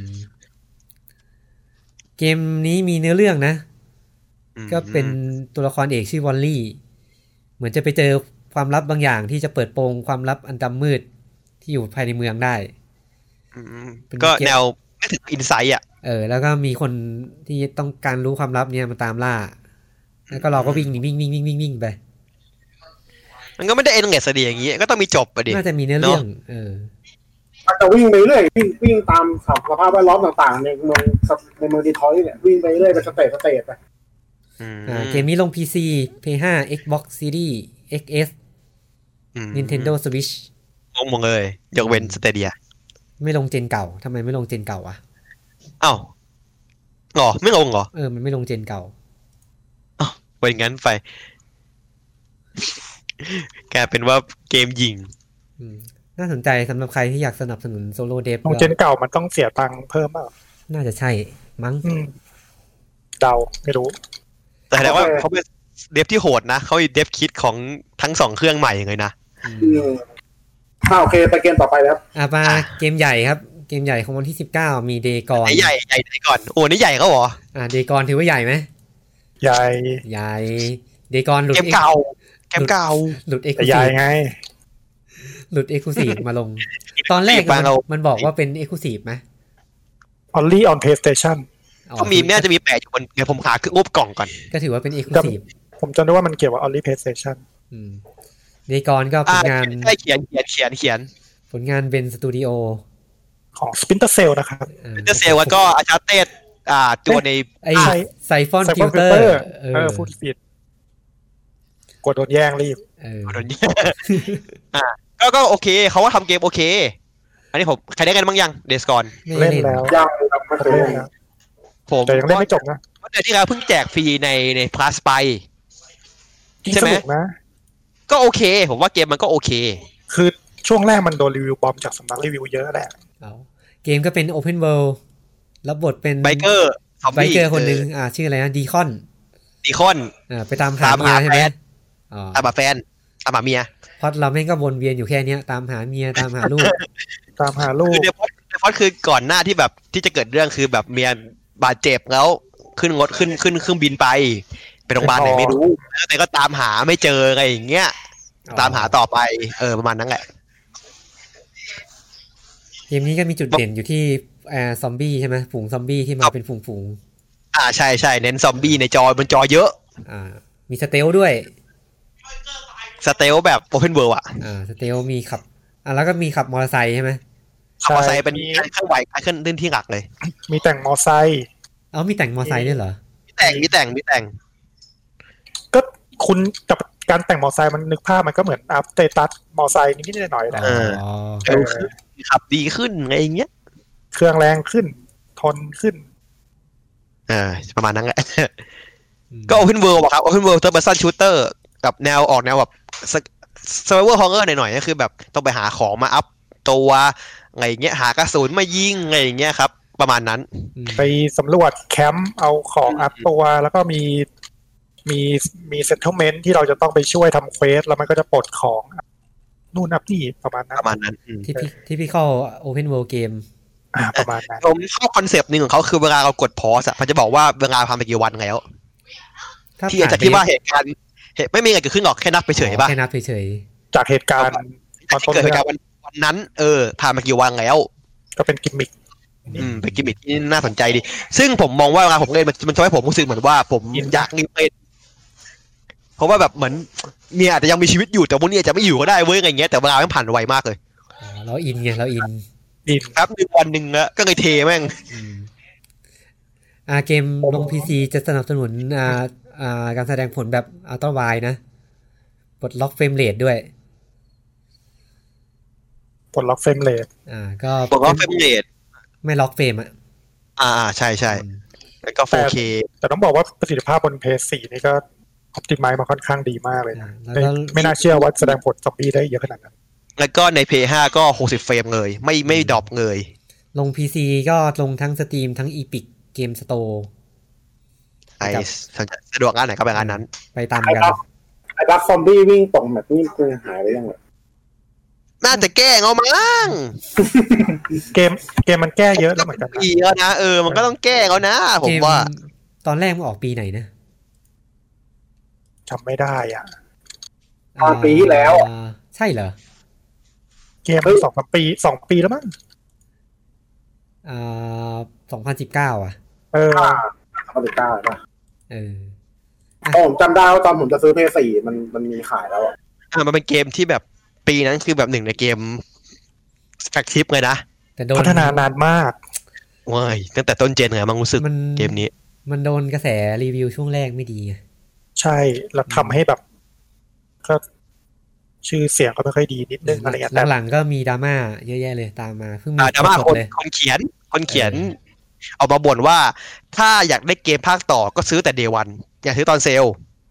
เกมนี้มีเนื้อเรื่องนะก็เป็นตัวละครเอกชื่อวอลลี่เหมือนจะไปเจอความลับบางอย่างที่จะเปิดโปงความลับอันดำมืดที่อยู่ภายในเมืองได้ก็แนวไม่ถึงอินไซต์แล้วก็มีคนที่ต้องการรู้ความลับเนี่ยมาตามล่าแล้วก็เราก็วิ่งไปมันก็ไม่ได้เอ็นเกจดีอย่างงี้ก็ต้องมีจบป่ะดิน่าจะมีเนื้อเรื่องมันจะวิ่งไปเรื่อยวิ่งตามสภาพแวดล้อมต่างๆในเมืองดีทรอยต์เนี่ยวิ่งไปเรื่อยไปสเตจไปเกมนี้ลง PC PS5 Xbox Series XS Nintendo Switch ลงหมดเลยยกเว้น Stadia ไม่ลงเจนเก่าทำไมไม่ลงเจนเก่าอ่ะอ้าวไม่ลงเหรอมันไม่ลงเจนเก่าเป็นงั้นไปกลายเป็นว่าเกมยิงน่าสนใจสำหรับใครที่อยากสนับสนุนโซโล่เดฟลงเจนเก่ามันต้องเสียตังค์เพิ่มอ่ะน่าจะใช่มั้งเดาไม่รู้แต่แสดงว่าเขาเป็นเดฟที่โหดนะเขาเดฟคิดของทั้ง2เครื่องใหม่เลยนะโอเคไปเกมต่อไปแล้วมาเกมใหญ่ครับเกมใหญ่ของวันที่19มีเดกอนใหญ่ก่อนนี่ใหญ่เขาเหรอเดกอนถือว่าใหญ่ไหมใหญ่เดกอนหลุดเกมเก่าหลุดเอ็กซ์คลูซีฟไงหลุดเอ็กซ์คลูซีฟมาลงตอนแรกมันบอกว่าเป็นเอ็กซ์คลูซีฟไหม Only on PlayStation ก็มีน่าจะมีแปะอยู่บนเดี๋ยวผมหาคือรูปกล่องก่อนก็ถือว่าเป็น Exclusive ผมจำได้ว่ามันเกี่ยวกับ Only PlayStation เดกอนก็ผลงานได้เขียนผลงานเป็นสตูดิโอของ Splinter Cell นะครับ Splinter Cell แล้วก็ Uncharted ตัวใน Siphon Filter พูดผิดกดโดนแย่งรีบโดนแย่งก็โอเคเขาว่าทำเกมโอเคอันนี้ผมใครได้กันบ้างยัง Days Gone เล่นแล้วยังไม่เคยเล่นนะผมแต่ยังเล่นไม่จบนะเดือนที่แล้วเพิ่งแจกฟรีใน Plus ไปใช่ไหมก็โอเคผมว่าเกมมันก็โอเคคือช่วงแรกมันโดนรีวิวบอมจากสำนักรีวิวเยอะแหละเกมก็เป็น Open World รับบทเป็นไบเกอร์คนนึงชื่ออะไรนะดีคอนไปตามหาเมียใช่ไหมตามหาแฟนตามหาเมียพอดเราแม่งก็วนเวียนอยู่แค่นี้ตามหาเมียตามหาลูกคือในพอดคือก่อนหน้าที่แบบที่จะเกิดเรื่องคือแบบเมียบาดเจ็บแล้วขึ้นเครื่องบินไปโรงพยาบาลไหนไม่รู้แต่ก็ตามหาไม่เจออะไรอย่างเงี้ยตามหาต่อไปประมาณนั้นแหละเกมนี้ก็มีจุดเด่นอยู่ที่ซอมบี้ใช่ไหมฝูงซอมบี้ที่มาเป็นฝูงใช่เน้นซอมบี้ในจอบนจอเยอะมีสเตลด้วยสเตลแบบโอเพนเวิลด์สเตลมีขับแล้วก็มีขับมอเตอร์ไซค์ใช่ไหมขับมอเตอร์ไซค์เป็นเครื่องไหวเครื่องเล่นที่หลักเลยมีแต่งมอเตอร์ไซค์มีแต่งมอเตอร์ไซค์ด้วยเหรอมีแต่งก็คุณกับการแต่งมอเตอร์ไซค์มันนึกภาพมันก็เหมือนอัพสเตตัสมอเตอร์ไซค์นิดๆหน่อยๆนะขับดีขึ้นอะไรอย่างเงี้ยเครื่องแรงขึ้นทนขึ้นประมาณนั้นแหละก็ Open World ครับ Open World Third Person Shooter กับแนวออกแนวแบบ Survival Horror หน่อยๆก็คือแบบต้องไปหาของมาอัพตัวอะไรอย่างเงี้ยหากระสุนมายิงอะไรอย่างเงี้ยครับประมาณนั้นไปสำรวจแคมป์เอาของอัพตัวแล้วก็มีเซ็ตเทิลเมนต์ที่เราจะต้องไปช่วยทำเควสแล้วมันก็จะปลดของนู่นอัพนี่ประมาณนั้นที่พี่เข้า Open World Game ประมาณนั้นผมชอบคอนเซปต์นึงของเขาคือเวลาเรากดพอสมันจะบอกว่าเวลาผ่านไปกี่วันแล้วที่อาจจะคิดว่าเหตุการณ์ไม่มีอะไรเกิดขึ้นหรอกแค่นับไปเฉยป่ะแค่นับไปเฉยจากเหตุการณ์ที่เกิดเหตุการณ์วันนั้นผ่านมากี่วันแล้วก็เป็นกิมมิคเป็นกิมมิคที่น่าสนใจดีซึ่งผมมองว่าเวลาผมเล่นมันทำให้ผมรู้สึกเหมือนว่าผมอยากรีบเล่นเพราะว่าแบบเหมือนเมียอาจจะยังมีชีวิตอยู่แต่พวกนี้อาจจะไม่อยู่ก็ได้เว้ยอะไรเงี้ยแต่เวลามันผ่านไวมากเลยเราอินไงเราอินครับ1 วันแล้วก็เลยเทแม่งเกมลง PC จะสนับสนุนการแสดงผลแบบอัลตร้าไวด์นะปลดล็อกเฟรมเรทด้วยปลดล็อกเฟรมเรทก็ปลดล็อกเฟรมเรทไม่ล็อกเฟรมใช่ๆแล้วก็ 4K แต่ต้องบอกว่าประสิทธิภาพบน PS4 นี่ก็ออพติไมซ์มาค่อนข้างดีมากเลยนะไม่น่าเชื่อว่าแสดงผลซอมบี้ได้เยอะขนาดนั้นแล้วก็ใน PS5 ก็60เฟรมเลยไม่ดรอปเลยลง PC ก็ลงทั้ง Steam ทั้ง Epic Game Store สะดวกงานไหนก็ไปงานนั้นไปตามกันไอ้บัคซอมบี้วิ่งตรงแบบนี้คือหายไปยังไงน่าจะแก้เอามั้งเกมมันแก้เยอะแล้วเหมือนกันปีแล้วนะมันก็ต้องแก้เอานะผมว่าตอนแรกมันออกปีไหนนะจำไม่ได้ตอนปีที่แล้วใช่เหรอเกม2 ปีแล้วมั้ง 2019 2019ป่ะผมจำได้ว่าตอนผมจะซื้อ PS4 มันมีขายแล้วมันเป็นเกมที่แบบปีนั้นคือแบบหนึ่งในเกมแฟคทิปเลยนะพัฒนานานมากว้ายตั้งแต่ต้นเจนไงมันรู้สึกเกมนี้มันโดนกระแสรีวิวช่วงแรกไม่ดีใช่แล้วทำให้แบบก็ชื่อเสียงก็ไม่ค่อยดีนิดนึงอะไรอย่างเงี้ยหลังๆก็มีดราม่าเยอะแยะเลยตามมาเพิ่งมีดราม่าคนเขียนเอามาบ่นว่าถ้าอยากได้เกมภาคต่อก็ซื้อแต่ Day 1อย่าซื้อตอนเซล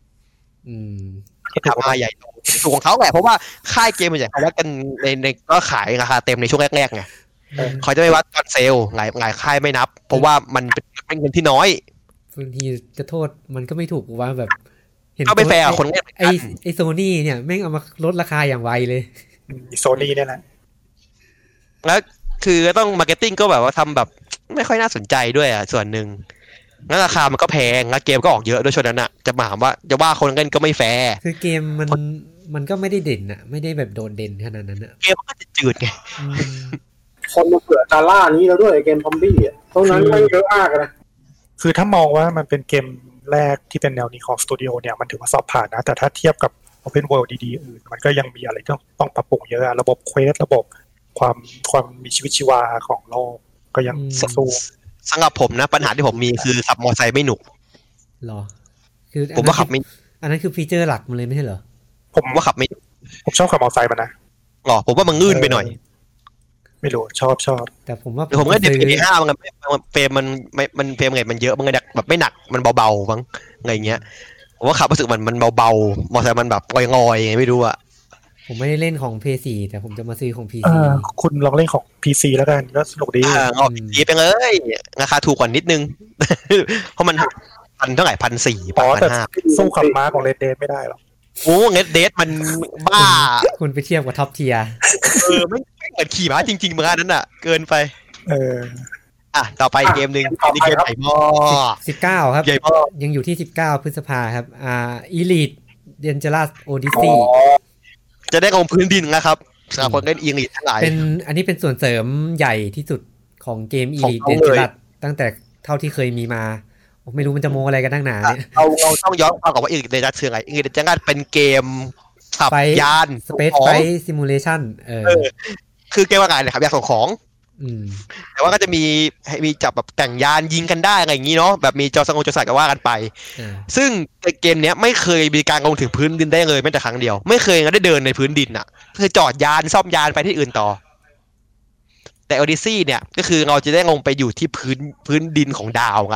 ก็ทำมาใหญ่โตถูกของเขาแหละเพราะว่าค่ายเกมมันใหญ่เขาวัดกันในก็ขายราคาเต็มในช่วงแรกๆไงเขาจะไม่วัดตอนเซลหลายค่ายไม่นับเพราะว่ามันเป็นเงินที่น้อยบางทีจะโทษมันก็ไม่ถูกว่าแบบเห็นไปแฟร์คนไอโซนี่เนี่ยแม่งเอามาลดราคาอย่างไวเลยโซนี่เนี่ยแหละแล้วคือต้องมาร์เก็ตติ้งก็แบบว่าทำแบบไม่ค่อยน่าสนใจด้วยส่วนหนึ่งงั้นราคามันก็แพงแล้วเกมก็ออกเยอะด้วยช่วงนั้นจะมาถามว่าจะว่าคนเล่นก็ไม่แฟร์คือเกมมันก็ไม่ได้เด่นไม่ได้แบบโดดเด่นขนาดนั้นเกมมันก็จะจืดไงคนมาเผื่อจาร่านี้แล้วด้วยเกมซอมบี้ตรงนั้นไม่เยอะมากนะคือถ้ามองว่ามันเป็นเกมแรกที่เป็นแนวนี้ของสตูดิโอเนี่ยมันถือว่าสอบผ่านนะแต่ถ้าเทียบกับ Open World ดีๆอื่นมันก็ยังมีอะไรต้องปรับปรุงเยอะระบบเควสระบบความมีชีวิตชีวาของโลกก็ยังสู้สำหรับผมนะปัญหาที่ผมมีคือขับมอเตอร์ไซค์ไม่หนุกหรอคือผมว่าขับไม่อันนั้นคือฟีเจอร์หลักมันเลยไม่ใช่เหรอผมว่าขับไม่ผมชอบขับมอเตอร์ไซค์มันนะหรอผมว่ามันงื่นไปหน่อยไม่รู้ชอบแต่ผมว่าผมก็เด็กที่5มันเฟรมมันเฟรมเรทมันเยอะมันก็แบบไม่หนักมันเบาๆมั้งอะไรเงี้ยผมว่าขับรู้สึกมันเบาๆมอเตอร์ไซค์มันแบบงอยๆไงไม่รู้ผมไม่ได้เล่นของ PS4 แต่ผมจะมาซื้อของ PC คุณลองเล่นของ PC แล้วกันก็สนุกดีเอา PC ไปเลยราคาถูกกว่านิดนึงเพราะมันเท่าไหร่ 1,400 1,500สู้ขับม้าของ Red Dead ไม่ได้หรอกโอ้Red Dead มันบ้าคุณไปเทียบกับท็อปเทียร์ไม่เหมือนขี่ม้าจริงๆเหมือนนั้นน่ะเกินไปต่อไปเกมนึงนี่เกมใหญ่มาก 19ครับยังอยู่ที่19พฤษภาคมครับElite Dangerous Odyssey จะได้ลงพื้นดินนะครับสำหรับคนเล่นอีลิททั้งหลายอันนี้เป็นส่วนเสริมใหญ่ที่สุดของเกม Elite Dangerous ตั้งแต่เท่าที่เคยมีมาไม่รู้มันจะโมอะไรกันตั้งนานเนี่ยเราต้องย้อนความก่อนว่าElite DangerousคืออะไรElite Dangerousเป็นเกมขับยาน Space Flight Simulation คือเกมว่าไงเนี่ยครับยานส่งของแต่ว่าก็จะมีจับแบบแต่งยานยิงกันได้อะไรอย่างนี้เนาะแบบมีจอสังจอสัตว์ก็ว่ากันไปซึ่งเกมเนี้ยไม่เคยมีการลงถึงพื้นดินได้เลยแม้แต่ครั้งเดียวไม่เคยได้เดินในพื้นดินคือจอดยานซ่อมยานไปที่อื่นต่อแต่ Odyssey เนี่ยก็คือเราจะได้ลงไปอยู่ที่พื้นดินของดาว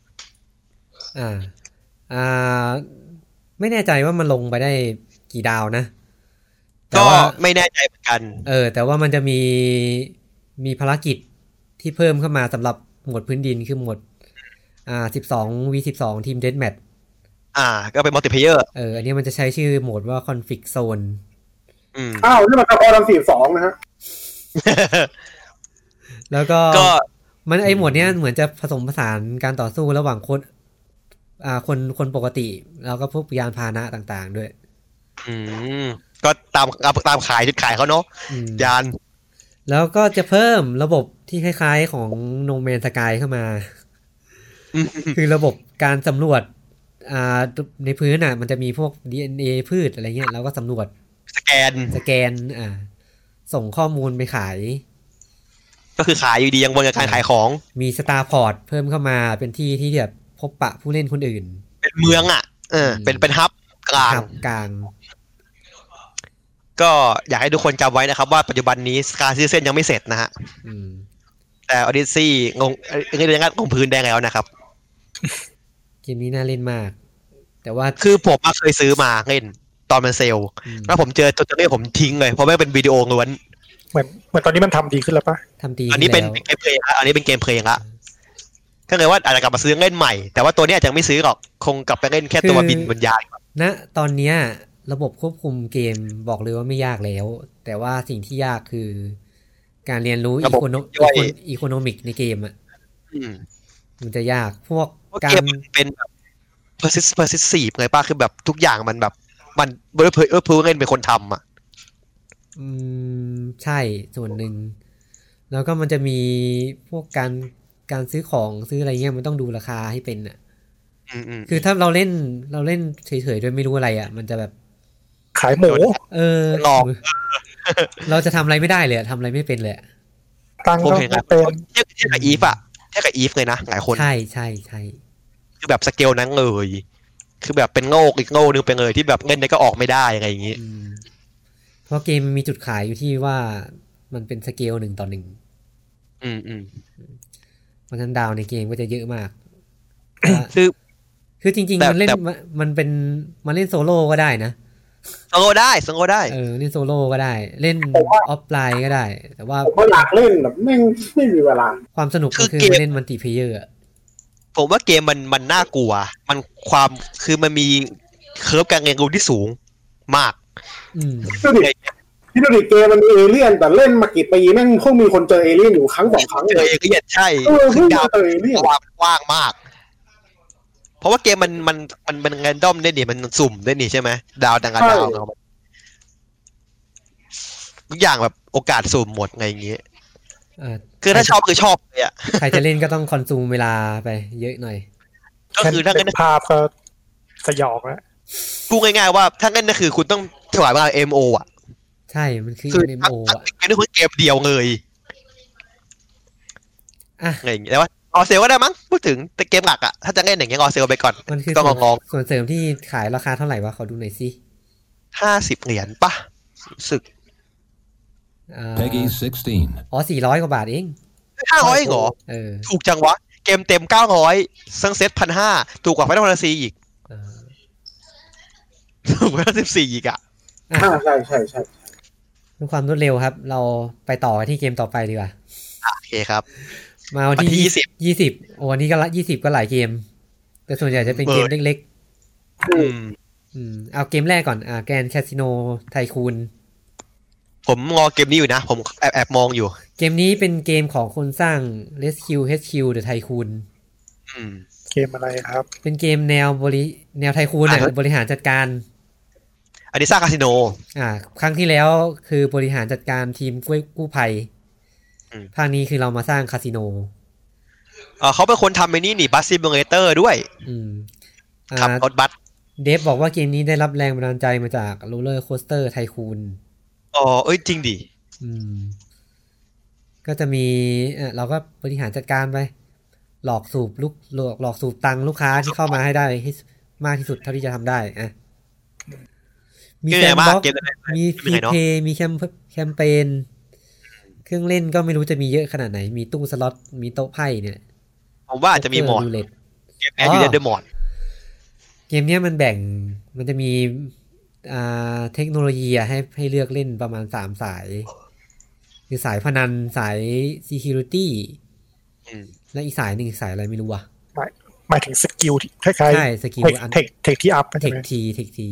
ไม่แน่ใจว่ามันลงไปได้กี่ดาวนะก็ไม่แน่ใจเหมือนกันแต่ว่ามันจะมีภารกิจที่เพิ่มเข้ามาสำหรับโหมดพื้นดินคือโหมด12v12 ทีมเดธแมทก็เป็นมัลติเพลเยอร์อันนี้มันจะใช้ชื่อโหมดว่า Conflict Zone นี่มันคือ42นะฮะแล้วก็มันไอโหมดเนี้ยเหมือนจะผสมผสานการต่อสู้ระหว่างคนปกติแล้วก็พวกยานพาหนะต่างๆด้วยก็ตามขายจุดขายเขาเนาะยานแล้วก็จะเพิ่มระบบที่คล้ายๆของ No Man's Sky เข้ามาคือระบบการสำรวจในพื้นมันจะมีพวก DNA พืชอะไรเงี้ยเราก็สำรวจสแกนส่งข้อมูลไปขายก็คือขายอยู่ดียังวนกับการขายของมีสตาร์พอร์ตเพิ่มเข้ามาเป็นที่ที่แบบพบปะผู้เล่นคนอื่นเป็นเมืองอ่ะเป็นฮับกลางก็อยากให้ทุกคนจำไว้นะครับว่าปัจจุบันนี้สกาซีเซนยังไม่เสร็จนะฮะแต่ออดิซี่งงพื้นได้แล้วนะครับเกมนี้น่าเล่นมากแต่ว่าคือผมเคยซื้อมาเล่นตอนมันเซลแล้วผมเจอตัวนี้ผมทิ้งเลยเพราะไม่เป็นวิดีโอล้วนเหมือนตอนนี้มันทำดีขึ้นแล้วปะทำดีอันนี้เป็นเกมเพลย์อันนี้เป็นเกมเพลย์ละก็เลยว่าอาจจะกลับมาซื้อเล่นใหม่แต่ว่าตัวนี้อาจจะไม่ซื้อหรอกคงกลับไปเล่นแค่ตัวบินบนยานนะตอนเนี้ยระบบควบคุมเกมบอกเลยว่าไม่ยากแล้วแต่ว่าสิ่งที่ยากคือการเรียนรู้อีโคโนมิกในเกมอ่ะมันจะยากพวกการเป็นแบบ persistive ไงป้าคือแบบทุกอย่างมันแบบมันเพื่อเล่นเป็นคนทำอ่ะใช่ส่วนหนึ่งแล้วก็มันจะมีพวกการซื้อของซื้ออะไรเงี้ยมันต้องดูราคาให้เป็นอ่ะคือถ้าเราเล่นเฉยๆโดยไม่รู้อะไรอ่ะมันจะแบบขายหมูหลอกเราจะทำอะไรไม่ได้เลยทำอะไรไม่เป็นเลยตังก็เป็นเทียบกับอีฟอ่ะเทียบกับอีฟเลยนะหลายคนใช่ใช่ใช่คือแบบสเกลนั้นเลยคือแบบเป็นโง่อีกโง่นึงเป็นเลยที่แบบเล่นได้ก็ออกไม่ได้อะไรอย่างงี้เพราะเกมมีจุดขายอยู่ที่ว่ามันเป็นสเกล1 ต่อ 1เพราะฉะนั้นดาวในเกมก็จะเยอะมากคือจริงๆมันเล่นมันเล่นโซโล่ก็ได้นะโซโล่ได้เล่นโซโล่ก็ได้เล่นออฟไลน์ก็ได้แต่ว่าผมอยากเล่นแบบไม่มีเวลาความสนุกก็คือเล่นมัลติเพลเยอร์ผมว่าเกมมันน่ากลัวมันความคือมันมีเคิร์ฟการเรียนรู้ที่สูงมากที่ดูดิเกมมันมีเอเลี่ยนแต่เล่นมากี่ปีแม่งคงมีคนเจอเอเลี่ยนอยู่ครั้ง2 ครั้งเจอเอเลี่ยนใช่คือดาวเจอเอเลี่ยนกว้างมากเพราะว่าเกมมันแรนดอมได้นี่มันสุ่มได้นี่ใช่ไหมดาวต่างๆดาวทุกอย่างแบบโอกาสสุ่มหมดไงอย่างเงี้ยคือถ้าชอบคือชอบเลยอ่ะใครจะเล่นก็ต้องคอนซูมเวลาไปเยอะหน่อยก็คือถ้าเล่นภาพก็สยองแล้วพูดง่ายๆว่าถ้าเล่นก็คือคุณต้องถวายเวลา MO อ่ะใช่มันคือ MO อ่ะนี่คือเกมเดียวเลยไงอย่างเงี้ยแต่ว่าออเซลก็ได้มั้งพูดถึงแต่เกมหลักอ่ะถ้าจะเล่นอย่างเงี้ยออเซลไปก่อนก็งงส่วนเสริมที่ขายราคาเท่าไหร่วะขอดูหน่อยสิ $50ป่ะรู้สึก Peggy 16อ๋อ400 กว่าบาทเอง 500เองเหรอถูกจังวะเกมเต็ม900ซังเซ็ต 1,500 ถูกกว่า Final Fantasy อีกถูกกว่า14อีกอ่ะใช่ด้วยความรวดเร็วครับเราไปต่อที่เกมต่อไปดีกว่าโอเคครับมาวันที่20โอ้วันนี้ก็ละ20ก็หลายเกมแต่ส่วนใหญ่จะเป็นเกมเล็กๆเอาเกมแรกก่อนแกรนด์คาสิโนไทคูนผมรอเกมนี้อยู่นะผมแอบมองอยู่เกมนี้เป็นเกมของคนสร้าง Rescue HQ The Tycoon เกมอะไรครับเป็นเกมแนวไทคูนเนี่ยบริหารจัดการอันนี้สร้างคาสิโนครั้งที่แล้วคือบริหารจัดการทีมกู้ภัยภาคนี้คือเรามาสร้างคาสิโนเขาเป็นคนทำไอ้นี่บัสซิมูเลเตอร์ด้วยขับรถบัสเดฟบอกว่าเกมนี้ได้รับแรงบันดาลใจมาจากโรลเลอร์โคสเตอร์ไทคูนจริงดิก็จะมีเราก็บริหารจัดการไปหลอกสูบตังค์ลูกค้าที่เข้ามาให้ได้ให้มากที่สุดเท่าที่จะทำได้มีแซมบ็อกมีฟรีเพย์มีแคมเปญเครื่องเล่นก็ไม่รู้จะมีเยอะขนาดไหนมีตู้สล็อตมีโต๊ะไพ่เนี่ยผมว่าอาจจะมีมอดเกมแอดยูเดนมอดเกมนี้มันจะมีเทคโนโลยีให้เลือกเล่นประมาณ3 สายคือสายพนันสาย security และอีกสายหนึ่งสายอะไรไม่รู้ว่ะหมายถึงสกิลคล้ายๆใช่สกิลเทคที่อัพเทคที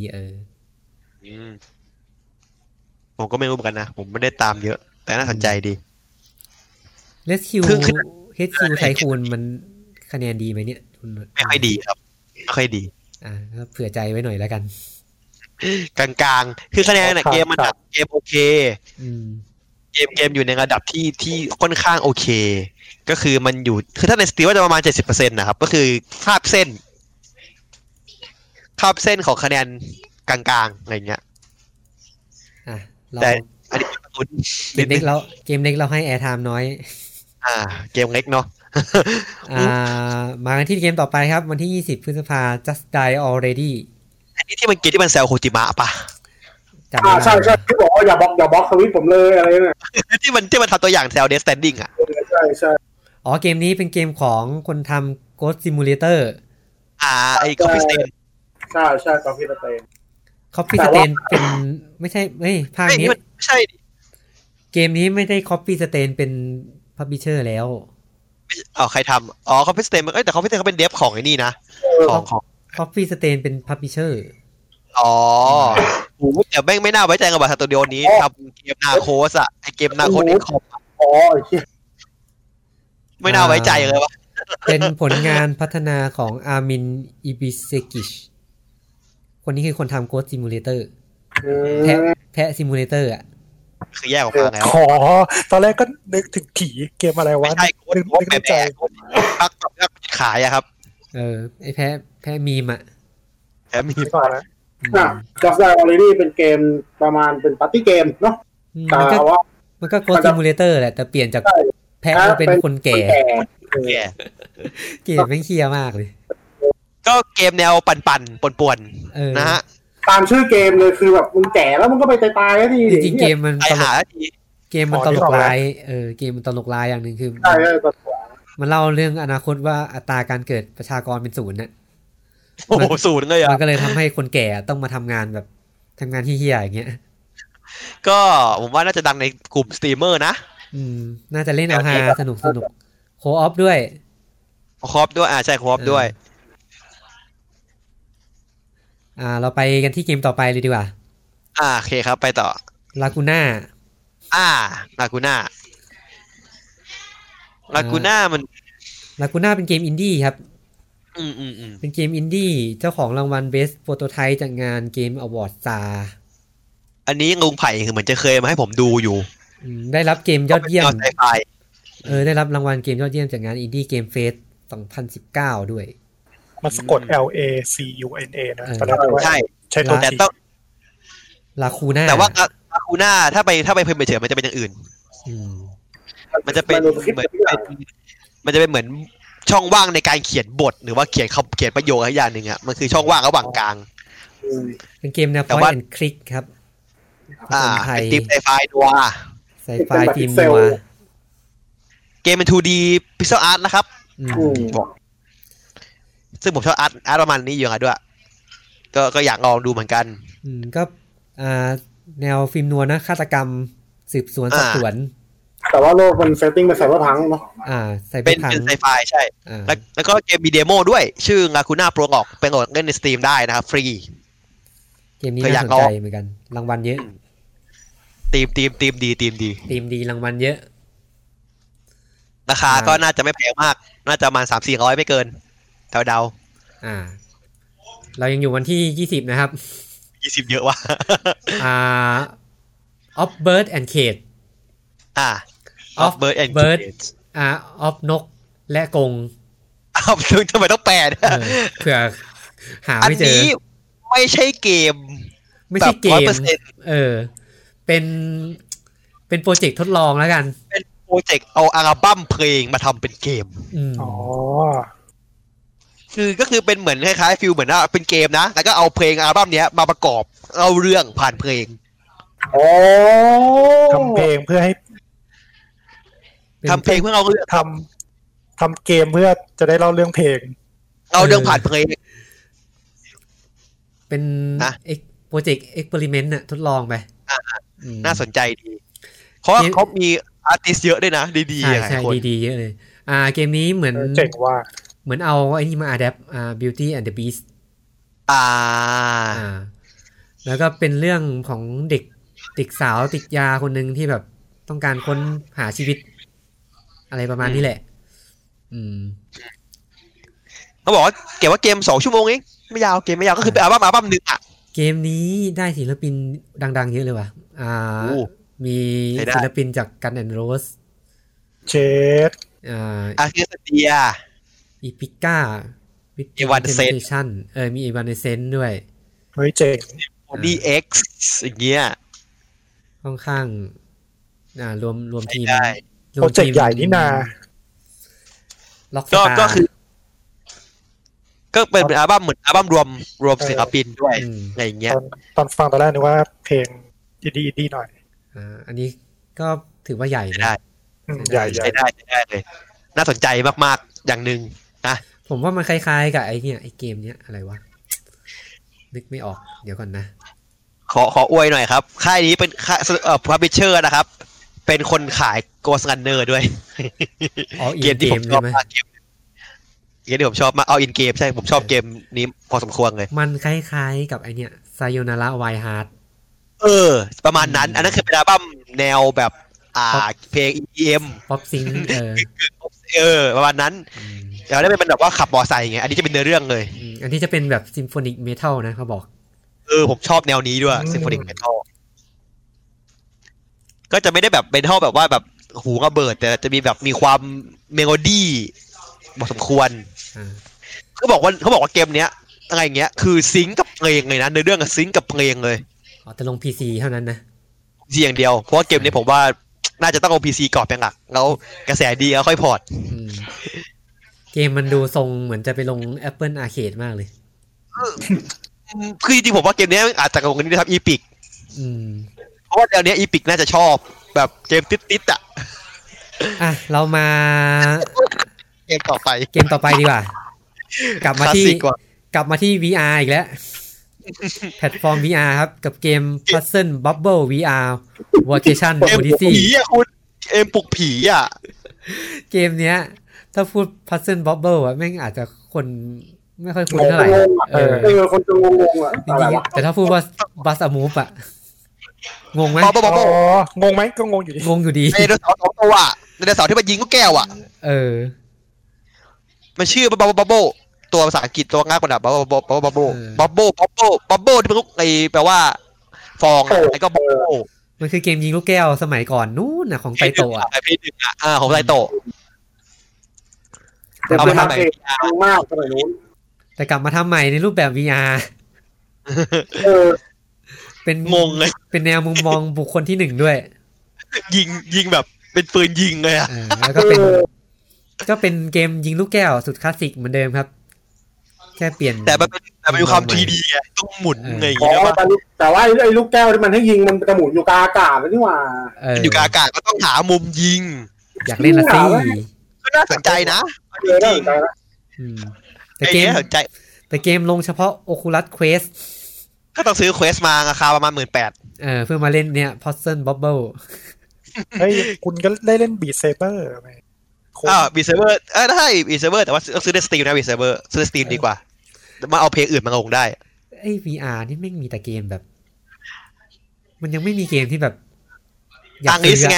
ผมก็ไม่รู้เหมือนกันนะผมไม่ได้ตามเยอะแต่น่าสนใจดี Rescue HQ ไทคูนมันคะแนนดีไหมเนี่ยไม่ค่อยดีครับไม่ค่อยดีก็เผื่อใจไว้หน่อยแล้วกันกลางๆคือคะแนนเกมมันเกมโอเคเกมอยู่ในระดับที่ค่อนข้างโอเคก็คือมันอยู่คือถ้าในสตรีมว่าจะประมาณ 70% นะครับก็คือคาบเส้นของคะแนนกลางๆอะไรเงี้ยแต่อันนี้เกมเล็กเราให้แอร์ไทม์น้อยเกมเล็กเนาะมากันที่เกมต่อไปครับวันที่20พฤษภา Just Die Already อันนี้ที่มันเกมที่มันแซวโคจิมะป่ะใช่ที่บอกว่าอย่าบล็อกสวิตผมเลยอะไรเนี่ยที่มันทำตัวอย่างแซว Death Stranding อ่ะใช่เกมนี้เป็นเกมของคนทำ Ghost Simulator ไอ้ Coffee Stain ใช่ Coffee Stain Coffee Stain เป็นไม่ใช่ภาคนี้ไม่ใช่เกมนี้ไม่ได้ Coffee Stain เป็น Publisher แล้วใครทำCoffee Stain แต่ Coffee Stain เขาเป็นเดฟของไอ้นี่นะของ Coffee Stain เป็น Publisher แต่แม่งไม่น่าไว้ใจกับบริษัทสตูดิโอนี้ทำเกมนาโคสอะไอเกมนาโคสเอ็กคอมไม่น่าไว้ใจเลยวะเป็นผลงานพัฒนาของอาร์มินอิบิเซกิชคนนี้คือคนทำ Ghost Simulator แพะ Simulator อ่ะคือแยกออกมาแล้วตอนแรกก็นึกถึงผีเกมอะไรวะไม่ใช่นึกในใจพักขายอะครับไอแพะมีมอะแพะมีมก่อนนะ Just Die Already เป็นเกมประมาณเป็นปาร์ตี้เกมเนาะแต่ว่ามันก็ Ghost Simulator แหละแต่เปลี่ยนจากแพะมาเป็นคนแก่เกมไม่เคลียร์มากเลยก็เกมแนวปั่นป่วนๆนะฮะตามชื่อเกมเลยคือแบบมึงแก่แล้วมึงก็ไปตายๆทีจริงๆเกมมันตลกเกมมันตลกร้ายเกมมันตลกร้ายอย่างนึงคือมันเล่าเรื่องอนาคตว่าอัตราการเกิดประชากรเป็น0น่ะโอ้โห0เลยอ่ะมันก็เลยทำให้คนแก่ต้องมาทำงานแบบทำงานที่เหี้ยอย่างเงี้ยก็ผมว่าน่าจะดังในกลุ่มสตรีมเมอร์นะน่าจะเล่นเอาฮาสนุกโคออฟด้วยใช่โคออฟด้วยเราไปกันที่เกมต่อไปเลยดีกว่าโอเคครับไปต่อลากูน่าลากูน่ามันลากูน่าเป็นเกมอินดี้ครับเป็นเกมอินดี้เจ้าของรางวัล Best Prototype จากงานเกมอวอร์ดซาอันนี้ลุงไผ่คือเหมือนจะเคยมาให้ผมดูอยู่ได้รับเกมยอดเยี่ยมได้รับรางวัลเกมยอดเยี่ยมจากงานอินดี้เกมเฟส2019ด้วยมันสะกด LACUNA นะใช่ตัวแต่ต้องลาคูน่าแต่ว่าลาคูน่าถ้าไปเพิ่มไปเฉยมันจะเป็นอย่างอื่นมันจะเป็นเหมือนเหมือนช่องว่างในการเขียนบทหรือว่าเขียนประโยคอะไรอย่างหนึ่งอ่ะมันคือช่องว่างระหว่างกลางเป็นเกมแนว point and click ครับเป็นทีมไซไฟนัวทีมนัวเกมเป็น 2D pixel art นะครับซึ่งผมชอบอาร์ตประมาณนี้อยู่ด้วยก็อยากลองดูเหมือนกันก็แนวฟิล์มนัวนะฆาตกรรมสืบสวนสอบสวนแต่ว่าโลกมันเซตติ้งเป็นไซเบอร์พังเนาะเป็นไซไฟใช่แล้วก็เกมมีเดโมด้วยชื่อ Lacuna Prologue ไปโหลดเล่นใน Steam ได้นะครับฟรีเกมนี้น่าสนใจเหมือนกันรางวัลเยอะทีมดีรางวัลเยอะราคาก็น่าจะไม่แพงมากน่าจะประมาณ 3-400 ไม่เกินเดาเรายังอยู่วันที่20นะครับ 20เยอะว่ะ Of Bird and Cage Of Bird and Cage Of นกและกงทำไมต้องแปลเผื่อหาไม่เจออันนี้ไม่ใช่เกมเป็นโปรเจกต์ทดลองแล้วกันเป็นโปรเจกต์เอาอัลบั้มเพลงมาทำเป็นเกมก็คือเป็นเหมือนคล้ายๆฟิลเหมือนว่าเป็นเกมนะแล้วก็เอาเพลงอัลบั้มนี้มาประกอบเอาเรื่องผ่านเพลงทำเพลงเพื่อให้ทำเพลงเพื่อเอาเรื่องทำเกมเพื่อจะได้เล่าเรื่องเพลงเอาเรื่องผ่านเพลงเป็นโปรเจกต์เอ็กซ์เพริเมนต์น่ะทดลองไปน่าสนใจดีเขามีอาร์ติสต์เยอะด้วยนะดีๆใช่ดีๆเยอะเลยเกมนี้เหมือนเจ๋งว่าเหมือนเอาไอ้นี่มาอะแดปBeauty and the Beast แล้วก็เป็นเรื่องของเด็กสาวติดยาคนนึงที่แบบต้องการค้นหาชีวิตอะไรประมาณนี้แหละเขาบอกว่าเก็บว่าเกม2 ชั่วโมงเองไม่ยาวเกมไม่ยาวก็คือเป็นอัลบั้มนึงอ่ะเกมนี้ได้ศิลปินดังๆเยอะเลยว่ะมีศิลปินจาก Guns N' Roses เจดอาร์เคสเตียอีพิก้าอีวานเซนมีอีวานเซนด้วยเฮ้ยเจ๋งดีเอ็กซ์อย่างเงี้ยค่อนข้างรวมทีมโปรเจกต์ใหญ่นี่นาก็คือก็เป็นอัลบั้มเหมือนอัลบั้มรวมศิลปินด้วยอะไรอย่างเงี้ยตอนฟังตอนแรกนึกว่าเพลงอินดี้หน่อยอันนี้ก็ถือว่าใหญ่ได้ใหญ่ได้เลยน่าสนใจมากๆอย่างนึงนะผมว่ามันคล้ายๆกับไอ้เนี่ยไอ้เกมเนี้ยอะไรวะนึกไม่ออกเดี๋ยวก่อนนะขออวยหน่อยครับค่ายนี้เป็นค่ายพับลิชเชอร์นะครับเป็นคนขาย Ghost Runner ด้วยเกมที่ผมชอบมากเกมที่ผมชอบมากเอาอินเกมใช่ผมชอบเกมนี้พอสมควรเลยมันคล้ายๆกับไอเนี้ย Sayonara Wild Heart ประมาณนั้นอันนั้นคือเป็นอัลบั้มแนวแบบเพลง EDM Pop Sync ประมาณนั้นแล้วได้เป็นแบบว่าขับมอไซค์ไงอันนี้จะเป็นเนื้อเรื่องเลยอันนี้จะเป็นแบบ Symphonic Metal นะเขาบอกผมชอบแนวนี้ด้วย Symphonic Metal ก็จะไม่ได้แบบเป็นเท่าแบบว่าแบบหูระเบิดแต่จะมีแบบมีความเมโลดี้พอสมควรเขาบอกว่าเกมเนี้ยอะไรเงี้ยคือซิงค์กับเพลงเลยนะในเรื่องกับซิงค์กับเพลงเลยแต่ลง PC เท่านั้นนะ PC อย่างเดียวเพราะว่าเกมนี้ผมว่าน่าจะต้องลง PC ก่อนเป็นหลักแล้วกระแสดีแล้วค่อยพอร์ตเกมมันดูทรงเหมือนจะไปลง Apple Arcade มากเลยคือจริงๆผมว่าเกมนี้อาจจะลงกันนี่นะครับ Epic เพราะว่าเดี๋ยวนี้ Epic น่าจะชอบแบบเกมติดๆเรามาเกมต่อไปดีกว่ากลับมาที่ VR อีกแล้วแพลตฟอร์ม VR ครับกับเกม Puzzle Bubble VR Vacation Odyssey ผีอ่ะคุณเกมปลุกผีอ่ะเกมเนี้ยถ้าพูด Puzzle Bubble อ่ะแม่งอาจจะคนไม่ค่อยคุ้นเท่าไหร่คนจะงงอ่ะแต่ถ้าพูดว่า Buzz a Move อ่ะงงไหมงงไหมก็งงอยู่ดีไดโนเสาร์2ตัวไดโนเสาร์ที่มันยิงลูกแก้วอ่ะมันชื่อBubbleตัวภาษาอังกฤษตัวง่ายกว่าBubble ที่เป็นลูกไอแปลว่าฟองไอ้ก็ Bubble มันคือเกมยิงลูกแก้วสมัยก่อนนู้นน่ะของไตโตะของไตโตะเอามาทำใหม่มากสมัยนู้นแต่กลับมาทำใหม่ในรูปแบบ VR เป็นงงเลยเป็นแนวมุมมองบุคคลที่1ด้วยยิงแบบเป็นปืนยิงเลยแล้วก็เป็นเกมยิงลูกแก้วสุดคลาสสิกเหมือนเดิมครับแค่เปลี่ยนแต่มันมีความ 3D ไงต้องหมุนไงอย่างเงี้ยแต่ว่าไอ้ลูกแก้วที่มันให้ยิงมันจะหมุนอยู่กลางอากาศนี่หว่าอยู่กลางอากาศก็ต้องหามุมยิงอยากเล่นละสิก็น่าสนใจนะจริงแต่เกมลงเฉพาะ Oculus Quest ก็ต้องซื้อ Quest มาราคาประมาณ 18,000 เพื่อมาเล่นเนี่ย Puzzle Bubble เฮ้ยคุณก็ได้เล่น Beat Saber มั้ย Beat Saber ได้ Beat Saber แต่ว่าซื้อใน Steam นะ Beat Saber ซื้อใน Steam ดีกว่ามาเอาเพลงอื่นมาลงได้ไอ้ VR นี่ไม่มีแต่เกมแบบมันยังไม่มีเกมที่แบบอังกฤษไง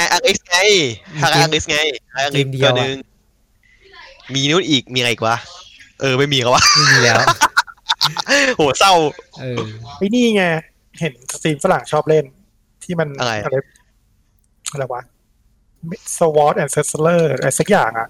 เกมเดียวนึงมีนู้นอีกมีอะไรอีกวะไม่มีแล้ววะไม่มีแล้วโหเศร้าไอ้นี่ไงเห็นสตรีมฝรั่งชอบเล่นที่มันอะไรวะ Sword and Sorcerer อะไรสักอย่างอ่ะ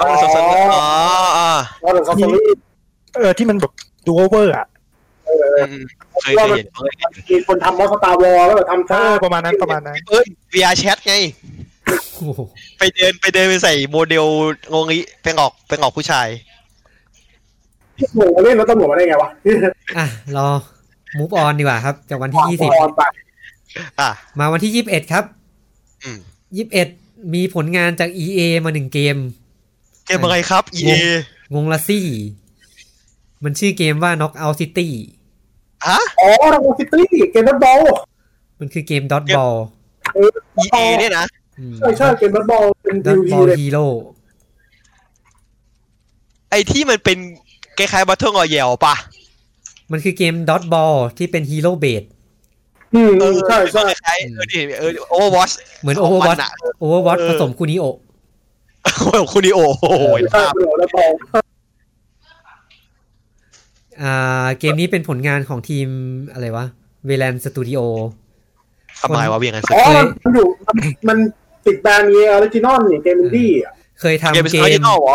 ที่มันแบบดูโอเวอร์อ่ะเคยเห็นมีคนทำมอสตาร์วอลแล้วแบบทำท่าประมาณนั้น VR Chat ไงไปเดินไปใส่โมเดลงงงี้เป็นออกผู้ชายโหเล่นแล้วตำรวจมาได้ไงวะรอ move on ดีกว่าครับจากวันที่20มาวันที่21ครับ21มีผลงานจาก EA มา1เกมอะไรครับ EA งงละซี่มันชื่อเกมว่า Knockout City Knockout City เกมดอทบอลมันคือเกมดอทบอล EA เนี่ยนะใช่เกมดอทบอลเป็นดอทบอลฮีโร่ไอที่มันเป็นคล้ายๆ Battle Royale ป่ะมันคือเกมดอทบอลที่เป็นฮีโร่เบสใช่ Overwatch เหมือน Overwatch ผสมคูนิโอโอ้ยเกมนี้เป็นผลงานของทีมอะไรวะ Velan Studio ทำไมวะVelan Studio มันติดแบรนด์ออริจินอลนี่เกมอินดี้เคยทำเกมที่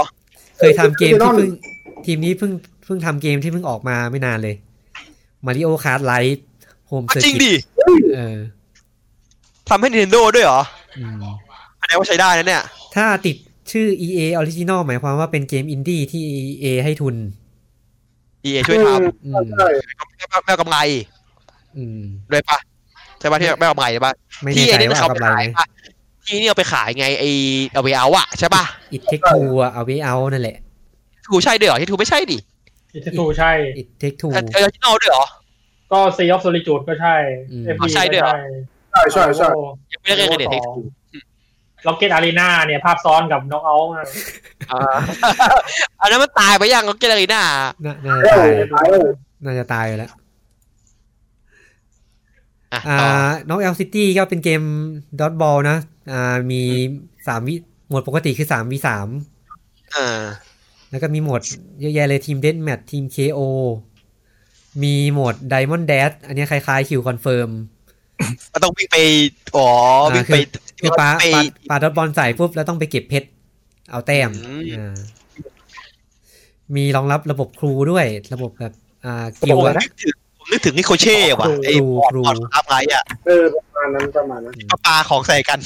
ทีมนี้เพิ่งทำเกมที่เพิ่งออกมาไม่นานเลย Mario Kart Live Home Circuit จริงดิทำให้ Nintendo ด้วยเหรอแสดงว่าใช้ได้นะเนี่ยถ้าติดชื่อ EA Original หมายความว่าเป็นเกมอินดี้ที่ EA ให้ทุน EA ช่วยทำไม่เอากำไรด้วยปะใช่ปะที่ไม่เอากำไรใช่ปะไม่แน่ใจว่าเอากำไรไหมที่นี่เอาไปขายไงไอเอาไปเอาอะใช่ปะ It Take Two อะเอาไปเอานั่นแหละทูใช่ด้วยเหรอที่ทูไม่ใช่ดิ It Take Two ใช่ It Take Two ออริจินอลด้วยเหรอก็ Sea of Solitude ก็ใช่ใช่ด้วยเหรอใช่ยังไม่ได้เงินเด็ก Rocket Arena เนี่ยภาพซ้อนกับน็อกเอาท์อันนั้นมันตายไปยังRocket Arena น่าจะตายไปแล้วKnockout City ก็เป็นเกมดอทบอลนะมี3โหมดปกติคือ 3v3 แล้วก็มีโหมดเยอะแยะเลยทีม Deathmatch ทีม KO มีโหมด Diamond Dash อันนี้คล้ายๆ Q Confirm ก็ต้องวิ่งไปวิ่งไปคือปาดอทบอลใส่ปุ๊บแล้วต้องไปเก็บเพชรเอาแต้มมีรองรับระบบครูด้วยระบบแบบกิลด์นะนึกถึงนิโคเช่ว่ะไอ้ครูอะไรอ่ะประมาณนั้นปลาของใส่กัน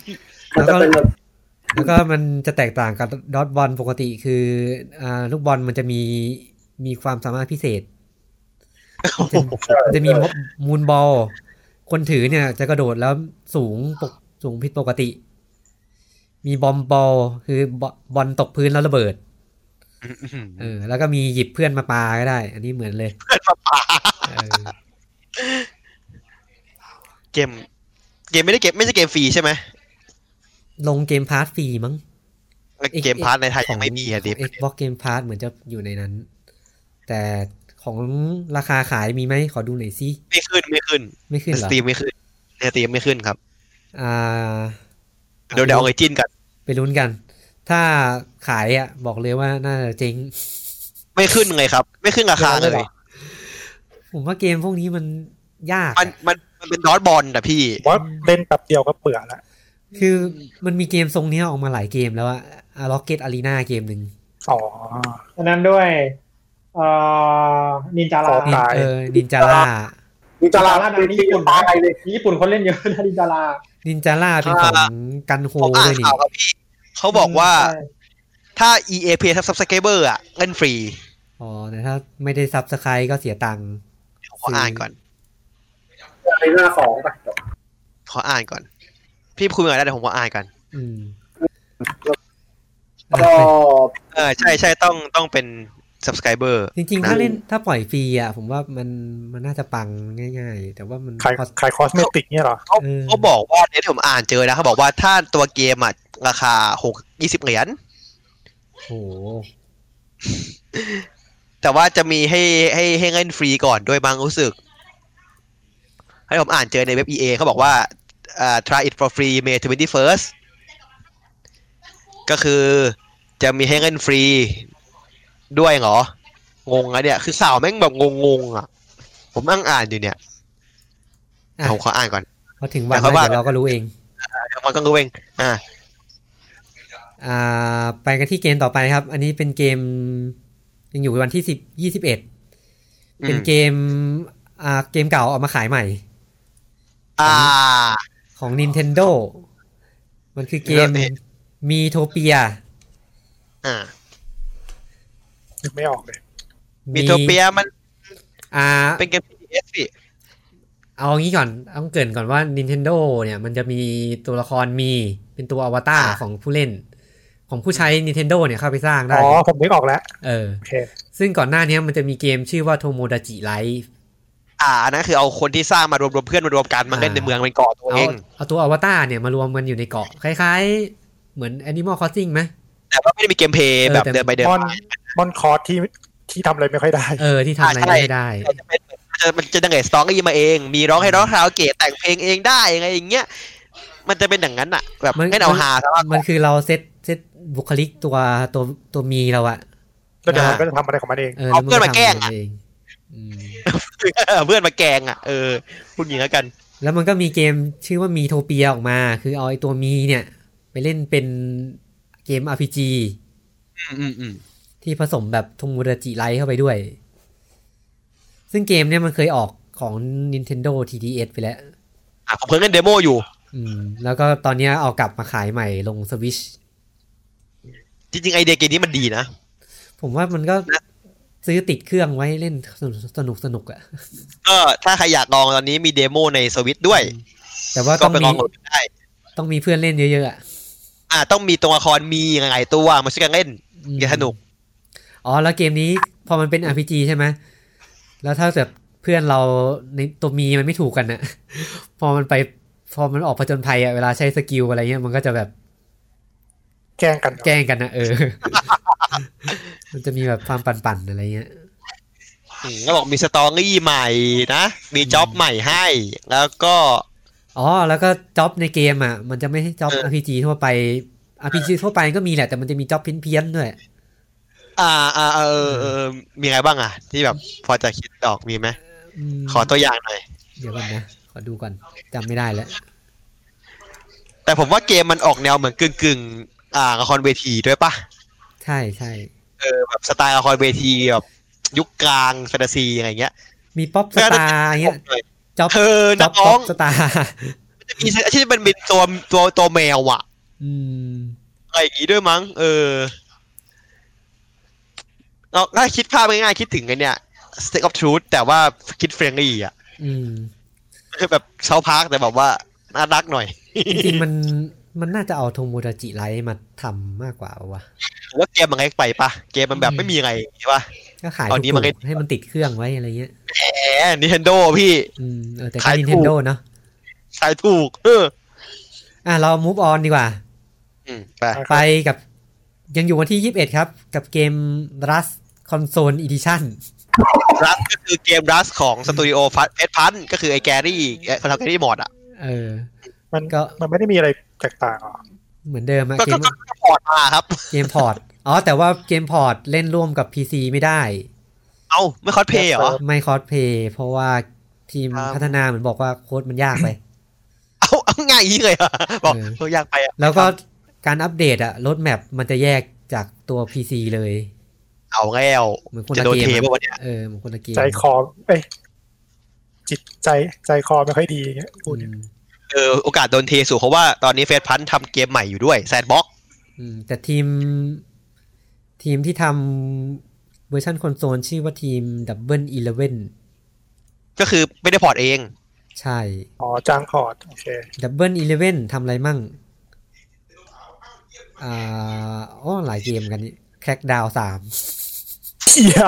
แล้วก็มันจะแตกต่างกับดอทบอลปกติคือลูกบอลมันจะมีความสามารถพิเศษจะมีมูนบอลคนถือเนี่ยจะกระโดดแล้วสูงผิดปกติมีบอมบอลคือบอลตกพื้นแล้วระเบิดแล้วก็มีหยิบเพื่อนมาปาก็ได้อันนี้เหมือนเลยเพื่อนมาปาเกมไม่ใช่เกมฟรีใช่ไหมลงเกมพาร์ทฟรีมั้งเกมพาร์ทในไทยยังไม่มีอ่ะดิ Xbox Game Pass เหมือนจะอยู่ในนั้นแต่ของราคาขายมีไหมขอดูหน่อยสิไม่ขึ้นเหรอ Steam ไม่ขึ้นSteam ไม่ขึ้นครับเดี๋ยวเอาไอจิ้นกันไปลุ้นกันถ้าขายอ่ะบอกเลยว่าน่าจะเจ๊งไม่ขึ้นไงครับไม่ขึ้นราคาเลยผมว่าเกมพวกนี้มันยากมันเป็นดอทบอลแต่พี่ว่าเล่นแป๊บเดียวก็เบื่อละคือมันมีเกมทรงนี้ออกมาหลายเกมแล้วอะRocket Arena เกมนึงอันนั้นด้วยนินจารานินจาราในญี่ปุ่นญี่ปุ่นคนเล่นเยอะนะนินจารานินจาราเป็นของกันโฮด้วยนี่เขาบอกว่าถ้า EA Play Subscriber อ่ะเงินฟรีแต่ถ้าไม่ได้ Subscribe ก็เสียตังค์ขออ่านก่อนในหน้า2ไปขออ่านก่อนพี่คุยกันได้เดี๋ยวผมขออ่านกันใช่ต้องเป็น Subscriber จริงๆถ้าปล่อยฟรีอ่ะผมว่ามันน่าจะปังง่ายๆแต่ว่ามันขายคอสเมติกเนี่ยหรอเขาบอกว่าเนี่ยที่ผมอ่านเจอนะเขาบอกว่าถ้าตัวเกมอ่ะราคา20 เหรียญโอ้แต่ว่าจะมีให้เงินฟรีก่อนด้วยบางรู้สึกให้ผมอ่านเจอในเว็บ EA เขาบอกว่าtry it for free May 21st ก็คือจะมีให้เงินฟรีด้วยเหรองงอะเนี่ยคือข่าวแม่งแบบงงอ่ะผมนั่งอ่านอยู่เนี่ยผมขออ่านก่อนพอถึงวันแล้วเราก็รู้เองมันก็รู้เองไปกันที่เกมต่อไปครับอันนี้เป็นเกมยังอยู่วันที่21เป็นเกมเก่าเอามาขายใหม่ของ Nintendo มันคือเกมมีโทเปียนึกไม่ออกเลยมีโทเปียมันเป็นเกม PS พี่เอางี้ก่อนต้องเกริ่นก่อนว่า Nintendo เนี่ยมันจะมีตัวละครเป็นตัวอวตารของผู้เล่นของผู้ใช้ Nintendo เนี่ยเข้าไปสร้างได้ผมนึกออกแล้วโอเคซึ่งก่อนหน้านี้มันจะมีเกมชื่อว่า Tomodachi Life นั่นคือเอาคนที่สร้างมารวมเพื่อนมารวมกันมาเล่นในเมืองเป็นเกาะตัวเองเอาตัวอวตารเนี่ยมารวมกันอยู่ในเกาะคล้ายๆเหมือน Animal Crossing มั้ยแต่ว่าไม่ได้มีเกมเพลย์แบบเดินไปเดินมาบอนคอร์สที่ทำอะไรไม่ค่อยได้ที่ทำอะไรไม่ได้มันจะดังไงสตอรี่มาเองมีร้องให้ร้องคาราโอเกะแต่งเพลงเองได้ยังไงอย่างเงี้ยมันจะเป็นอย่างนั้นอ่ะแบบไม่เอาฮาซะมันคือเราเซตบุคลิกตัวมีเราอะแล้วเดี๋ยวมันก็จะทำอะไรของมันเองเอาเพื่อนมาแกล้งอ่ะเพื่อนมาแกล้งอ่ะพูดอย่างนี้กันแล้วมันก็มีเกมชื่อว่ามีโทเปียออกมาคือเอาไอ้ตัวมีเนี่ยไปเล่นเป็นเกม RPG ที่ผสมแบบทงมูราจิไลท์เข้าไปด้วยซึ่งเกมเนี่ยมันเคยออกของ Nintendo 3DS ไปแล้วผมเพิ่งเล่นเดโมอยู่แล้วก็ตอนนี้เอากลับมาขายใหม่ลง Switch จริงๆไอเดียเกมนี้มันดีนะผมว่ามันก็ซื้อติดเครื่องไว้เล่นสนุกอ่ะก็ถ้าใครอยากลองตอนนี้มีเดโมในสวิตช์ด้วยแต่ว่าต้องมีเพื่อนเล่นเยอะๆอ่ะต้องมีตัวละครมีหลายตัวมาช่วยกันเล่นจะสนุกแล้วเกมนี้พอมันเป็น RPG ใช่ไหมแล้วถ้าแบบเพื่อนเราในตัวมีมันไม่ถูกกันน่ะพอมันออกผจญภัยอ่ะเวลาใช้สกิลอะไรเงี้ยมันก็จะแบบแกล้งกันนะมันจะมีแบบความปั่นๆอะไรเงี้ยก็บอกมีสตอรี่ใหม่นะมีจ็อบใหม่ให้แล้วก็แล้วก็จ็อบในเกมอ่ะมันจะไม่ใช่จ็อบ RPG ทั่วไป RPG ทั่วไปก็มีแหละแต่มันจะมีจ็อบเพี้ยนๆด้วยมีอะไรบ้างอ่ะที่แบบพอจะคิดออกมีไหมขอตัวอย่างหน่อยเดี๋ยวก่อนนะขอดูก่อนจำไม่ได้แล้วแต่ผมว่าเกมมันออกแนวเหมือนกึ่งละครเวทีด้วยปะใช่ใช่แบบสไตล์ละครเวทีแบบยุคกลางแฟนตาซีอะไรเงี้ยมีป๊อปสตาร์เงี้ยจ็อบป๊อปสตาร์มันจะมีที่เป็นตัวแมวอ่ะอะไรอย่างงี้ด้วยมั้งเราถ้าคิดภาพง่ายๆคิดถึงไอ้เนี่ย Stick of Truth แต่ว่าคิดเฟรนลี่อ่ะคือแบบเซาพาร์คแต่แบบว่าน่ารักหน่อยจริงๆมันน่าจะเอาโทโมดาจิไลท์มาทำมากกว่าว่าเกมมันเล็กไปปะเกมมันแบบไม่มีอะไรใช่ปะก็ขายตอนนี้มันให้มันติดเครื่องไว้อะไรเงี้ย Nintendo พี่แต่ก็ Nintendo เนาะขายถูกเรา move on ดีกว่าไปกับยังอยู่วันที่21ครับกับเกม Rust Console Edition Rust ก็คือเกม Rust ของสตูดิโอFedpan ก็คือไอ้แกรี่คนทำแกรี่มอดอ่ะมันไม่ได้มีอะไรแตกต่างเหมือนเดิมอะเกมพอร์ตมาครับเกมพอร์ตแต่ว่าเกมพอร์ตเล่นร่วมกับ PC ไม่ได้ไม่คอสเพย์เหรอไม่คอสเพย์เพราะว่าทีมพัฒนาเหมือนบอกว่าโค้ดมันยากไปเอาง่ายเลยอ่ะบอกยากไปแล้วก็การอัปเดตโรดแมปมันจะแยกจากตัว PC เลยเอาแล้วจะโดนเทป่ะวะเนี่ยเหมือนคนละเกมใจคอจิตใจคอไม่ค่อยดีเงี้ยพูดโอกาสโดนเทสูงเพราะว่าตอนนี้เฟสพันทำเกมใหม่อยู่ด้วยแซนด์บ็อกซ์แต่ทีมที่ทำเวอร์ชันคอนโซลชื่อว่าทีม Double 11 ก็คือไม่ได้พอร์ตเองใช่จ้างพอร์ตโอเค Double 11ทำอะไรมั่งหลายเกมกันนี่แคร็กดาวน์3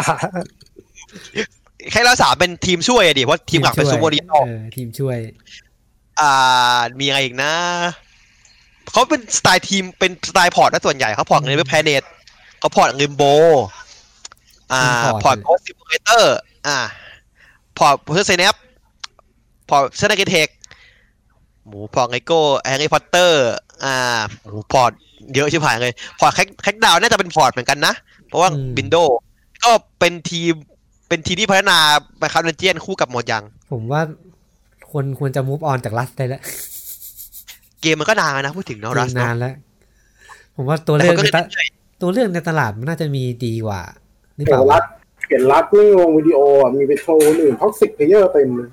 แคร็กดาวน์3เป็นทีมช่วยดิเพราะทีมหลักเป็นซูโมริโตทีมช่วยมีอะไรอีกนะเขาเป็นสไตล์ทีมเป็นสไตล์พอร์ตนะส่วนใหญ่เขาพอร์ตเงินไปแพเนตเขาพอร์ตเงินโบพอร์ตโคสซิมูเลเตอร์พอร์ตโพสเซเนปพอร์ตเซนเกเทคพอร์ตไงโก้แฮร์รี่พอตเตอร์พอร์ตเยอะชิบหายเลยพอร์ตแคคดาวน่าจะเป็นพอร์ตเหมือนกันนะเพราะว่าวินโดว์ก็เป็นทีมที่พัฒนาไปคาร์เนเจียนคู่กับหมดยังผมว่าควรจะ move on จาก Rust ได้แล้วเกมมันก็นานนะพูดถึงเนาะ Rust นานแล้วผมว่าตัวเลือกในตลาดมันน่าจะมีดีกว่าหรือเปล่าเห็น Rust นี่ลงวิดีโอมีไปโชว์อื่น Toxic Player เต็มเลย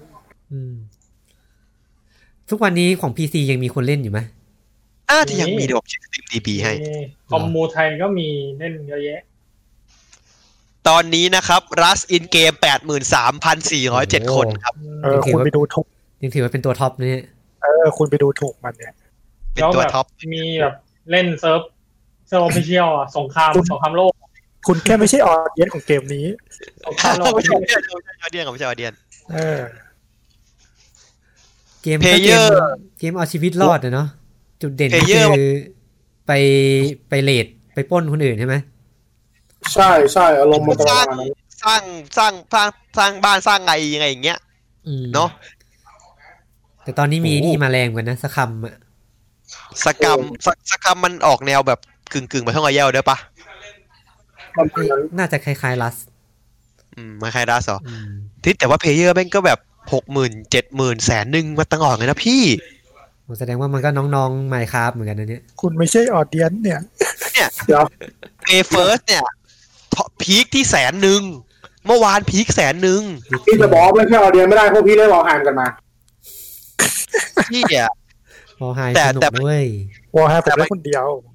ทุกวันนี้ของ PC ยังมีคนเล่นอยู่ไหมที่ยังมีระบบ SteamDB ให้คอมมูไทยก็มีเล่นเยอะแยะตอนนี้นะครับ Rust in Game 83,407 คนครับคุณไปดูถูกยังถือว่าเป็นตัวท็อปนี่คุณไปดูถูกมันเนี่ยเป็นตัวท็อปมีแบบเล่นเซิร์ฟออฟฟิเชียลสงครามโลกคุณแค่ไม่ใช่ออเดียนของเกมนี้สงครามโลกไม่ใช่ออเดียนของไม่ใช่ออเดียนเกมเอาชีวิตรอดเนาะจุดเด่นคือไปเลดไปปล้นคนอื่นใช่ไหมใช่อารมณ์มันประมาณนั้นสร้างบ้านสร้างไงยังไงอย่างเงี้ยเนาะแต่ตอนนี้มีนี่มาแรงกว่านะสคัมสคัมมันออกแนวแบบกึ่งไปท่องไอเยลด้วยปะน่าจะคล้ายๆลัสไม่คล้ายลัสหรอที่แต่ว่าเพลเยอร์แม่งก็แบบ 60,000 70,000 แสนนึงมาตั้งออกเลยนะพี่แสดงว่ามันก็น้องๆ Minecraft เหมือนกันนะเนี่ยคุณไม่ใช่ออเดียนเนี่ยเดี๋ยวเพย์เฟิร์สเนี่ยพีคที่100,000เมื่อวานพีค100,000 พี่จะบอกไม่ใช่ออเดียนไม่ได้เพราะพี่ได้วอลไฮม์กันมาพี่วอลไฮม์สนุกด้วยวอลไฮม์ผมได้คนเดียว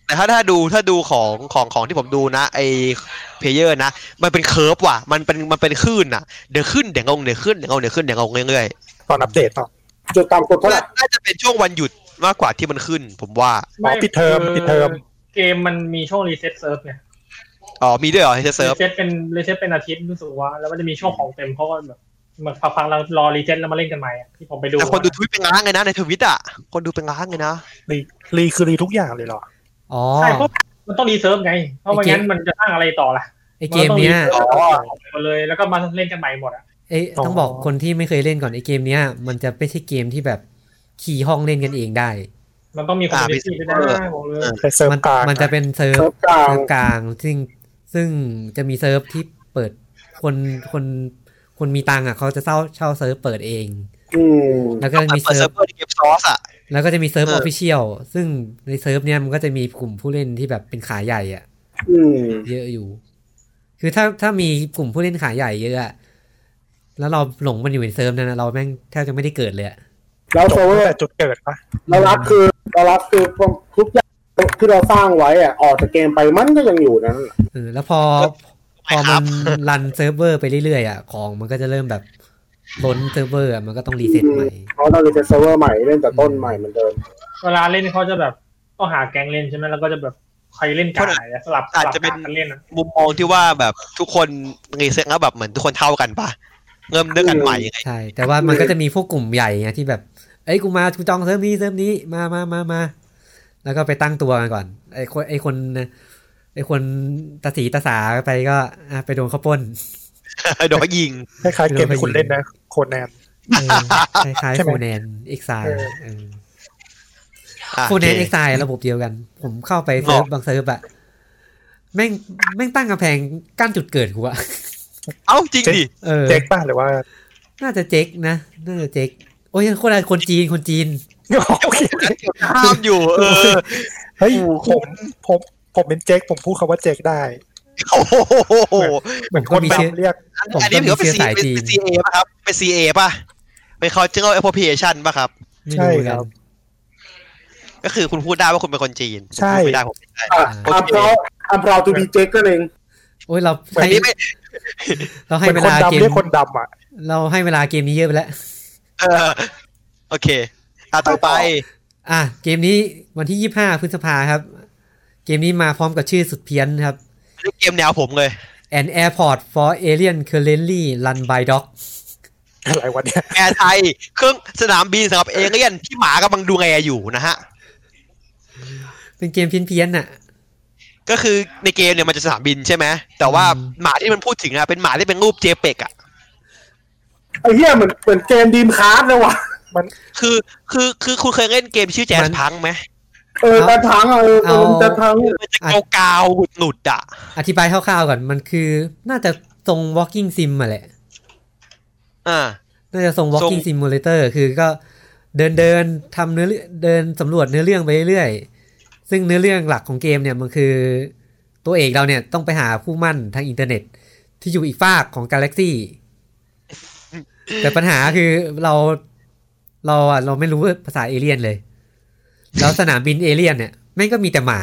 แต่ถ้าดูของที่ผมดูนะไอเพลเยอร์นะมันเป็นเคิร์ฟว่ะมันเป็นคลื่นอ่ะเดี๋ยวขึ้นเดี๋ยวลงเดี๋ยวขึ้นเดี๋ยวลงเดี๋ยวขึ้นเดี๋ยวลงเรื่อยๆตอนอัปเดตต่อจุดต่ำสุดเท่าไหร่น่าจะเป็นช่วงวันหยุดมากกว่าที่มันขึ้นผมว่าปิดเทอมเกมมันมีช่วงรีเซ็ตเซิร์ฟไงมีด้วยเหรอรีเซ็ตเซิร์ฟรีเซ็ตเป็นอาทิตย์รู้สึกว่าแล้วมันจะมีช่วงของเต็มเพราะว่าแบบมันฟังเรารอรีเซ็ตแล้วมาเล่นกันใหม่ที่ผมไปดูแต่คนดูทวิตเป็นล้านเลยนะในทวิตอ่ะคนดูเป็นล้านเลยนะรีคือรีทุกอย่างเลยเหรอใช่เพราะมันต้องรีเซิร์ฟไงเพราะไม่งั้นมันจะสร้างอะไรต่อล่ะไอเกมเนี้ยเลยแล้วก็มาเล่นกันใหม่หมดอ่ะต้องบอกคนที่ไม่เคยเล่นก่อนไอเกมเนี้ยมันจะไม่ใช่เกมที่แบบขี่ห้องเล่นกันเองได้มันต้องมีคอมมูนิตี้ได้บอกเลยมันจะเป็นเซิร์ฟกลางซึ่งจะมีเซิร์ฟที่เปิดคนมีตังค์อ่ะเขาจะเช่าเซิร์ฟเปิดเองแล้วก็จะมีเซิร์ฟเกมซอสอ่ะแล้วก็จะมีเซิร์ฟออฟฟิเชียลซึ่งในเซิร์ฟเนี้ยมันก็จะมีกลุ่มผู้เล่นที่แบบเป็นขาใหญ่อ่ะเยอะอยู่คือถ้ามีกลุ่มผู้เล่นขาใหญ่เยอะแล้วเราหลงมันอยู่ในเซิร์ฟนั้นเราแม่งแทบจะไม่ได้เกิดเลยแล้วโซเวอร์จุดเกิดปะเรารับคือทุกอย่างที่เราสร้างไว้อ่ะออกจากเกมไปมันก็ยังอยู่นั่นแล้วพอมันรันเซิร์ฟเวอร์ไปเรื่อยๆอ่ะของมันก็จะเริ่มแบบล้นเซิร์ฟเวอร์มันก็ต้องรีเซ็ตใหม่เขาต้องรีเซ็ตเซิร์ฟเวอร์ใหม่เล่นแต่ต้นใหม่เหมือนเดิมเวลาเล่นเขาจะแบบต้องหาแก๊งเล่นใช่ไหมแล้วก็จะแบบใครเล่นกันสลับอาจจะเป็นมุมมองที่ว่าแบบทุกคนรีเซ็ตแล้วแบบเหมือนทุกคนเท่ากันปะเริ่มด้วยกันใหม่ยังไงใช่แต่ว่ามันก็จะมีพวกกลุ่มใหญ่ไงที่แบบกูจองเซิร์ฟนี้มาแล้วก็ไปตั้งตัวกันก่อนไอ้คนตาสีตาสาไปก็ไปโดนเขาปล้นโดนยิงคล้ายๆเกมที่คุณเล่นนะโคแนนคล้ายๆโคแนนเอ็กไซล์โคแนนเอ็กไซล์ระบบเดียวกันผมเข้าไปเซิร์ฟบางเซิร์ฟอะแม่งตั้งกำแพงกั้นจุดเกิดกูอะเอ้าจริงดิเจ๊กป่ะหรือว่าน่าจะเจ๊กนะน่าจะเจ๊กโอ้ยคนจีนห้ามอยู่เฮ้ยผมเป็นเจ๊กผมพูดคำว่าเจ๊กได้โอ้โหเหมือนคนแบบเรียกอันนี้ถือว่าเป็น CA ป่ะครับเป็น CA ป่ะเป็น cultural appropriation ป่ะครับใช่ครับก็คือคุณพูดได้ว่าคุณเป็นคนจีนไม่ได้ผมไม่ได้ I'm proud to be เจ๊กก็เองโอ้ยเราให้เวลาเกมคนดำอ่ะเราให้เวลาเกมนี้เยอะไปแล้วโอเคต่อไปเกมนี้วันที่25พฤษภาคมครับเกมนี้มาพร้อมกับชื่อสุดเพี้ยนครับเกมแนวผมเลย An airport for alien currently run by dog อะไรวะเนี่ยแอร์ไทยเครื่องสนามบินสำหรับเอเลี่ยนที่หมากำลังดูแอร์อยู่นะฮะเป็นเกมเพี้ยนๆน่ะก็คือในเกมเนี่ยมันจะสนามบินใช่ไหมแต่ว่าหมาที่มันพูดถึงเป็นหมาที่เป็นรูป JPEG อ่ะไอ้เหี้ยเหมือนเกมดีมคาร์ดเลยว่ะมันคือคุณเคยเล่นเกมชื่อแจ๊สพังไหมแจ๊สพังแจ๊สพังมันจะกาวๆหลุดอ่ะอธิบายคร่าวๆก่อนมันคือน่าจะทรง walking sim มาแหละน่าจะทรง walking simulator คือก็เดินทำเดินสำรวจเนื้อเรื่องไปเรื่อยๆซึ่งเนื้อเรื่องหลักของเกมเนี่ยมันคือตัวเอกเราเนี่ยต้องไปหาคู่มั่นทางอินเทอร์เน็ตที่อยู่อีกฟากของกาแล็กซี่แต่ปัญหาคือเราไม่รู้ภาษาเอเลี่ยนเลยแล้วสนามบินเอเลี่ยนเนี่ยแม่งก็มีแต่หมา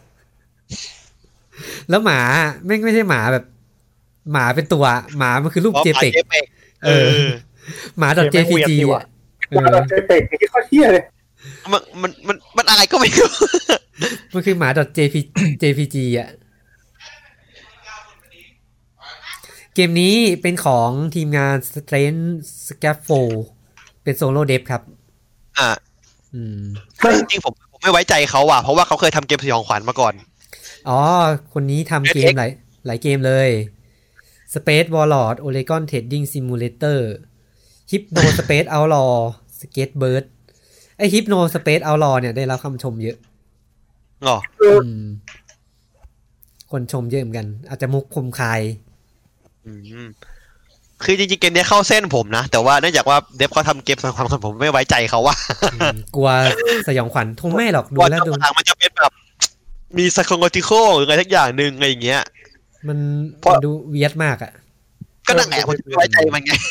แล้วหมาแม่งไม่ใช่หมาแบบหมาเป็นตัวหมามันคือรูป JPEG หมา .jpg อ่ะหมา .jpeg ที่เขาเหี้ยเลยมันอะไรก็ไม่รู้มันคือหมา .jpg อ่ะเกมนี้เป็นของทีมงาน Strange Scaffold เป็นโซโล่เดฟครับจริงๆผมไม่ไว้ใจเขาว่ะเพราะว่าเขาเคยทำเกมสยองขวัญมาก่อนคนนี้ทำเกมหลายเกมเลย Space Warlord Oregon Trading Simulator Hypno Space Outlaw Skatebird ไอ้ Hypno Space Outlaw เนี่ยได้รับคำชมเยอะคนชมเยอะเหมือนกันอาจจะมุกคมคายคือจริงๆเกมนี้เข้าเส้นผมนะแต่ว่าเนื่องจากว่าเดฟเขาทำเกมสยองขวัญผมไม่ไว้ใจเขาว่ากลัวสยองขวัญคงไม่หรอกดูแล้วดูมันจะเป็นแบบมีไซโคโลจิคอลหรืออะไรสักอย่างนึงอะไรอย่างเงี้ยมันดูเวียดมากอ่ะก็นั่นแหละผมไม่ไว้ใจมันไง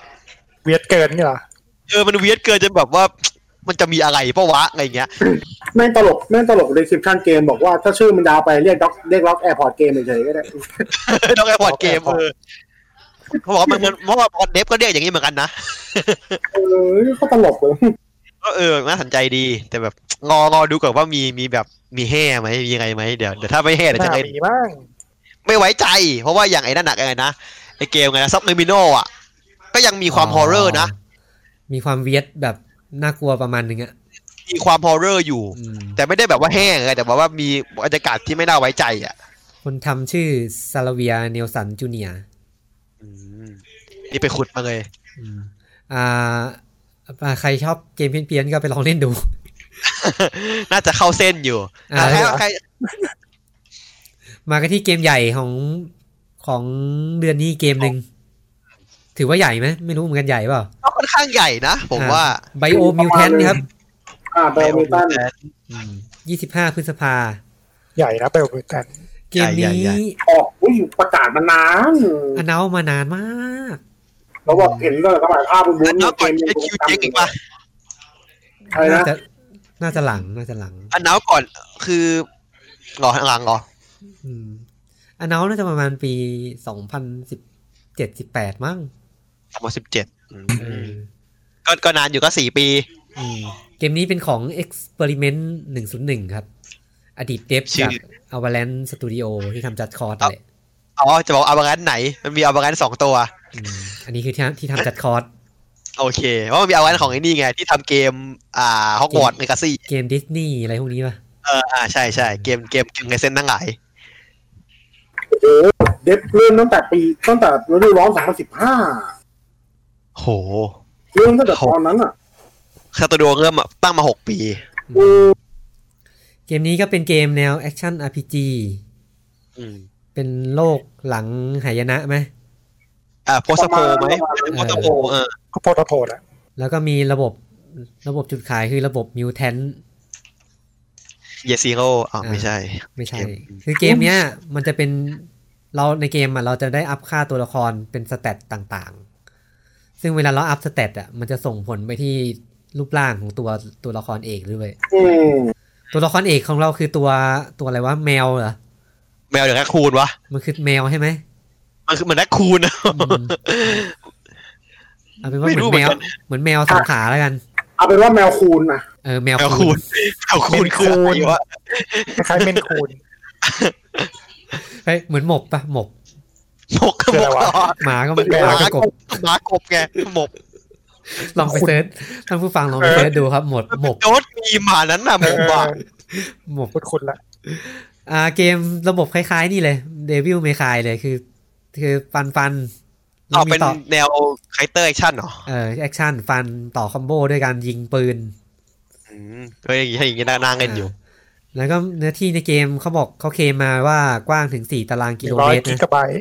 เวียดเกินนี่หรอมันเวียดเกินจนแบบว่ามันจะมีอะไรปะวะอะไรอย่างเงี้ยแม่งตลกdescription เกมบอกว่าถ้าชื่อมันยาวไปเรียกล็อกแอร์พอร์ตเกมเฉยๆก็ได้ด็อกแอร์พอร์ตเกมเขาบอกมันเพราะว่าเดฟก็เรียกอย่างนี้เหมือนกันนะเขาตลกเลยก็น่าสนใจดีแต่แบบงอดูก่อนว่ามีแบบมีแห่ไหมมียังไงไหมเดี๋ยวถ้าไม่แห่เดี๋ยวจะมีบ้างไม่ไว้ใจเพราะว่าอย่างไอ้นั่นหนักไงนะไอ้เกมไงนะซับเนมิโนอ่ะก็ยังมีความฮอร์เรอร์นะมีความเวียดแบบน่ากลัวประมาณนึงอ่ะมีความฮอร์เรอร์อยู่แต่ไม่ได้แบบว่าแห้งเลยแต่ว่ามีบรรยากาศที่ไม่น่าไว้ใจอ่ะคนทำชื่อซาลาเวียเนลสันจูเนียร์นี่ไปขุดมาเลยใครชอบเกมเพี้ยนๆก็ไปลองเล่นดูน่าจะเข้าเส้นอยู่ใครมากันที่เกมใหญ่ของเดือนนี้เกมนึงถือว่าใหญ่ไหมไม่รู้เหมือนกันใหญ่เปล่าก็ค่อนข้างใหญ่นะผมว่าไบโอมิวแทนครับไบโอมิวแทน 25 พฤษภาใหญ่นะไบโอมิวแทนเกมนี้ออกประกาศมานานมานานมากเราบอกเห็นก็สมัยภาพบุญแล้วก่อนไอคิวเจ๊งอีกป่ะใช่นะน่าจะหลังอันน้าก่อนคือหลังอันน้าน่าจะประมาณปี2017-18มั้ง 2017ก็นานอยู่ก็4 ปีเกมนี้เป็นของ Experiment 101ครับอดีตเดฟจาก Avalanche Studio ที่ทำ Just Cause อะไรจะบอก Avalanche ไหนมันมี Avalanche 2 ตัวอันนี้คือที่ทำ Just Cause โอเคเพราะมันมี Avalanche ของไอ้นี่ไงที่ทำเกมHogwarts Legacy เกม Disney อะไรพวกนี้ป่ะใช่เกมในเส้นทั้งหลายโอ้เดฟเริ่มตั้งแต่ฤดูร้อน2015 โหเริ่มตั้งแต่ตอนนั้นอ่ะสตูดิโอเริ่มตั้งมา6 ปีเกมนี้ก็เป็นเกมแนวแอคชั่น RPG เป็นโลกหลังหายนะไหมโพสโพไหมโพสโพก็โพสโพแหละแล้วก็มีระบบจุดขายคือระบบมิวแทนเยซิโร่ไม่ใช่คือเกมเนี้ยมันจะเป็นเราในเกมเราจะได้อัพค่าตัวละครเป็นสเตตต่างๆซึ่งเวลาเราอัพสเตตมันจะส่งผลไปที่รูปร่างของตัวละครเอกด้วยตัวละครเอกของเราคือตัวอะไรวะแมวเหรอแมวหรือแรคคูนวะมันคือแมวใช่ไหมมันคือเหมือนแรคคูนนะเอาเป็นว่าเหมือนแมว2 ขาแล้วกันเอาเป็นว่าแมวคูนนะแมวคูนคืออะไรวะคล้ายๆเมนคูนเหมือนหมบปะหมบคืออะไรวะหมาก็หมากบแกหมบลองไปเซิร์ชท่านผู้ฟังลองไปเซิร์ชดูครับหมบโจ๊ดมีหมานั้นน่ะหมบอ่ะหมบคุณละเกมระบบคล้ายๆนี่เลย Devil May Cry เลยคือฟันเป็นแนวไคเตอร์แอคชั่นเหรอแอคชั่นฟันต่อคอมโบด้วยการยิงปืนก็อย่างนี้น่าเล่นอยู่แล้วก็เนื้อที่ในเกมเขาบอกเขาเคลมมาว่ากว้างถึง4 ตารางกิโลเมตรนะ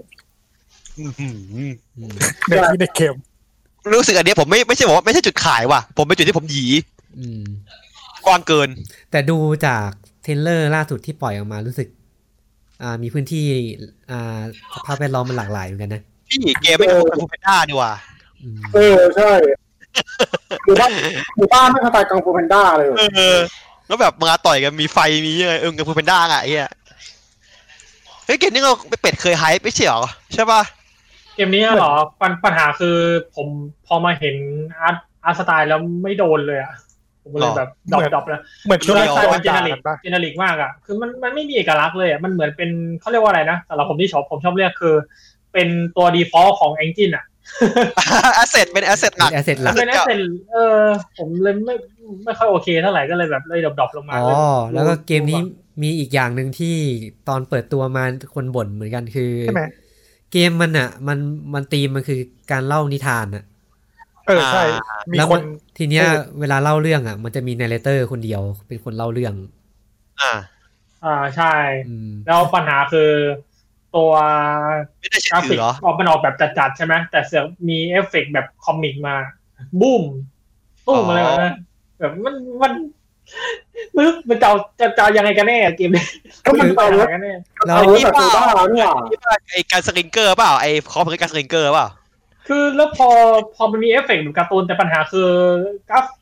เนื้อที่ในเกมรู้สึกอันนี้ผมไม่ใช่บอกว่าไม่ใช่จุดขายว่ะผมเป็นจุดที่ผมหยีกว้างเกินแต่ดูจากเทรลเลอร์ล่าสุดที่ปล่อยออกมารู้สึกมีพื้นที่สภาพแวดล้อมมันหลากหลายเหมือนกันนะพี่เกมไม่เหมือนกังฟูแพนด้าดีว่ะใช่หมู่บ้านไม่สไตล์กังฟูแพนด้าเลยแล้วแบบมาต่อยกันมีไฟมีอะไรกังฟูแพนด้าไงไอ้เนี่ยเฮ้ยเกมนี้เราเป็ดเคยไฮป์ไม่ใช่หรอใช่ป่ะเกมนี้เหรอปัญหาคือผมพอมาเห็นอาร์ตสไตล์แล้วไม่โดนเลยอ่ะผมเลยแบบดรอปนะเหมือนช่วงสไตล์มันเจเนริกมากอ่ะคือมันไม่มีเอกลักษณ์เลยอ่ะมันเหมือนเป็นเขาเรียกว่าอะไรนะสำหรับผมที่ผมชอบเรียกคือเป็นตัว default ของ engine อ่ะ asset เป็น asset หลักเป็น asset ผมเลยไม่ค่อยโอเคเท่าไหร่ก็เลยแบบเลยดรอปลงมาแล้วก็เกมนี้มีอีกอย่างนึงที่ตอนเปิดตัวมาคนบ่นเหมือนกันคือเกมมันอ่ะมันธีมมันคือการเล่านิทานอ่ะใช่มีคนทีเนี้ยเวลาเล่าเรื่องอ่ะมันจะมีนาร์เรเตอร์คนเดียวเป็นคนเล่าเรื่องใช่แล้วปัญหาคือตัวกราฟิกมันออกแบบจัดๆใช่ไหมแต่เสือกมีเอฟเฟกต์แบบคอมิกมาบูมตุ้มอะไรแบบนั้นแบบมันจะยังไงกันแน่เกมนี้ก็มันต่อกันแน่เราที่บ้าไอ้การสลิงเกอร์เปล่าไอ้คอมเป็นการสลิงเกอร์เปล่าคือแล้วพอมันมีเอฟเฟกต์แบบการ์ตูนแต่ปัญหาคือก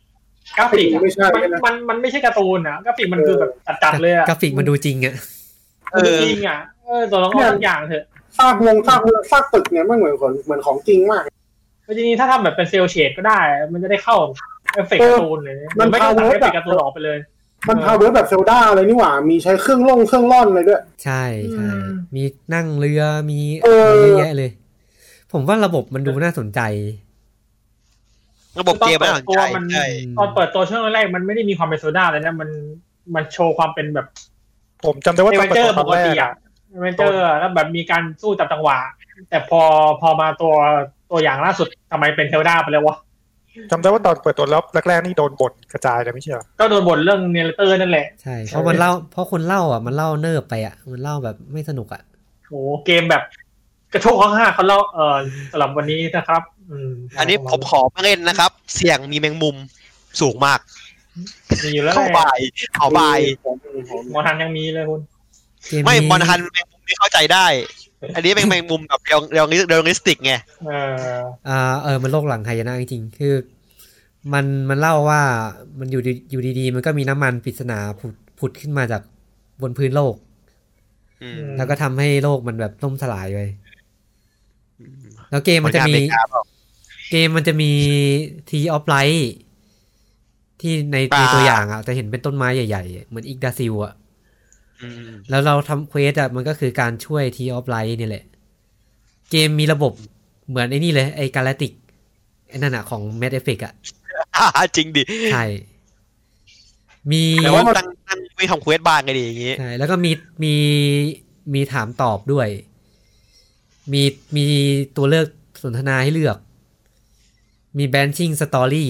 กราฟิกไม่ใช่มันไม่ใช่การ์ตูนนะกราฟิกมันคือแบบจัดๆเลยอะกราฟิกมันดูจริงอะจริงอะตัวละครทุกอย่างเถอะซากตึกเนี่ยมันเหมือนของจริงมากจริงๆถ้าทำแบบเป็นเซลเชดก็ได้มันจะได้เข้าเอฟเฟกต์การ์ตูนเลยมันไม่ต้องตัดเอฟเฟกต์การ์ตูนออกไปเลยมันพาเวิร์ดแบบเซลดาอะไรนี่หว่ามีใช้เครื่องล่อนอะไรด้วยใช่มีนั่งเรือมีเยอะแยะเลยผมว่าระบบมันดูน่าสนใจระบบเกมน่าสนใจตอนเปิดตัวช่วงแรกมันไม่ได้มีความเป็นโซดาเลยนะมันโชว์ความเป็นแบบผมจำได้ว่าตอนเปิดตัวแรกเวนเจอร์แล้วแบบมีการสู้จับจังหวะแต่พอมาตัวอย่างล่าสุดทำไมเป็นเทลดาไปแล้ววะจำได้ว่าตอนเปิดตัวแล้วแรกๆนี่โดนบ่นกระจายเลยไม่ใช่เหรอก็โดนบ่นเรื่องเนเรเตอร์นั่นแหละใช่เพราะคนเล่าอ่ะมันเล่าเนิบไปอ่ะมันเล่าแบบไม่สนุกอ่ะโอ้เกมแบบกระโชกข้างห้าเขาเล่าสำหรับวันนี้นะครับอันนี้ผมขอเล่นนะครับเสียงมีแมงมุมสูงมากเข้าบ่ายมอนฮันยังมีเลยคุณไม่มอนฮันแมงมุมนี่เข้าใจได้อันนี้เป็นแมงมุมแบบเรียลลิสติกไงมันโลกหลังไฮยาน่าจริงๆคือมันเล่าว่ามันอยู่ดีๆมันก็มีน้ำมันปริศนาผุดขึ้นมาจากบนพื้นโลกแล้วก็ทำให้โลกมันแบบล่มสลายไปแล้วเกมมันจะมีทีออฟไลท์ที่ในตัวอย่างอ่ะจะเห็นเป็นต้นไม้ใหญ่ๆเหมือนอิกดาซิลอ่ะแล้วเราทำเควสอ่ะมันก็คือการช่วยทีออฟไลท์นี่แหละเกมมีระบบเหมือนไอ้นี่เลยไอ้กาแลติกไอ้นั่นอ่ะของ Mass Effect อ่ะจริงดิใช่แต่ว่าตั้งไม่ทำเควสบ้างไงดิอย่างงี้ใช่แล้วก็มีถามตอบด้วยมีตัวเลือกสนทนาให้เลือกมี branching story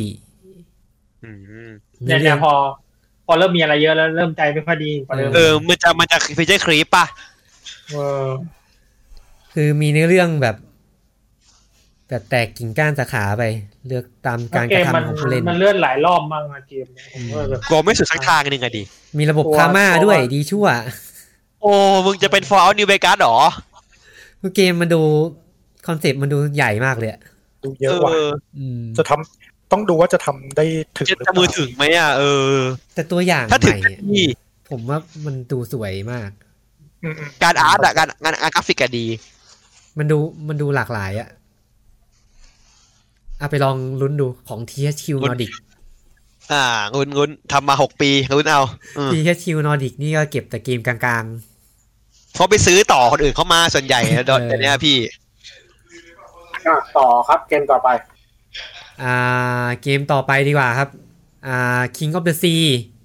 เนี่ยพอเริ่มมีอะไรเยอะแล้วเริ่มใจไม่ค่อยดีกว่าเดิมมันจะฟีเจอร์ครีปป่ะคือมีเนื้อเรื่องแบบแตกกิ่งก้านสาขาไปเลือกตามการกระทำของผู้เล่นมันเลื่อนหลายรอบมากนะเกมกลัวไม่สุดสักทางนึงอะดิมีระบบคาม่าด้วยดีชั่วโอ้มึงจะเป็น Fallout New Vegas หรอเกมมันดูคอนเซ็ปต์มันดูใหญ่มากเลยดูเยอะว่ะจะทำต้องดูว่าจะทำได้ถึงหรือเปล่าจะมือถึงไหมอ่ะแต่ตัวอย่างใหม่เนี่ยผมว่ามันดูสวยมากการอาร์ตอ่ะการกราฟิกก็ดีมันดูหลากหลายอ่ะไปลองลุ้นดูของ THQ Nordic งุนทำมา6ปีลุ้นเอา THQ Nordic นี่ก็เก็บแต่เกมกลางๆเพราะไปซื้อต่อคนอื่นเข้ามาส่วนใหญ่ตอนนี้พี่ต่อครับเกมต่อไปเกมต่อไปดีกว่าครับKing of the Sea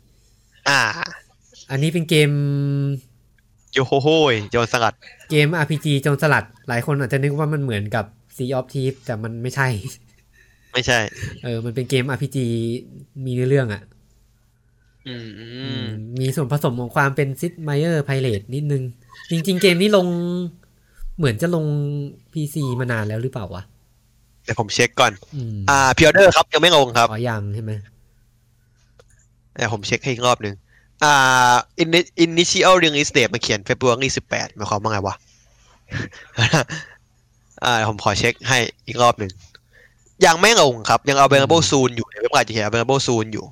อันนี้เป็นเกมโยโฮโฮยโจรสลัดเกม RPG โจรสลัดหลายคนอาจจะนึกว่ามันเหมือนกับ Sea of Thieves แต่มันไม่ใช่มันเป็นเกม RPG มีเนื้อเรื่องอ่ะมีส่วนผสมของความเป็น Sid Meier Pirate นิดนึงจริงๆเกมนี้เหมือนจะลง PC มานานแล้วหรือเปล่าวะเดี๋ยวผมเช็คก่อนพิออเดอร์ครับยังไม่ลงครับยังใช่ไหมเดี๋ยวผมเช็คให้อีกรอบนึงinitial release date มาเขียน February 18หมายความว่าไงวะผมขอเช็คให้อีกรอบนึงยังไม่ลงครับยัง available soon อยู่ในเว็บไซต์จะเขียน available soon อยู่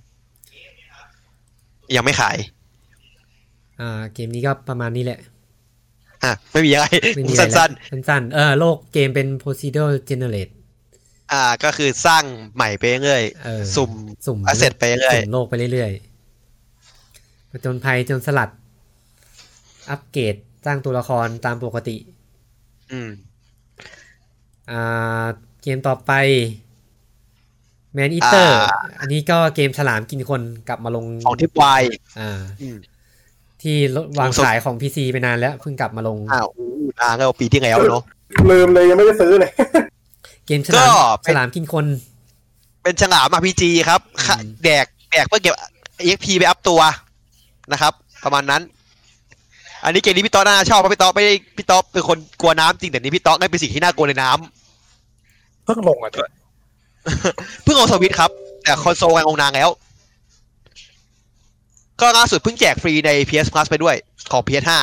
ยังไม่ขายเกมนี้ก็ประมาณนี้แหละไม่มีอะไรสั้นโลกเกมเป็น procedural generate ก็คือสร้างใหม่ไปเรื่อยสุ่ม asset ไปเรื่อยสุ่มโลกไปเรื่อยๆผจญภัยจนสลัดอัปเกรดสร้างตัวละครตามปกติเกมต่อไปแมนอีเตอร์อันนี้ก็เกมฉลามกินคนกลับมาลงของทิปวายที่วางขายของ PC ไปนานแล้วเพิ่งกลับมาลงก็ปีที่แล้วเนาะลืมเลยยังไม่ได้ซื้อเลยเกมฉลามกินคนเป็นฉลาม RPG ครับแดกเพื่อเก็บ EXP ไปอัพตัวนะครับประมาณนั้นอันนี้เกมนี้พี่ต๊อกน่าชอบเพราะพี่ต๊อกเป็นคนกลัวน้ำจริงแต่นี้พี่ต๊อกได้เป็นสิ่งที่น่ากลัวในน้ำเพิ่งลงเพิ่งลงสวิตครับแต่คอนโซลลงนานแล้วก็ล่าสุดเพิ่งแจกฟรีใน PS Plus ไปด้วยของ PS5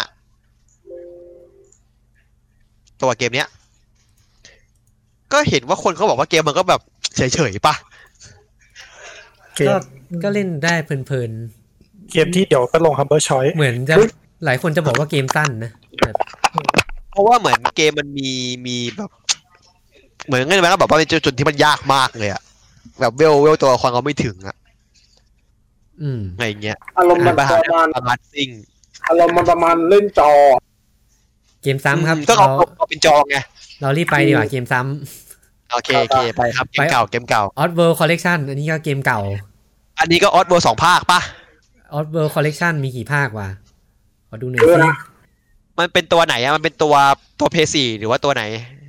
ตัวเกมเนี้ยก็เห็นว่าคนเขาบอกว่าเกมมันก็แบบเฉยๆป่ะเกมก็เล่นได้เพลินๆเกมที่เดี๋ยวก็ลง Humble Choice เหมือนจะหลายคนจะบอกว่าเกมสั้นนะเพราะว่าเหมือนเกมมันมีแบบเหมือนกันไหมครับแบบว่าเป็นจุดที่มันยากมากเลยอะแบบเวลตัวละครเขาไม่ถึงอะอะไรเงี้ยอารมณ์มันประมาณซิ่งอารมณ์มันประมาณเล่นจอเกมซ้ำครับก็เราเป็นจอไงเรารีบไปดีกว่าเกมซ้ำโอเคไปครับเกมเก่า Oddworld Collection อันนี้ก็เกมเก่าอันนี้ก็ Oddworld 2 ภาคป่ะ Oddworld Collection มีกี่ภาควะขอดูหน่อยสิมันเป็นตัวไหนอะมันเป็นตัว PS4 หรือว่าตัวไหน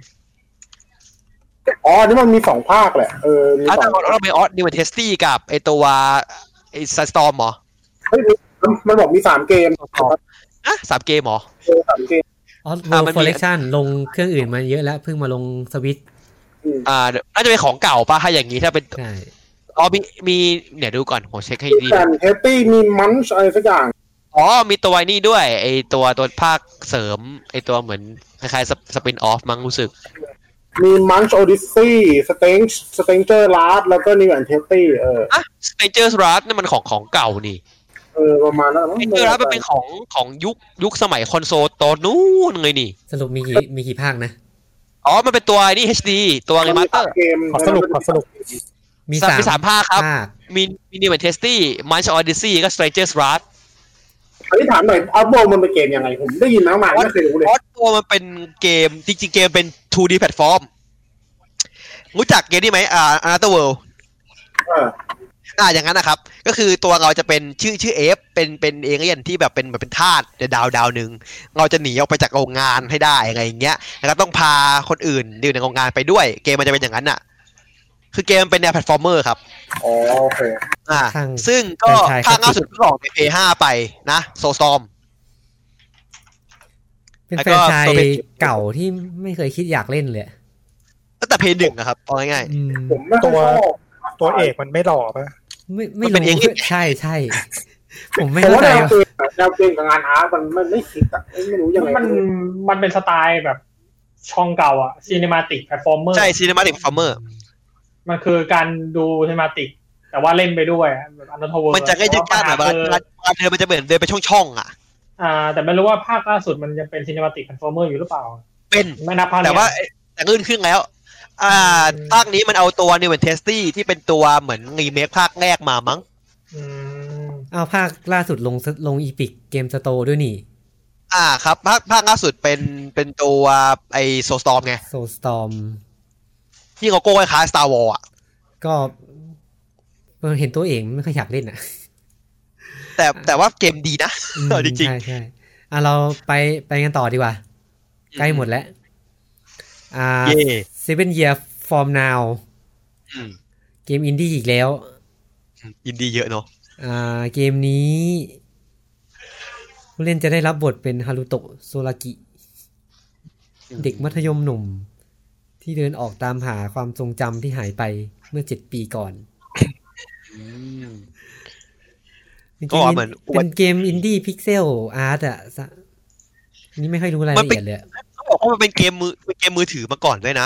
นี่มันมี2ภาคแหละมี2เราเป็นNew and Tasty กับไอตัวไอ Storm เหรอเฮ้ยมันบอกมี3เกม 3เกมเหรอ 3เกม Oddworld Collection ลงเครื่องอื่นมาเยอะแล้วเพิ่งมาลงสวิตช์น่าจะเป็นของเก่าป่ะถ้าอย่างนี้ถ้าเป็นใช่มีเนี่ยดูก่อนผมเช็คให้ดีเฮปปี้มีมันช์อะไรสักอย่างมีตัวนี้ด้วยไอตัวภาคเสริมไอตัวเหมือนคล้ายๆสปินออฟมั้งรู้สึกมีมันช์โอดิซี่สเตนเจอร์ลาร์ดแล้วก็นิวแอนเทสตี้สเตนเจอร์ลาร์ดนี่มันของเก่านี่ประมาณนั้นสเตนเจอร์ลาร์ดมันเป็นของยุคสมัยคอนโซลตอนนู้นเลยนี่สรุปมีกี่ภาคนะมันเป็นตัวนี่ HD ตัวรีมาสเตอร์ขอสรุปมี3ภาคครับมีNew and Tasty Munch Odyssey ก็ Stranger's Wrath อันนี้ถามหน่อยOddworldมันเป็นเกมยังไงผมได้ยินมากๆไม่เคยรู้เลย Oddworldมันเป็นเกมจริงๆเกมเป็น 2D แพลตฟอร์มรู้จักเกมนี้ไหมAnother World อย่างนั้นนะครับก็คือตัวเราจะเป็นชื่อเอฟเป็นเอเลี่ยนที่แบบเป็นทาสในดาวนึงเราจะหนีออกไปจากโรงงานให้ได้อะไรอย่างเงี้ยแล้วต้องพาคนอื่นอยู่ในโรงงานไปด้วยเกมมันจะเป็นอย่างนั้นน่ะคือเกมเป็นแนวแพลตฟอร์มเมอร์ครับโอเคซึ่งก็ภาคล่าสุดเพิ่งออกใน PS5 ไปนะโซซอมเป็นแฟรนไชส์เก่าที่ไม่เคยคิดอยากเล่นเลยตั้งแต่ PS1 นะครับเอาง่ายๆผมตัวเอกมันไม่หล่อป่ะไม่รู้ใช่ผมไม่เข้าใจแนวเกมกับงานอาร์ตมันไม่คิดอ่ะไม่รู้ยังไงมันเป็นสไตล์แบบช่องเก่าอ่ะซีนิมาติกแพลตฟอร์มเมอร์ใช่ซีนิมาติกแพลตฟอร์มเมอร์มันคือการดูซีนิมาติกแต่ว่าเล่นไปด้วยแบบAnother World มันจะง่ายๆหน่อยการเดินมันจะเหมือนเดินไปช่องๆอ่ะแต่ไม่รู้ว่าภาคล่าสุดมันยังเป็นซีนิมาติกแพลตฟอร์มเมอร์อยู่หรือเปล่าเป็นไม่นับภาคแต่ว่าแต่ลื่นขึ้นแล้วภาคนี้มันเอาตัว New and Tasty ที่เป็นตัวเหมือนรีเมคภาคแรกมามั้งเอาภาคล่าสุดลง Epic Game Store ด้วยนี่ครับภาคล่าสุดเป็นตัวไอ้ Soulstorm ไง Soulstorm ที่โก้คล้าย Star Wars อ่ะก็เห็นตัวเองไม่ค่อยอยากเล่นอ่ะแต่ว่าเกมดีนะจริงๆใช่ๆเราไปกันต่อดีกว่าใกล้หมดแล้ว7 Year From Now เกมอินดี้อีกแล้วอินดี้เยอะเนาะเกมนี้ผู้เล่นจะได้รับบทเป็นฮารุโตะโซรากิเด็กมัธยมหนุ่มที่เดินออกตามหาความทรงจำที่หายไปเมื่อ7 ปีก่อนก็เหมือนเป็นเกมอินดี้พิกเซลอาร์ตนี่ไม่ค่อยรู้รายละเอียดเลยเขาบอกว่ามันเป็นเกมมือถือมาก่อนด้วยนะ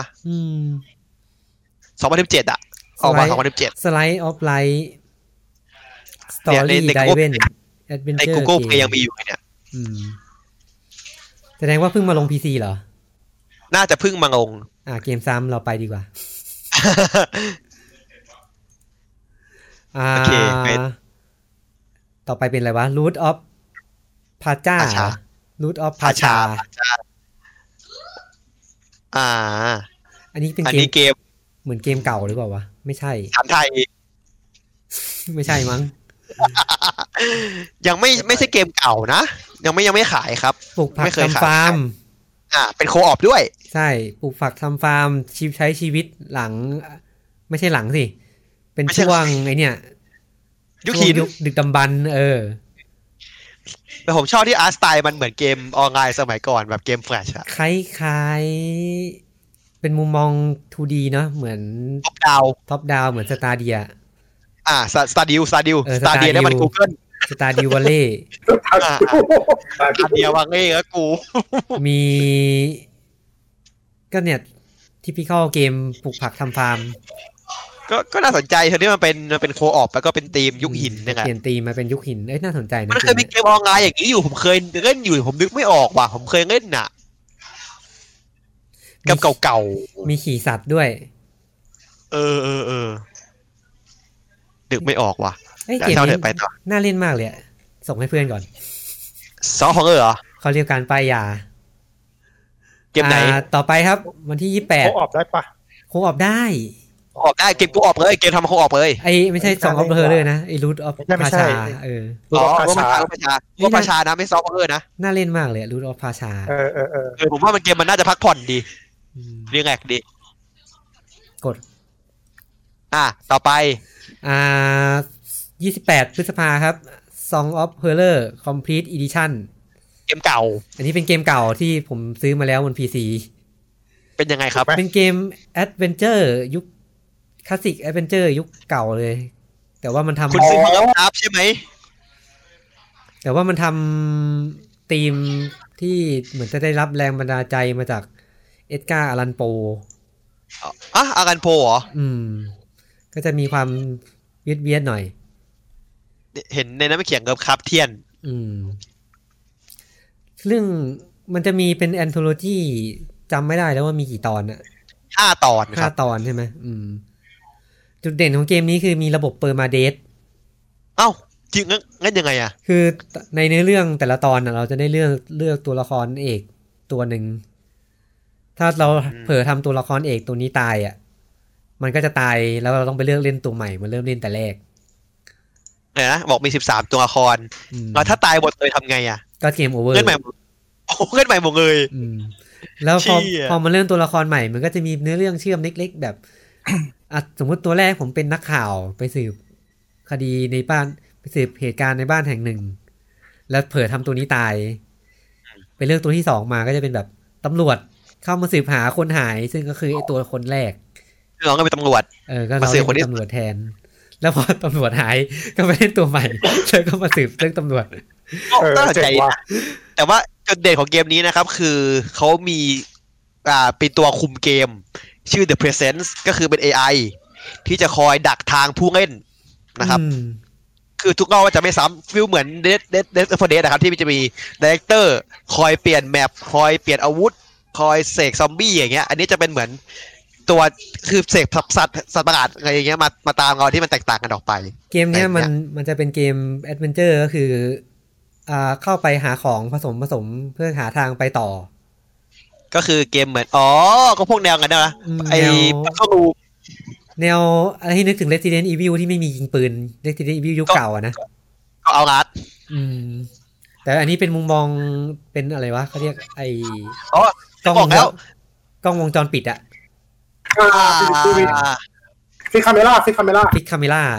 2017ออกมา2017 Slice of Life Story Driven Adventure ใน Google Play ยังมีอยู่เนี่ยแสดงว่าเพิ่งมาลง PC เหรอน่าจะเพิ่งมาลงเกมซ้ำเราไปดีกว่าโอเคต่อไปเป็นอะไรวะ Root of Pacha Root of Pacha อันนี้เป็นเกมเหมือนเกมเก่าหรือเปล่าวะไม่ใช่ถามไทยไม่ใช่มั้งยังไม่ใช่เกมเก่านะยังไม่ขายครับปลูกผักทำฟาร์มเป็นโคออปด้วยใช่ปลูกผักทำฟาร์มใช้ชีวิตหลังไม่ใช่หลังสิเป็นช่วงไอเนี่ยยุคหินดึกดำบรรพ์แต่ผมชอบที่อาร์ตสไตล์มันเหมือนเกมออนไลน์สมัยก่อนแบบเกมแฟลชอะคล้ายๆเป็นมุมมอง 2D เนาะเหมือนท็อปดาวเหมือนสตาร์เดียสตาร์ดิวได้มัน Google สตาร์ดิววัลเล่สตาร์เดียววัลเล่ก็กูมีก็เนี่ยทิปิคอลเกมปลูกผักทำฟาร์มก็น่าสนใจเธอที่มันเป็นโคออปแล้วก็เป็นธีมยุคหินนะครับเปลี่ยนธีมมาเป็นยุคหินน่าสนใจนะมันเคยมีเกมออนไลน์อย่างนี้อยู่ผมเคยเล่นอยู่ผมนึกไม่ออกว่ะผมเคยเล่นน่ะกับเก่าๆมีขี่สัตว์ด้วยนึกไม่ออกว่ะเกมนี้ไปต่อน่าเล่นมากเลยส่งให้เพื่อนก่อนซอฟต์เหรอเขาเรียกการป้ายยาเกมไหนต่อไปครับวันที่28 โคออปได้ปะโคออปได้เกมโคออปเลยเกมทำโคออปเลยไม่ใช่Song of HorrorนะRoot of Pasha Root of Pashaนะไม่Song of Horrorนะน่าเล่นมากเลยRoot of Pasha ผมว่ามันเกมมันน่าจะพักผ่อนดีเรียกแอกดีกดต่อไป 28พฤษภาครับ Song of Horror Complete Edition เกมเก่าอันนี้เป็นเกมเก่าที่ผมซื้อมาแล้วบน PC เป็นยังไงครับเป็นเกมแอดเวนเจอร์ยุคคลาสสิกแอดเวนเจอร์ยุคเก่าเลยแต่ว่ามันทำคุณซื้อมาแล้วครับใช่ไหมแต่ว่ามันทำธีมที่เหมือนจะได้รับแรงบันดาลใจมาจากเอ็ดการ์อารันโปอารันโปเหรอก็จะมีความเวียดหน่อยเห็นในนั้นไม่เขียนกับครับเทียนเรื่องมันจะมีเป็นแอนโทโลจีจำไม่ได้แล้วว่ามีกี่ตอน 5 ตอนครับ 5 ตอนใช่ไหมจุดเด่นของเกมนี้คือมีระบบเปอร์มาเดทจริงงั้นยังไงคือในเนื้อเรื่องแต่ละตอนเราจะได้เลือกตัวละครเอกตัวหนึ่งถ้าเราเผลอทำตัวละครเอกตัวนี้ตายมันก็จะตายแล้วเราต้องไปเลือกเล่นตัวใหม่มาเริ่มเล่นแต่แรกเนี่ยนะบอกมี13ตัวละครแล้วถ้าตายหมดเลยทำไงก็เกมโอเวอร์เล่นใหม่หมดเลยแล้วพอมาเริ่มตัวละครใหม่มันก็จะมีเนื้อเรื่องเชื่อมเล็กๆแบบสมมติตัวแรกผมเป็นนักข่าวไปสืบคดีในบ้านไปสืบเหตุการณ์ในบ้านแห่งหนึ่งแล้วเผลอทำตัวนี้ตายไปเลือกตัวที่2มาก็จะเป็นแบบตำรวจเข้ามาสืบหาคนหายซึ่งก็คือไอ้ตัวคนแรกเราก็เป็นตำรวจก็เราเป็นตำรวจแทนแล้วพอตำรวจหายก็ไปเล่นตัวใหม่แล้วก็มาสืบเรื่องตำรวจน่าสนใจแต่ว่าจุดเด่นของเกมนี้นะครับคือเขามีเป็นตัวคุมเกมชื่อ The Presence ก็คือเป็น AI ที่จะคอยดักทางผู้เล่นนะครับคือทุกรอบจะไม่ซ้ำฟิลเหมือน Dead for Dead นะครับที่มันจะมีดีเรคเตอร์คอยเปลี่ยนแมปคอยเปลี่ยนอาวุธคอยเสกซอมบี้อย่างเงี้ยอันนี้จะเป็นเหมือนตัวคือเสกสัตว์ประหลาดอะไรอย่างเงี้ยมาตามเราที่มันแตกต่างกันออกไปเกมเนี้ยมันจะเป็นเกมแอดเวนเจอร์ก็คือเข้าไปหาของผสมเพื่อหาทางไปต่อก็คือเกมเหมือนก็พวกแนวกันนะไอ้เข้ารูแนวอะไรที่นึกถึง Resident Evil ที่ไม่มียิงปืน Resident Evil ยุคเก่านะก็เอาลัดแต่อันนี้เป็นมุมมองเป็นอะไรวะเขาเรียกไอ้กล้องวงจรปิดฟิกคาเมล่าฟิกคาเมล่าฟิกคาเมล่า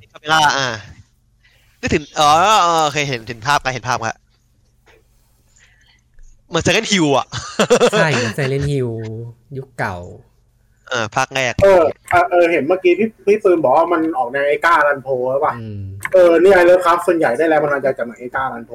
นึกถึงเคยเห็นภาพกันเห็นภาพครับเหมือน Silent Hill ใช่เหมือน Silent Hill ยุคเก่าภาคแรกเห็นเมื่อกี้พี่ปืนบอกว่ามันออกในไอ้ก้ารันโพใช่ป่ะนี่ไอ้เลิฟครับส่วนใหญ่ได้แล้วมันมาจากไอ้ก้ารันโพ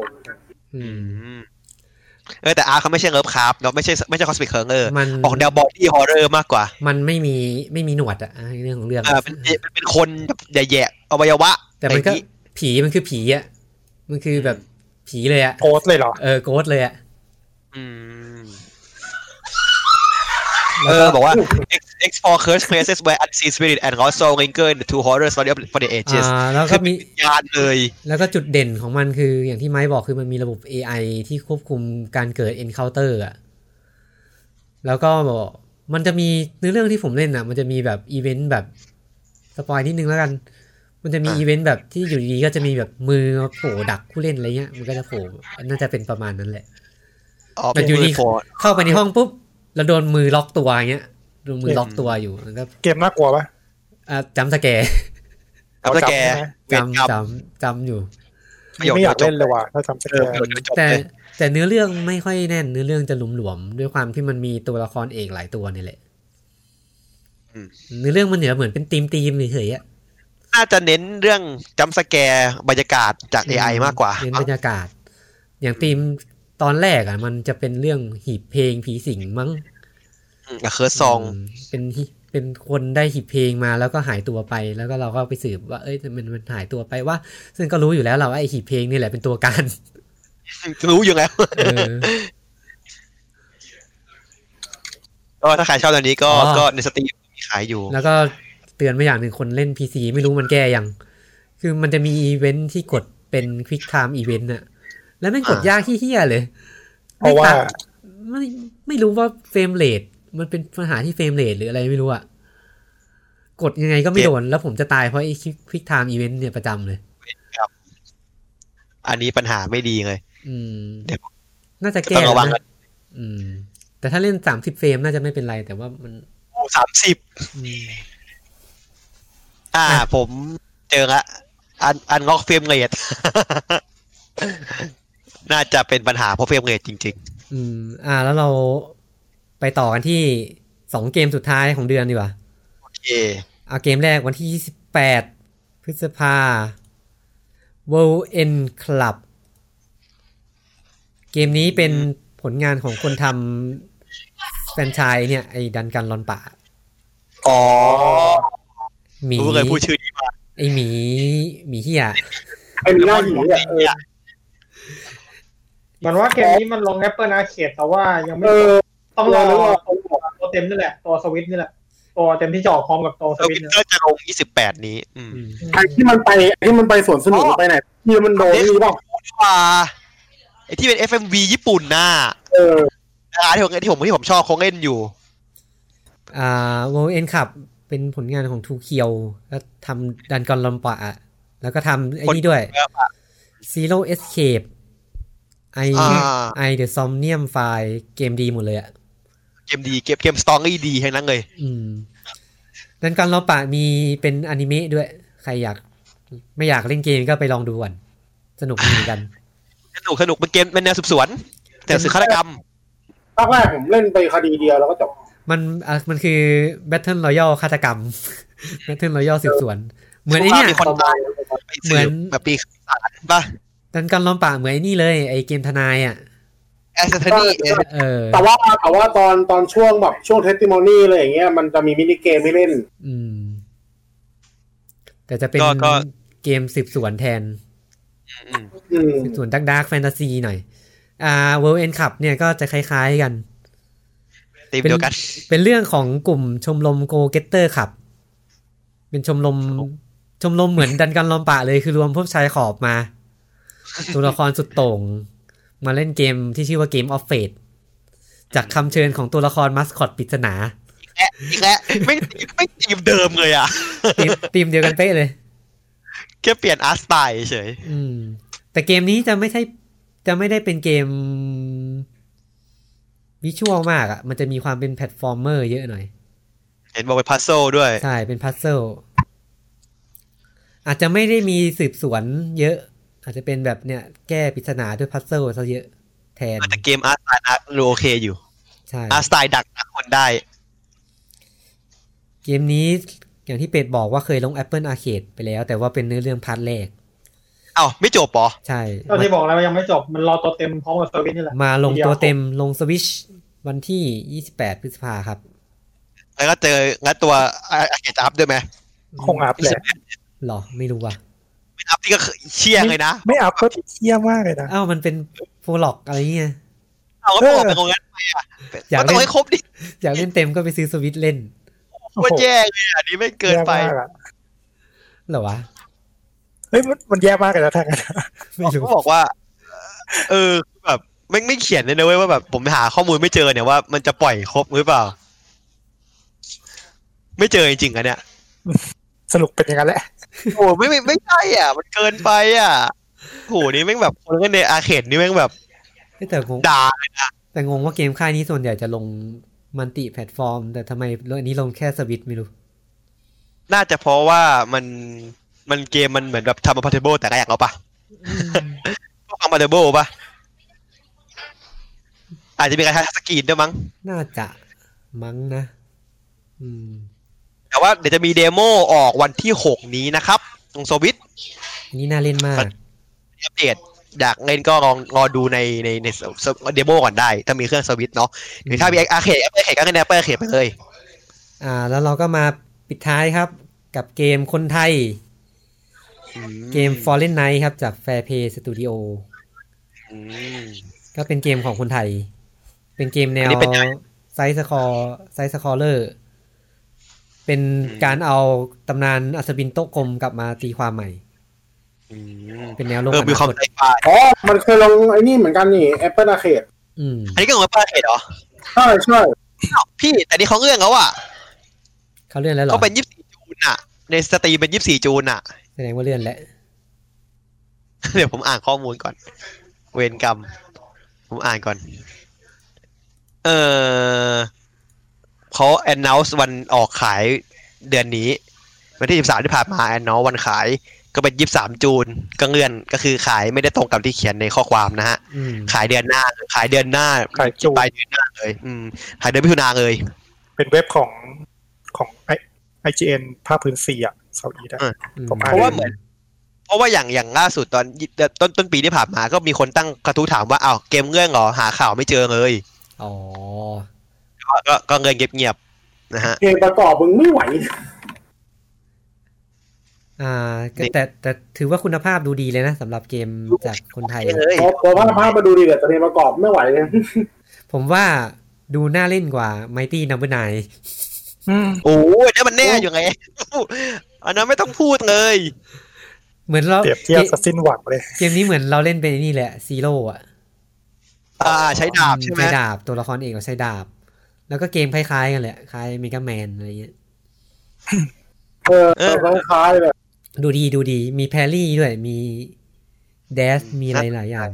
แต่เขาไม่ใช่เลิฟครับเนาะไม่ใช่คอสมิคเคิร์เออออกแนวบอดี้ฮอร์เรอร์มากกว่ามันไม่มีหนวดเรื่องของเรื่องเป็นคนแบบแย่ๆอวัยวะแต่มันก็ผีมันคือผีมันคือแบบผีเลยโกสเลยเหรอโกสเลยบอกว่า explore cursed places where unseen spirit and also linger in the two horror story for the ages แล้วก็มียานเลยแล้วก็จุดเด่นของมันคืออย่างที่ไม้บอกคือมันมีระบบ AI ที่ควบคุมการเกิด encounter แล้วก็บอกมันจะมีในเรื่องที่ผมเล่นมันจะมีแบบอีเวนต์แบบสปอยนิดนึงแล้วกันมันจะมีอีเวนต์แบบที่อยู่ดีๆก็จะมีแบบมือโผล่ดักผู้เล่นอะไรเงี้ยมันก็จะโผล่น่าจะเป็นประมาณนั้นแหละมันอยู่ดีเข้าไปในห้องปุ๊บแล้วโดนมือล็อกตัวอย่างเงี้ยโดนมือล็อกตัวอยู่แล้วก็เกมน่ากลัวป่ะจำสแกร์จำอยู่ไม่อยากเล่นเลยว่ะถ้าจำสแกร์แต่เนื้อเรื่องไม่ค่อยแน่นเนื้อเรื่องจะหลวมๆด้วยความที่มันมีตัวละครเอกหลายตัวนี่แหละเนื้อเรื่องมันเหมือนเป็นทีมเฉยๆน่าจะเน้นเรื่องจำสแกร์บรรยากาศจาก AI มากกว่าเน้นบรรยากาศอย่างทีมตอนแรกมันจะเป็นเรื่องหีบเพลงผีสิงมั้งเคอร์ซองเป็นเป็นคนได้หีบเพลงมาแล้วก็หายตัวไปแล้วก็เราก็ไปสืบว่ามันหายตัวไปว่าซึ่งก็รู้อยู่แล้วเราว่าไอ้หีบเพลงนี่แหละเป็นตัวการรู้อยู่แล้วก็ถ้าใครชอบตอนนี้ก็ในสตรีมมีขายอยู่แล้วก็เตือนมาอย่างหนึ่งคนเล่น PC ไม่รู้มันแก้ยังคือมันจะมีอีเวนท์ที่กดเป็น Quick Time Event น่ะแล้วแม่งกดยากเหี้ยๆเลยเพราะว่าไม่รู้ว่าเฟรมเรทมันเป็นปัญหาที่เฟรมเรทหรืออะไรไม่รู้อ่ะกดยังไงก็ไม่โดนแล้วผมจะตายเพราะไอ้ Quick Time Event เนี่ยประจำเลยครับอันนี้ปัญหาไม่ดีเลยน่าจะแก้นะแต่ถ้าเล่น30เฟรมน่าจะไม่เป็นไรแต่ว่ามัน 30ผมเจอละอันล็อกเฟรมเรทน่าจะเป็นปัญหาเพราะเฟรมเรทจริงๆแล้วเราไปต่อกันที่2เกมสุดท้ายของเดือนดีกว่าโอเคเอาเกมแรกวันที่28พฤษภา World End Club เกมนี้เป็นผลงานของคนทำแฟรนไชส์เนี่ยไอ้ดันกันรอนป่าหมีเคยพูดชื่อนี้มาไอ้หมีเหี้ยไอ้หมีหน้าหมีอ่ะมันว่าเกมนี้มันลง Apple Arcade แต่ว่ายังไม่ต้องรอตัวเต็มนี่แหละตัวสวิตช์นี่แหละตัวเต็มที่จะออกพร้อมกับตัวสวิตช์ก็จะลง28นี้ไอ้ที่มันไปสวนสนุกไปไหนที่มันโดนนี่ป่ะไอ้ที่เป็น FMV ญี่ปุ่นน่ะที่ผมชอบคงเล่นอยู่ World End Cup เป็นผลงานของทูเคียวแล้วทำดันกันลอมปะแล้วก็ทำไอ้นี่ด้วย Zero Escape The Somnium File เกมดีหมดเลยอ่ะเกมดีเกมสตอรี่ดีทั้งนั้นเลยดันกันลอมปะมีเป็นอนิเมะด้วยใครไม่อยากเล่นเกมก็ไปลองดูก่อนสนุกเหมือนกันสนุกเป็นเกมเป็นแนวสืบสวนแต่สืบฆาตกรรมภาคแรกผมเล่นไปคดีเดียวแล้วก็จบมันคือ Battle Royale ฆาตกรรม Battle Royale สืบสวนเหมือนไอ้เนี่ยเหมือนแบบปีศาจป่ะดันกันล้อมปากเหมือนไอ้นี่เลยไอ้เกมทนายอ่ะ Assassin's แต่ว่าตอนช่วงแบบช่วง Testimony อะไรอย่างเงี้ยมันจะมีมินิเกมให้เล่นแต่จะเป็นเกมสืบสวนแทนสืบสวนดาร์กแฟนตาซีหน่อยWorld End Cup เนี่ยก็จะคล้ายๆกันเป็นเรื่องของกลุ่มชมรม Go Getter ครับเป็นชมรมเหมือนดันกันล้อมปะเลยคือรวมพวกชายขอบมาตัวละครสุดโต่งมาเล่นเกมที่ชื่อว่า Game of Fate จากคำเชิญของตัวละครมัสคอตปริศนาอีกแล้วไม่ทีมเดิมเลยอ่ะทีมเดียวกันเป๊ะเลยแค่เปลี่ยนอาร์ตสไตล์เฉยแต่เกมนี้จะไม่ได้เป็นเกมวิชวลมากอ่ะมันจะมีความเป็นแพลตฟอร์มเมอร์เยอะหน่อยเห็นบอกเป็นพัซเซิลด้วยใช่เป็นพัซเซิลอาจจะไม่ได้มีสืบสวนเยอะอาจจะเป็นแบบเนี่ยแก้ปริศนาด้วยพัซเซิลซะเยอะแทนแต่เกมอาร์ตสไตล์โอเคอยู่ใช่อาร์ตสไตล์ดักคนได้เกมนี้อย่างที่เป็ดบอกว่าเคยลง Apple Arcade ไปแล้วแต่ว่าเป็นเนื้อเรื่องพาร์ทแรกไม่จบปะใช่ตอนที่บอกแล้วยังไม่จบมันรอตัวเต็มพร้อมกับสวิตช์นี่แหละมาลงตัวเต็มลงสวิตช์วันที่28พฤษภาครับแล้วก็เจองั้นตัวArcadeอัพด้วยไหมคงอัพแหละหรอไม่รู้ว่ะไม่อัพที่ก็เชี่ยเลยนะไม่อัพก็เชี่ยมากเลยนะมันเป็นโฟล็อกอะไรเงี้ยก็บอกไปตรงนั้นไปอยากต้องให้ครบดิอยากเล่นเต็มก็ไปซื้อสวิตช์เล่นว่าแย่เลยอันนี้ไม่เกินไปเหรอวะเฮ้ยมันแย่มากเลยนะทางนั้นเขาบอกว่าแบบไม่เขียนเลยนะเว้ยว่าแบบผมหาข้อมูลไม่เจอเนี่ยว่ามันจะปล่อยครบหรือเปล่าไม่เจอจริงๆเนี่ยสรุปเป็นอย่างนั้นแหละโอ้ไม่ใช่มันเกินไปโหนี่แม่งแบบคนเล่นในอาร์เคดนี่แม่งแบบแต่งงด่าเลยนะแต่งงว่าเกมค่ายนี้ส่วนใหญ่จะลงมัลติแพลตฟอร์มแต่ทำไมอันนี้ลงแค่สวิตช์ไม่รู้น่าจะเพราะว่ามันเกมมันเหมือนแบบทำ compatible แต่ก็อยากเอาปะcompatible ปะอาจจะมีการทัชสกรีนด้วยมั้งน่าจะมั้งนะแต่ว่าเดี๋ยวจะมีเดโมออกวันที่6นี้นะครับตรงสวิตช์นี่น่าเล่นมากอัปเดตอยากเล่นก็ลองรอดูในเดโมก่อนได้ถ้ามีเครื่องสวิตช์เนาะหรือถ้ามีอาร์เคดก็เล่นแอปเปิลอาร์เคดไปเลยแล้วเราก็มาปิดท้ายครับกับเกมคนไทยเกม Fallen Knight ครับจาก Fairplay Studio ก็เป็นเกมของคนไทยเป็นเกมแนวไซส์สคอร์เลอร์เป็นการเอาตำนานอัศวินโต๊ะกลมกลับมาตีความใหม่เป็นแนวโลกมีความไซไฟมันเคยลงไอ้นี่เหมือนกันนี่ Apple Arcade อันนี้ก็ของ Apple Arcade เหรอใช่พี่แต่นี่เขาเลื่อนแล้วอ่ะเขาเลื่อนแล้วเหรอเขาเป็น24จูนอ่ะในสตรีมเป็น24จูนอ่ะแสดงว่าเลื่อนแล้วเดี๋ยวผมอ่านข้อมูลก่อนเวรกรรมผมอ่านก่อนเขา announce วันออกขายเดือนนี้วันที่13ที่ผ่านมา announce วันขายก็เป็น23จูนก็เลื่อนก็คือขายไม่ได้ตรงกับที่เขียนในข้อความนะฮะขายเดือนหน้าขายจูนปลายเดือนหน้าเลยขายเดือนมิถุนายนเลยเป็นเว็บของIGN ภาคพื้น4อ่ะเซาท์อีสต์เพราะว่าอย่างล่าสุดตอนต้นปีที่ผ่านมาก็มีคนตั้งกระทู้ถามว่าอ้าวเกมเงื่อนเหรอหาข่าวไม่เจอเลยก็เงินเงียบๆนะฮะเกมประกอบมึงไม่ไหวแต่ถือว่าคุณภาพดูดีเลยนะสำหรับเกมจากคนไทยพอภาพมาดูดีแต่เกมประกอบไม่ไหวเลยผมว่าดูน่าเล่นกว่า Mighty Number 9โอ้ยนี่มันแน่อยู่ไงอันนั้นไม่ต้องพูดเลยเหมือนเราเปรียบเทียบสิ้นหวังเลยเกมนี้เหมือนเราเล่นเป็นนี่แหละซีโร่ใช้ดาบใช่ไหมใช้ดาบตัวละครเอกเราใช้ดาบแล้วก็เกมคล้ายๆกันแหละคล้ายเมกาแมนอะไรเงี้ยคล้ายๆเลยดูดีมีแพรี่ด้วยมีแดชมีอะไรหลายอย่าง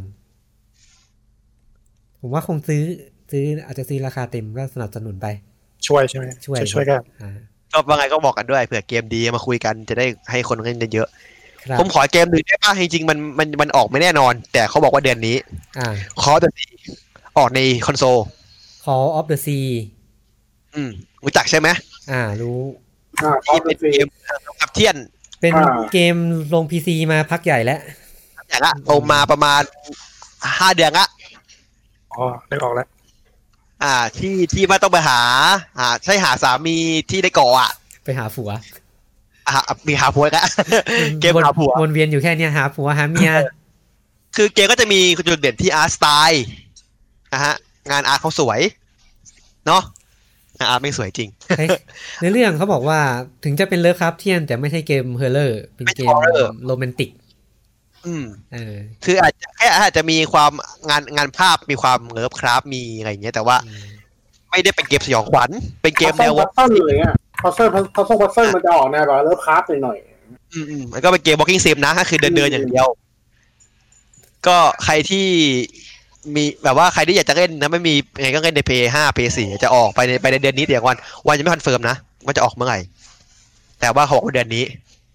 ผมว่าคงซื้ออาจจะซื้อราคาเต็มก็สนับสนุนไปช่วยใช่ไหมช่วยกันก็ว่าไงก็บอกกันด้วยเผื่อเกมดีมาคุยกันจะได้ให้คนเล่นเยอะผมขอเกมหนึ่งได้ป่ะจริงๆมันออกไม่แน่นอนแต่เขาบอกว่าเดือนนี้Call of the Sea ออกในคอนโซล Call of the Sea รู้จักใช่ไหมรู้ที่เป็นเกมกับเทียนเป็นเกมลง PC มาพักใหญ่แล้วลงมาประมาณ5เดือนละได้ออกแล้วที่ว่าต้องไปหาใช่หาสามีที่ได้ก่อไปหาผัวมีหาผัวกันเกมหาผัววนเวียนอยู่แค่นี้หาผัวหาเมียคือเกมก็จะมีจุดเด่นที่อาร์ตสไตล์นะฮะงานอาร์ตเขาสวยเนาะอาร์ตไม่สวยจริงในเรื่องเขาบอกว่าถึงจะเป็นเลิฟคราฟเทียนแต่ไม่ใช่เกมเฮอร์เรอร์เป็นเกมโรแมนติกคืออาจจะมีความงานภาพมีความเลิฟคราฟมีอะไรอย่างเงี้ยแต่ว่าไม่ได้เป็นเกมสยองขวัญเป็นเกมแนววัตเตอร์เลยอ่ะพัซเซิลมันจะออกแนวแบบเลิฟคราฟหน่อยมันก็เป็นเกม walking sim นะก็คือเดินอย่างเดียวก็ใครที่มีแบบว่าใครที่อยากจะเล่นนะไม่มียังไงก็เล่นใน PS5 PS4 จะออกไปในเดือนนี้แต่วันจะไม่คอนเฟิร์มนะว่าจะออกเมื่อไหร่แต่ว่าเขาบอกว่าเดือนนี้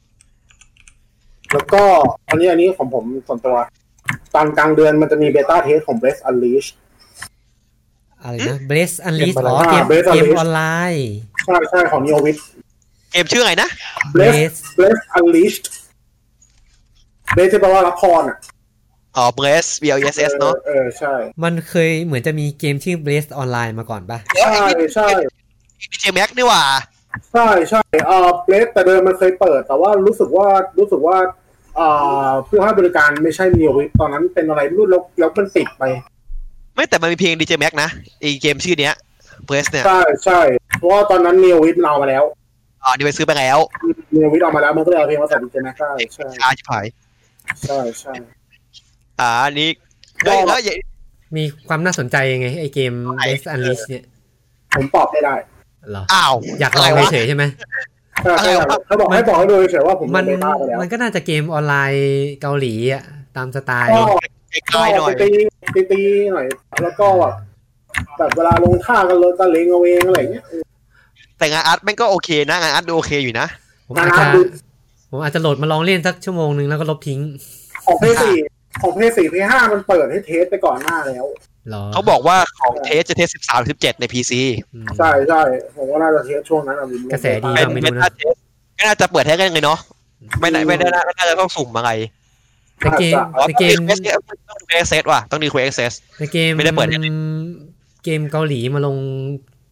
แล้วก็อันนี้ของผมส่วนตัวกลางเดือนมันจะมีเบต้าเทสของ Bless Unleashed อะไรนะ Bless Unleashed เกมออนไลน์ใช่ของ Neowit เกมชื่อไงนะ Bless Unleashed Bless แปลว่ารับพร Bless BLESS เนาะใช่มันเคยเหมือนจะมีเกมชื่อ Bless ออนไลน์มาก่อนป่ะใช่ DJ Max นี่หว่าใช่Bless แต่เดิมมันเคยเปิดแต่ว่ารู้สึกว่าผู้ให้บริการไม่ใช่ Neowit ตอนนั้นเป็นอะไรไม่รู้แล้วมันติดไปไม่แต่มันมีเพลง DJ Max นะไอเกมชื่อเนี้ย Bless เนี่ยใช่เพราะว่าตอนนั้น Neowit เอามาแล้วนี่ไปซื้อไปแล้ว Neowit เอามาแล้วมันก็เลยเอาเพลงมาใส่ DJ Max ใช่ชิบหายใช่อันนี้ก็มีความน่าสนใจยังไงไอเกม Bless Unleashed เนี่ยผมตอบไม่ได้เหรออยากลองเฉยใช่ไหมเขาบอกให้ดูเฉยว่าผมมันก็น่าจะเกมออนไลน์เกาหลีอ่ะตามสไตล์ก็หน่อยตีหน่อยแล้วก็แบบเวลาลงท่ากันเลยตะเลงเอาเองอะไรเงี้ยแต่งานอาร์ตมันก็โอเคนะงานอาร์ตดูโอเคอยู่นะผมอาจจะโหลดมาลองเล่นสักชั่วโมงนึงแล้วก็ลบทิ้งของ PS4 PS5 มันเปิดให้เทสไปก่อนหน้าแล้วเขาบอกว่าของเทสจะเทส13-17ใน PC ใช่ผมว่าน่าจะเทสช่วงนั้นกระแสดีไม่รู้นะก็น่าจะเปิดให้กันเลยเนาะไม่น่าจะต้องสุ่มอะไรในเกมต้องดูAccess ว่ะต้องดูAccess ในเกมไม่ได้เปิดเกมเกาหลีมาลง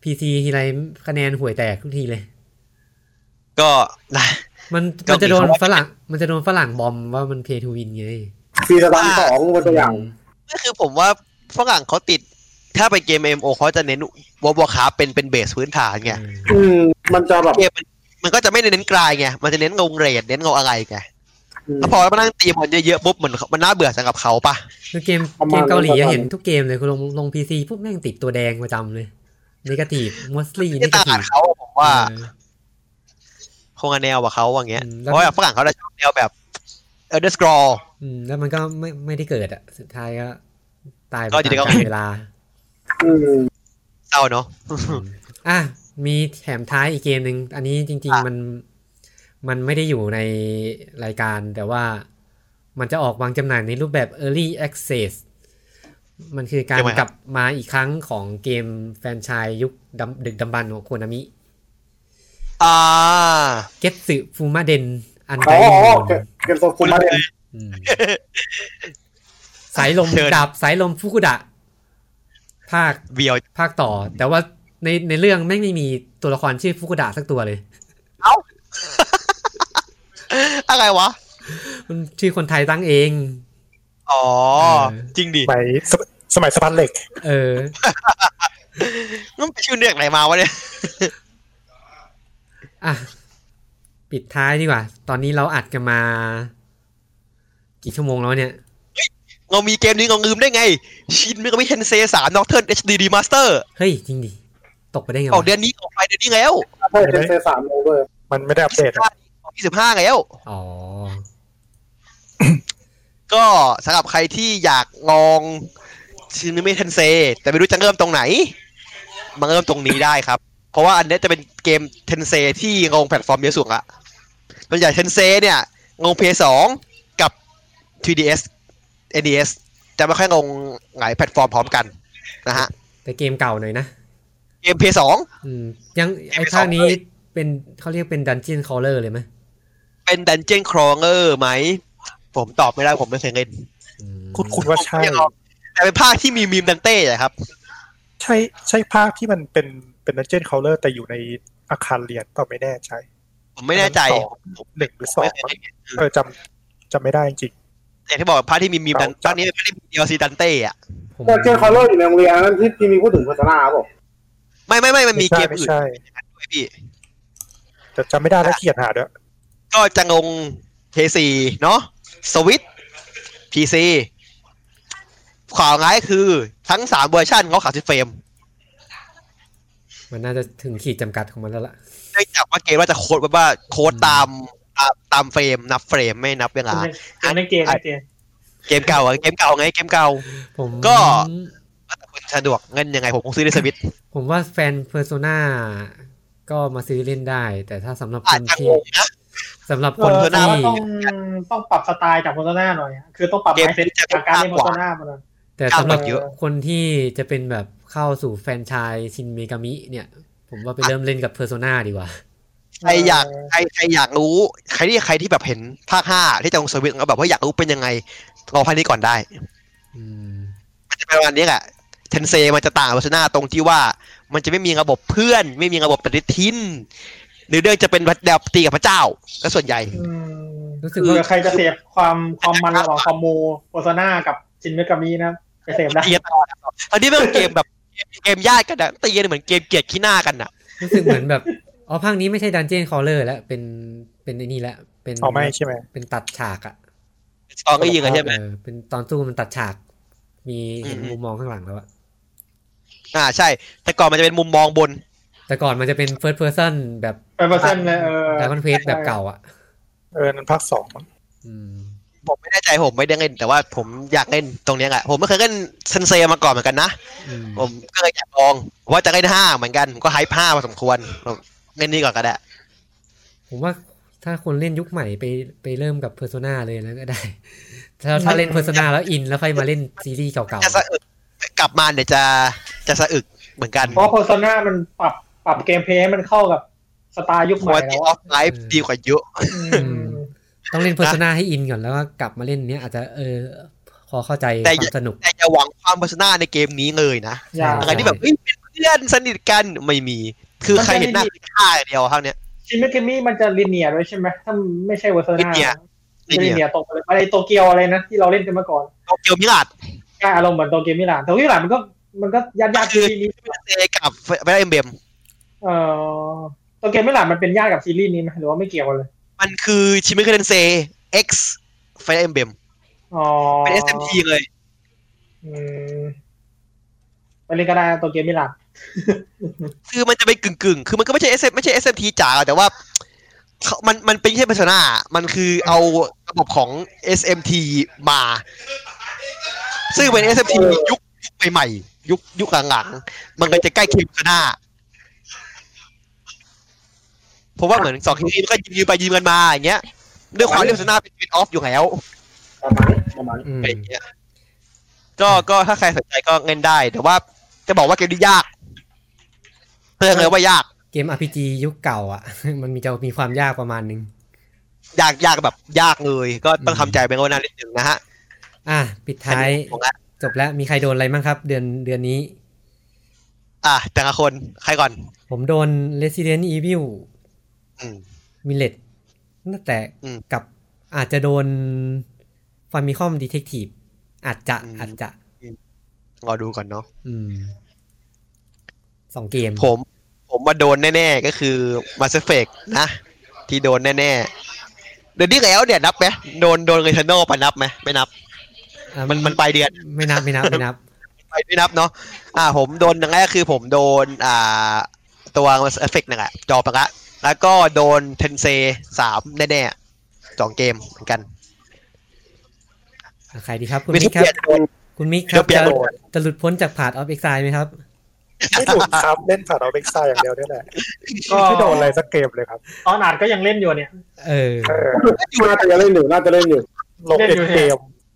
PC ทีไรคะแนนห่วยแตกทุกทีเลยก็นะมันจะโดนฝรั่งบอมว่ามัน pay to win ไงฟรีสตาร์ท2ตัวอย่างก็คือผมว่าฝรั่งเขาติดถ้าไปเกม MMO เขาจะเน้นวอร์คราฟเป็นเบสพื้นฐานไงมันจะแบบเกมมันก็จะไม่เน้นกลายไงมันจะเน้นงงเรทเน้นงงอะไรไงแล้วพอมานั่งตีมันเยอะๆปุ๊บมันน่าเบื่อสำหรับเขาป่ะคือเกมเกาหลีเห็นทุกเกมเลยคุณลง PC ปุ๊บแม่งติดตัวแดงประจำเลยnegative mostly negative เขาผมว่าคงแนวว่าเขาอย่างเงี้ยเพราะว่าฝรั่งเขาจะชอบแนวแบบElder Scroll แล้วมันก็ไม่ได้เกิดอ่ะสุดท้ายก็ตายไปตามเวลาเศร้าเนาะมีแถมท้ายอีกเกมนึงอันนี้จริงๆมันไม่ได้อยู่ในรายการแต่ว่ามันจะออกวางจำหน่ายในรูปแบบ Early Access มันคือการกลับมาอีกครั้งของเกมแฟรนไชส์ยุคดึกดำบรรพ์ของโคนามิเก็ตสึฟูมาเดนอันไดเก็ตสึฟูมาเดนสายลมดาบสายลมฟุกุดะภาคต่อแต่ว่าในเรื่องไม่มีตัวละครชื่อฟุกุดะสักตัวเลยเอ้า อะไรวะมันชื่อคนไทยตั้งเองจริงดิสมัยสปันเหล็กมันเป็นชื่อเรื่องไหนมาวะเนี่ยปิดท้ายดีกว่าตอนนี้เราอัดกันมากี่ชั่วโมงแล้วเนี่ยเรามีเกมนี้เราลืมได้ไงชินเมกามิเทนเซ3 Northern HD Remaster เฮ้ยจริงดิตกไปได้ไงออกเดือนนี้ออกไปเดือนนี้แล้วใช่เทนเซ3ลงด้วยมันไม่ได้อัปเดต 25แล้วก็สำหรับใครที่อยากลองชินเมกามิเทนเซแต่ไม่รู้จะเริ่มตรงไหนมาเริ่มตรงนี้ได้ครับเพราะว่าอันนี้จะเป็นเกมเทนเซที่ลงแพลตฟอร์มเยอะสุดละตัวใหญ่เทนเซเนี่ยลง PS2 กับ 3DS NDS จะไม่ค่อยลงหลายแพลตฟอร์มพร้อมกันนะฮะแต่เกมเก่าหน่อยนะเกม PS2 ยังไอ้ภาคนี้เป็นเขาเรียกเป็น Dungeon Crawler เลยไหมเป็น Dungeon Crawler ไหมผมตอบไม่ได้ผมไม่เคยเล่นคุณว่าใช่แต่เป็นภาคที่มีมีมดันเต้อะครับใช่ภาคที่มันเป็นDungeon Crawler แต่อยู่ในอาคารเรียนต่อไม่แน่ใจผมไม่แน่ใจ 1หรือ2จำไม่ได้จริงอย่างที่บอกภาคที่มีดันตอนนี้ไม่ได้มี DLC ดันเต้อะ Dungeon Crawler อยู่ในโรงเรียนนั้นที่มีพูดถึงโฆษณาครับผมไม่มันมีเกมอื่นด้วยพี่แต่จำไม่ได้แล้วเขียนหาด้วยก็จะงง PS4 เนาะ Switch PC ข่าวง่ายคือทั้ง3เวอร์ชันเขาขาย10เฟรมมันน่าจะถึงขีดจำกัดของมันแล้วล่ะเนื่องจากว่าเกมว่าจะโค้ดว่าโค้ดตามเฟรมนับเฟรมไม่นับเวลาในเกมเก่าเกมเก่าไงเกมเก่าก็คนสะดวกเงินยังไงผมคงซื้อในสวิตผมว่าแฟน Persona ก็มาซื้อเล่นได้แต่ถ้าสำหรับคนที่สำหรับคนที่ต้องปรับสไตล์จาก Persona หน่อยคือต้องปรับไมซ์เซ็ตจากการเล่น Persona มาหน่อยแต่สำหรับคนที่จะเป็นแบบเข้าสู่แฟรนไชส์ชินเมกามิเนี่ยผมว่าไปเริ่มเล่นกับ Persona ดีกว่าใครอยากรู้ใครที่แบบเห็นภาค5ที่จะลงสวิตแล้วแบบว่าอยากรู้เป็นยังไงรอภาคนี้ก่อนได้มันจะเป็นประมาณนี้แหละเทนเซมันจะต่างกับ Persona ตรงที่ว่ามันจะไม่มีระบบเพื่อนไม่มีระบบปฏิทินหรือเรื่องจะเป็นแนวตีกับพระเจ้าก็ส่วนใหญ่รู้สึกว่าใครจะเสพความมันระหว่างคอมโม Persona กับชินเมกามินะไปเสพได้อันนี้เป็นเกมแบบเกมญาติกันอะตีกันเหมือนเกมเกลียดขี้หน้ากันอะรู้สึกเหมือนแบบภาคนี้ไม่ใช่ Dungeon Crawler แล้วเป็นไอ้นี่แล้วเป็นไม่ใช่ไหมเป็นตัดฉากอะตอนก็ยิงกันใช่ไหมเป็นตอนสู้มันตัดฉากมีเห็นมุมมองข้างหลังแล้วอะใช่แต่ก่อนมันจะเป็นมุมมองบนแต่ก่อนมันจะเป็น first person แบบ first person เลย Dragon Quest แบบเก่าอ่ะนั้นภาค2มั้งผมไม่แน่ใจผมไม่ได้เล่นแต่ว่าผมอยากเล่นตรงนี้แหละผมไม่เคยเล่นเซนเซมาก่อนเหมือนกันนะผมก็เลยอยากลองว่าจะเล่น5เหมือนกันผมก็ไฮป์5พอสมควรเล่นนี่ก่อนก็ได้ผมว่าถ้าคนเล่นยุคใหม่ไปเริ่มกับ Persona เลยแล้วก็ได้ถ้าเล่น Persona แล้วอินแล้วค่อยมาเล่นซีรีส์เก่าๆจะสะอึกกลับมาเนี่ยจะสะอึกเหมือนกันเพราะ Persona มันปรับเกมเพลย์ให้มันเข้ากับสไตล์ยุคใหม่แล้วออฟไลฟ์ดีกว่าเยอะต้องเล่น Persona ให้อินก่อนแล้วก็กลับมาเล่นเนี้ยอาจจะพอเข้าใจความสนุกแต่อย่าหวังความ Persona ในเกมนี้เลยนะอะไรที่แบบเป็นเพื่อนสนิทกันไม่มีคือใครเห็นหน้าฆ่าอย่างเดียวเท่านี้ชินเมคามิมันจะลิเนียร์ด้วยใช่ไหมถ้าไม่ใช่เวอร์ซันลิเนียร์ตกไปเลยอะไรโตเกียวอะไรนะที่เราเล่นกันมาก่อนโตเกียวมิราดอารมณ์เหมือนโตเกียวมิราดโตเกียวมิราดมันก็ญาติคือเซกับไฟเอ็มเบมโตเกียวมิราดมันเป็นญาติกับซีรีส์นี้ไหมหรือว่าไม่เกี่ยวกันเลยมันคือชิมิเคนเซ X ไฟเอ็มเบมเป็น SMT เลยไปเล่นก็ได้โตเกียวมิราดคือมันจะเป็นกึ่งคือมันก็ไม่ใช่ SMT จ๋าแต่ว่ามันเป็นแค่ persona มันคือเอาระบบของ SMT มาซึ่งเป็น SMT ยุคใหม่ๆยุคหลังๆมันก็จะใกล้เคียงกันหน้าเพราะว่าเหมือน2ทีมก็ยืมไปยืมกันมาอย่างเงี้ยด้วยความที่ persona เป็นออฟอยู่แล้วประมาณอะไรอย่างเงี้ยก็ถ้าใครสนใจก็เล่นได้แต่ว่าจะบอกว่าเกมนี้ยากเตือนเลยว่ายากเกม RPG ยุคเก่าอ่ะมันจะมีความยากประมาณนึงยากแบบยากเลยก็ต้องทำใจเป็นคนนั้นนิดนึงนะฮะปิดท้ายจบแล้วมีใครโดนอะไรบ้างครับเดือนนี้แต่ละคนใครก่อนผมโดน Resident Evil Village แต่กับอาจจะโดน Famicom Detective อาจจะรอดูก่อนเนาะ 2 เกมผมมาโดนแน่ๆก็คือ Mass Effect นะที่โดนแน่ๆเดือนที่แล้วเนี่ยนับไหมโดนReturnal ไปนับไหมไม่นับมันไปเดือนไม่นับไม่นับเนาะผมโดนอย่างแรกคือผมโดนตัว Mass Effect นั่นแหละจบไปละแล้วก็โดน Tensei 3แน่ๆ2 เกมเหมือนกันใครดีครับคุณมิกครับคุณมิกครับจะหลุดพ้นจากPath of Exile มั้ยครับไม่หลุดครับเล่นPath of Exileอย่างเดียวนี่แหละก็ไม่โดนอะไรสักเกมเลยครับตอนอ่านก็ยังเล่นอยู่เนี่ยน่าจะเล่นอยู่ลงเกม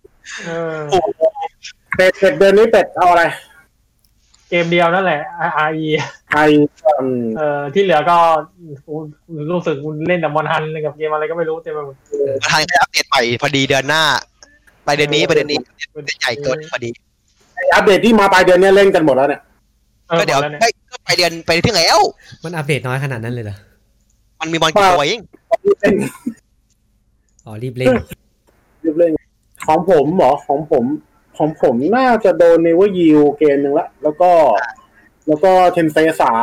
เป็ดเดือนนี้เป็ดเอาอะไรเกมเดียวนั่นแหละ RE ที่เหลือก็รู้สึกคุณเล่นแต่มอนฮันกับเกมอะไรก็ไม่รู้เต็มไปหมดทางอัปเดตใหม่พอดีเดือนหน้าไปเดือนนี้ใหญ่เกินพอดีอัปเดตที่มาปลายเดือนนี้เล่นกันหมดแล้วเนี่ยก็เดี๋ยวก็ไปเดือนไปที่แล้วมันอัปเดตน้อยขนาดนั้นเลยเหรอมันมีบอลกี่ตัวเองรีบเล่นของผมเหรอของผมน่าจะโดนในว่ายิวเกมนึงละแล้วก็เทนเซ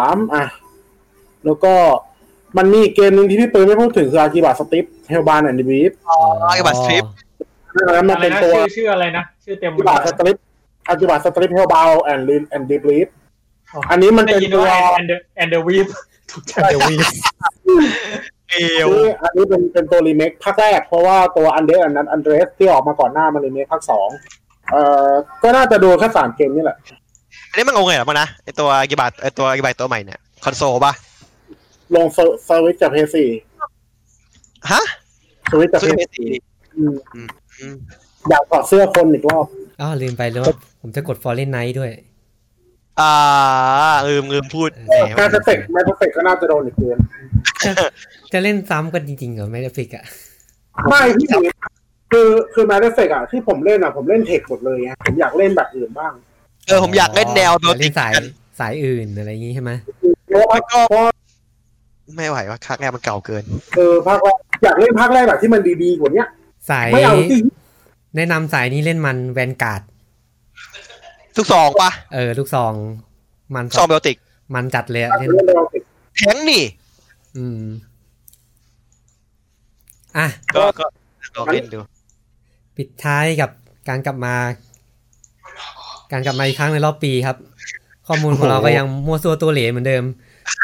3แล้วก็มันมีเกมนึงที่พี่ปืนไม่พูดถึงคืออากิบะสติปเฮลบาร์แอนด์บีฟอากิบะสติปมันเป็นตัวชื่ออะไรนะชื่อเต็มอากิบะสติปเฮลบาร์แอนด์บีฟอันนี้มันเป็นตัวแอนเดอร์วีฟอันนี้เป็นตัวรีเมคภาคแรกเพราะว่าตัวอันเดรสที่ออกมาก่อนหน้ามันรีเมคภาค2ก็น่าจะดูแค่3 เกมนี่แหละอันนี้มันงงไงหรอมานะไอตัวกิบะตัวใหม่เนี่ยคอนโซลป่ะลงเซอร์วิสจาก PS4 ฮะเซอร์วิสจาก PS4 อยากถอดเสื้อคนอีกรอบลืมไปแล้วผมจะกด Fallen Knight ด้วยลืมพูดแมสเฟกก็น่าจะโดนอีกเกมจะเล่นซ้ำกันจริงๆเหรอแมสเฟกไม่พี่คือแมสเฟกที่ผมเล่นผมเล่นเทคหมดเลยไงผมอยากเล่นแบบอื่นบ้างผมอยากเล่นแนวตัวติดสายอื่นอะไรอย่างงี้ใช่ไหมแล้วก็ไม่ไหวว่าภาคแรกมันเก่าเกินภาคแรกอยากเล่นภาคแรกแบบที่มันดีๆกว่านี้สายแนะนำสายนี้เล่นมันแวนการ์ดลูกซองป่ะลูกซองมันซองเบลติกมันจัดเลยเล่นแทงนี่ก็ลองเล่นดูปิดท้ายกับการกลับมาอีกครั้งในรอบปีครับข้อมูลของเราก็ยังมั่วซั่วตัวเหล่เหมือนเดิม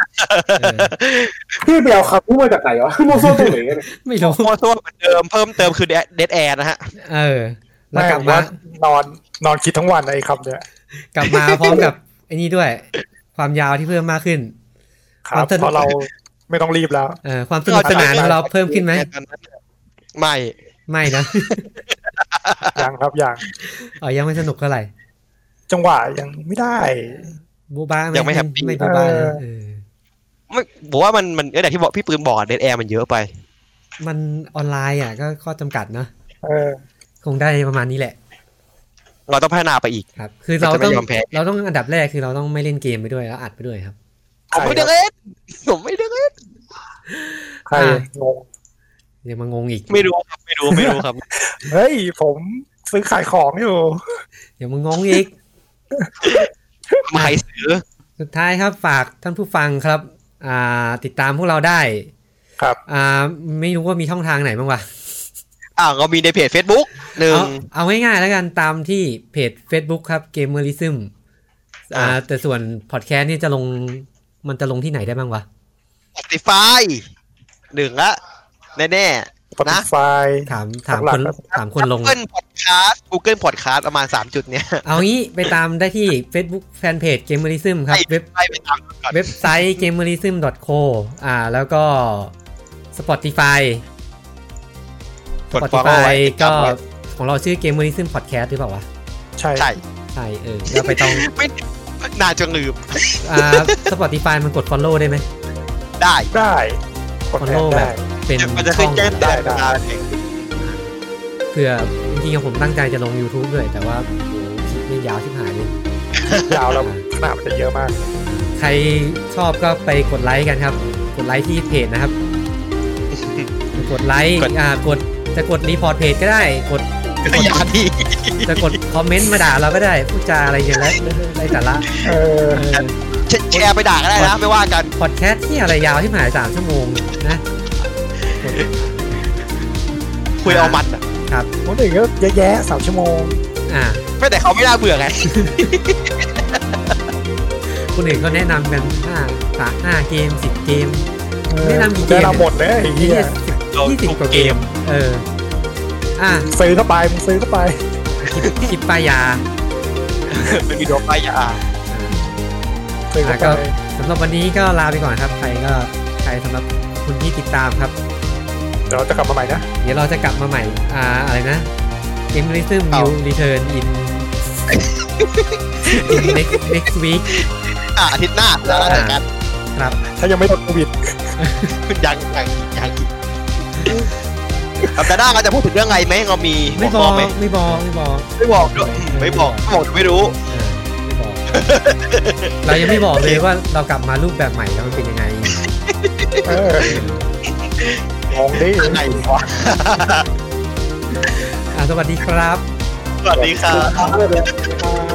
พี่ไปเอาคำพูดมาจากไหนวะมั่วซั่วตัวเหล่ไม่รู้มั่วซั่วเหมือนเดิมเพิ่มเติมคือเดดแอร์นะฮะแล้วกลับมานอนคิดทั้งวันไอ้คำเนี่ยกลับมาพร้อมกับไอ้นี่ด้วยความยาวที่เพิ่มมากขึ้นครับเพราะเราไม่ต้องรีบแล้วความสนุกสนานของเราเพิ่มขึ้นไหมไม่นะยังครับยังไม่สนุกเท่าไหร่จังหวะยังไม่ได้บูบ้ายังไม่แฮปปี้ไม่บูบ้าไม่บอกว่ามันแต่ที่บอกพี่ปืนบอกเดดแอร์มันเยอะไปมันออนไลน์ก็ข้อจำกัดเนาะคงได้ประมาณนี้แหละเราต้องพัฒนาไปอีกครับคือเราต้องอันดับแรกคือเราต้องไม่เล่นเกมไปด้วยแล้วอัดไปด้วยครับผมไม่ได้เล่นใครงงยังมางงอีกไม่รู้ครับเฮ้ยผมซื้อขายของอยู่อย่ามางงอีกมาให้ซื้อสุดท้ายครับฝากท่านผู้ฟังครับติดตามพวกเราได้ครับไม่รู้ว่ามีช่องทางไหนบ้างวะก็มีในเพจ Facebook 1 เอาง่ายๆแล้วกันตามที่เพจ Facebook ครับ Gamerism แต่ส่วนพอดแคสต์นี่มันจะลงที่ไหนได้บ้างวะ Spotify 1ละแน่ๆนะ Spotify ถามคนลง Google Podcast ประมาณ3จุดเนี้ยเอางี้ไปตามได้ที่ Facebook Fanpage Gamerism ครับเว็บไซต์ gamerism.co แล้วก็ Spotify ก็ของเราชื่อ Gamerism Podcast หรือเปล่าวะใช่แล้วไปต้องไม่นานจนลืม Spotify มันกด follow ได้ไหมได้กด follow แบบเป็นมันจะขึ้นแจ้งได้เพื่อจริงๆผมตั้งใจจะลง YouTube ด้วยแต่ว่าโหคลิปนี่ยาวชิบหายเลยยาวแล้วขนาดมันจะเยอะมากใครชอบก็ไปกดไลค์กันครับกดไลค์ที่เพจนะครับกดไลค์จะกดรีพอร์ตเพจก็ได้จะกดคอมเมนต์มาด่าเราก็ได้พูดจาอะไรอย่างนั้นไรสาระแชร์ไปด่าก็ได้นะไม่ว่ากันพอดแคสต์ที่อะไรยาวที่หาย3 ชั่วโมงนะคุยเอามันครับคนอื่นก็แย่ๆ3 ชั่วโมงไม่แต่เขาไม่น่าเบื่อไงคนอื่นก็แนะนำกัน5 เกม 10 เกมแนะนำกี่เกมหมดเลยไอ้เหี้ย 20 กว่าเกมซื้อเข้าไปคิดป้ายยาเป็นวิดีโอป้ายยาก็สำหรับวันนี้ก็ลาไปก่อนครับใครสำหรับคุณที่ติดตามครับเดี๋ยวเราจะกลับมาใหม่นะเดี๋ยวเราจะกลับมาใหม่อะไรนะ Gamerism will return in next week อาทิตย์หน้าแล้วเจอกันครับถ้ายังไม่โดนโควิดยังสัปดาห์หน้าเราจะพูดถึงเรื่องอะไรไหมเรามีไม่บอกด้วยไม่รู้เรายังไม่บอกเลยว่าเรากลับมารูปแบบใหม่แล้วมันเป็นยังไงมองดิไงวะสวัสดีครับสวัสดีครับ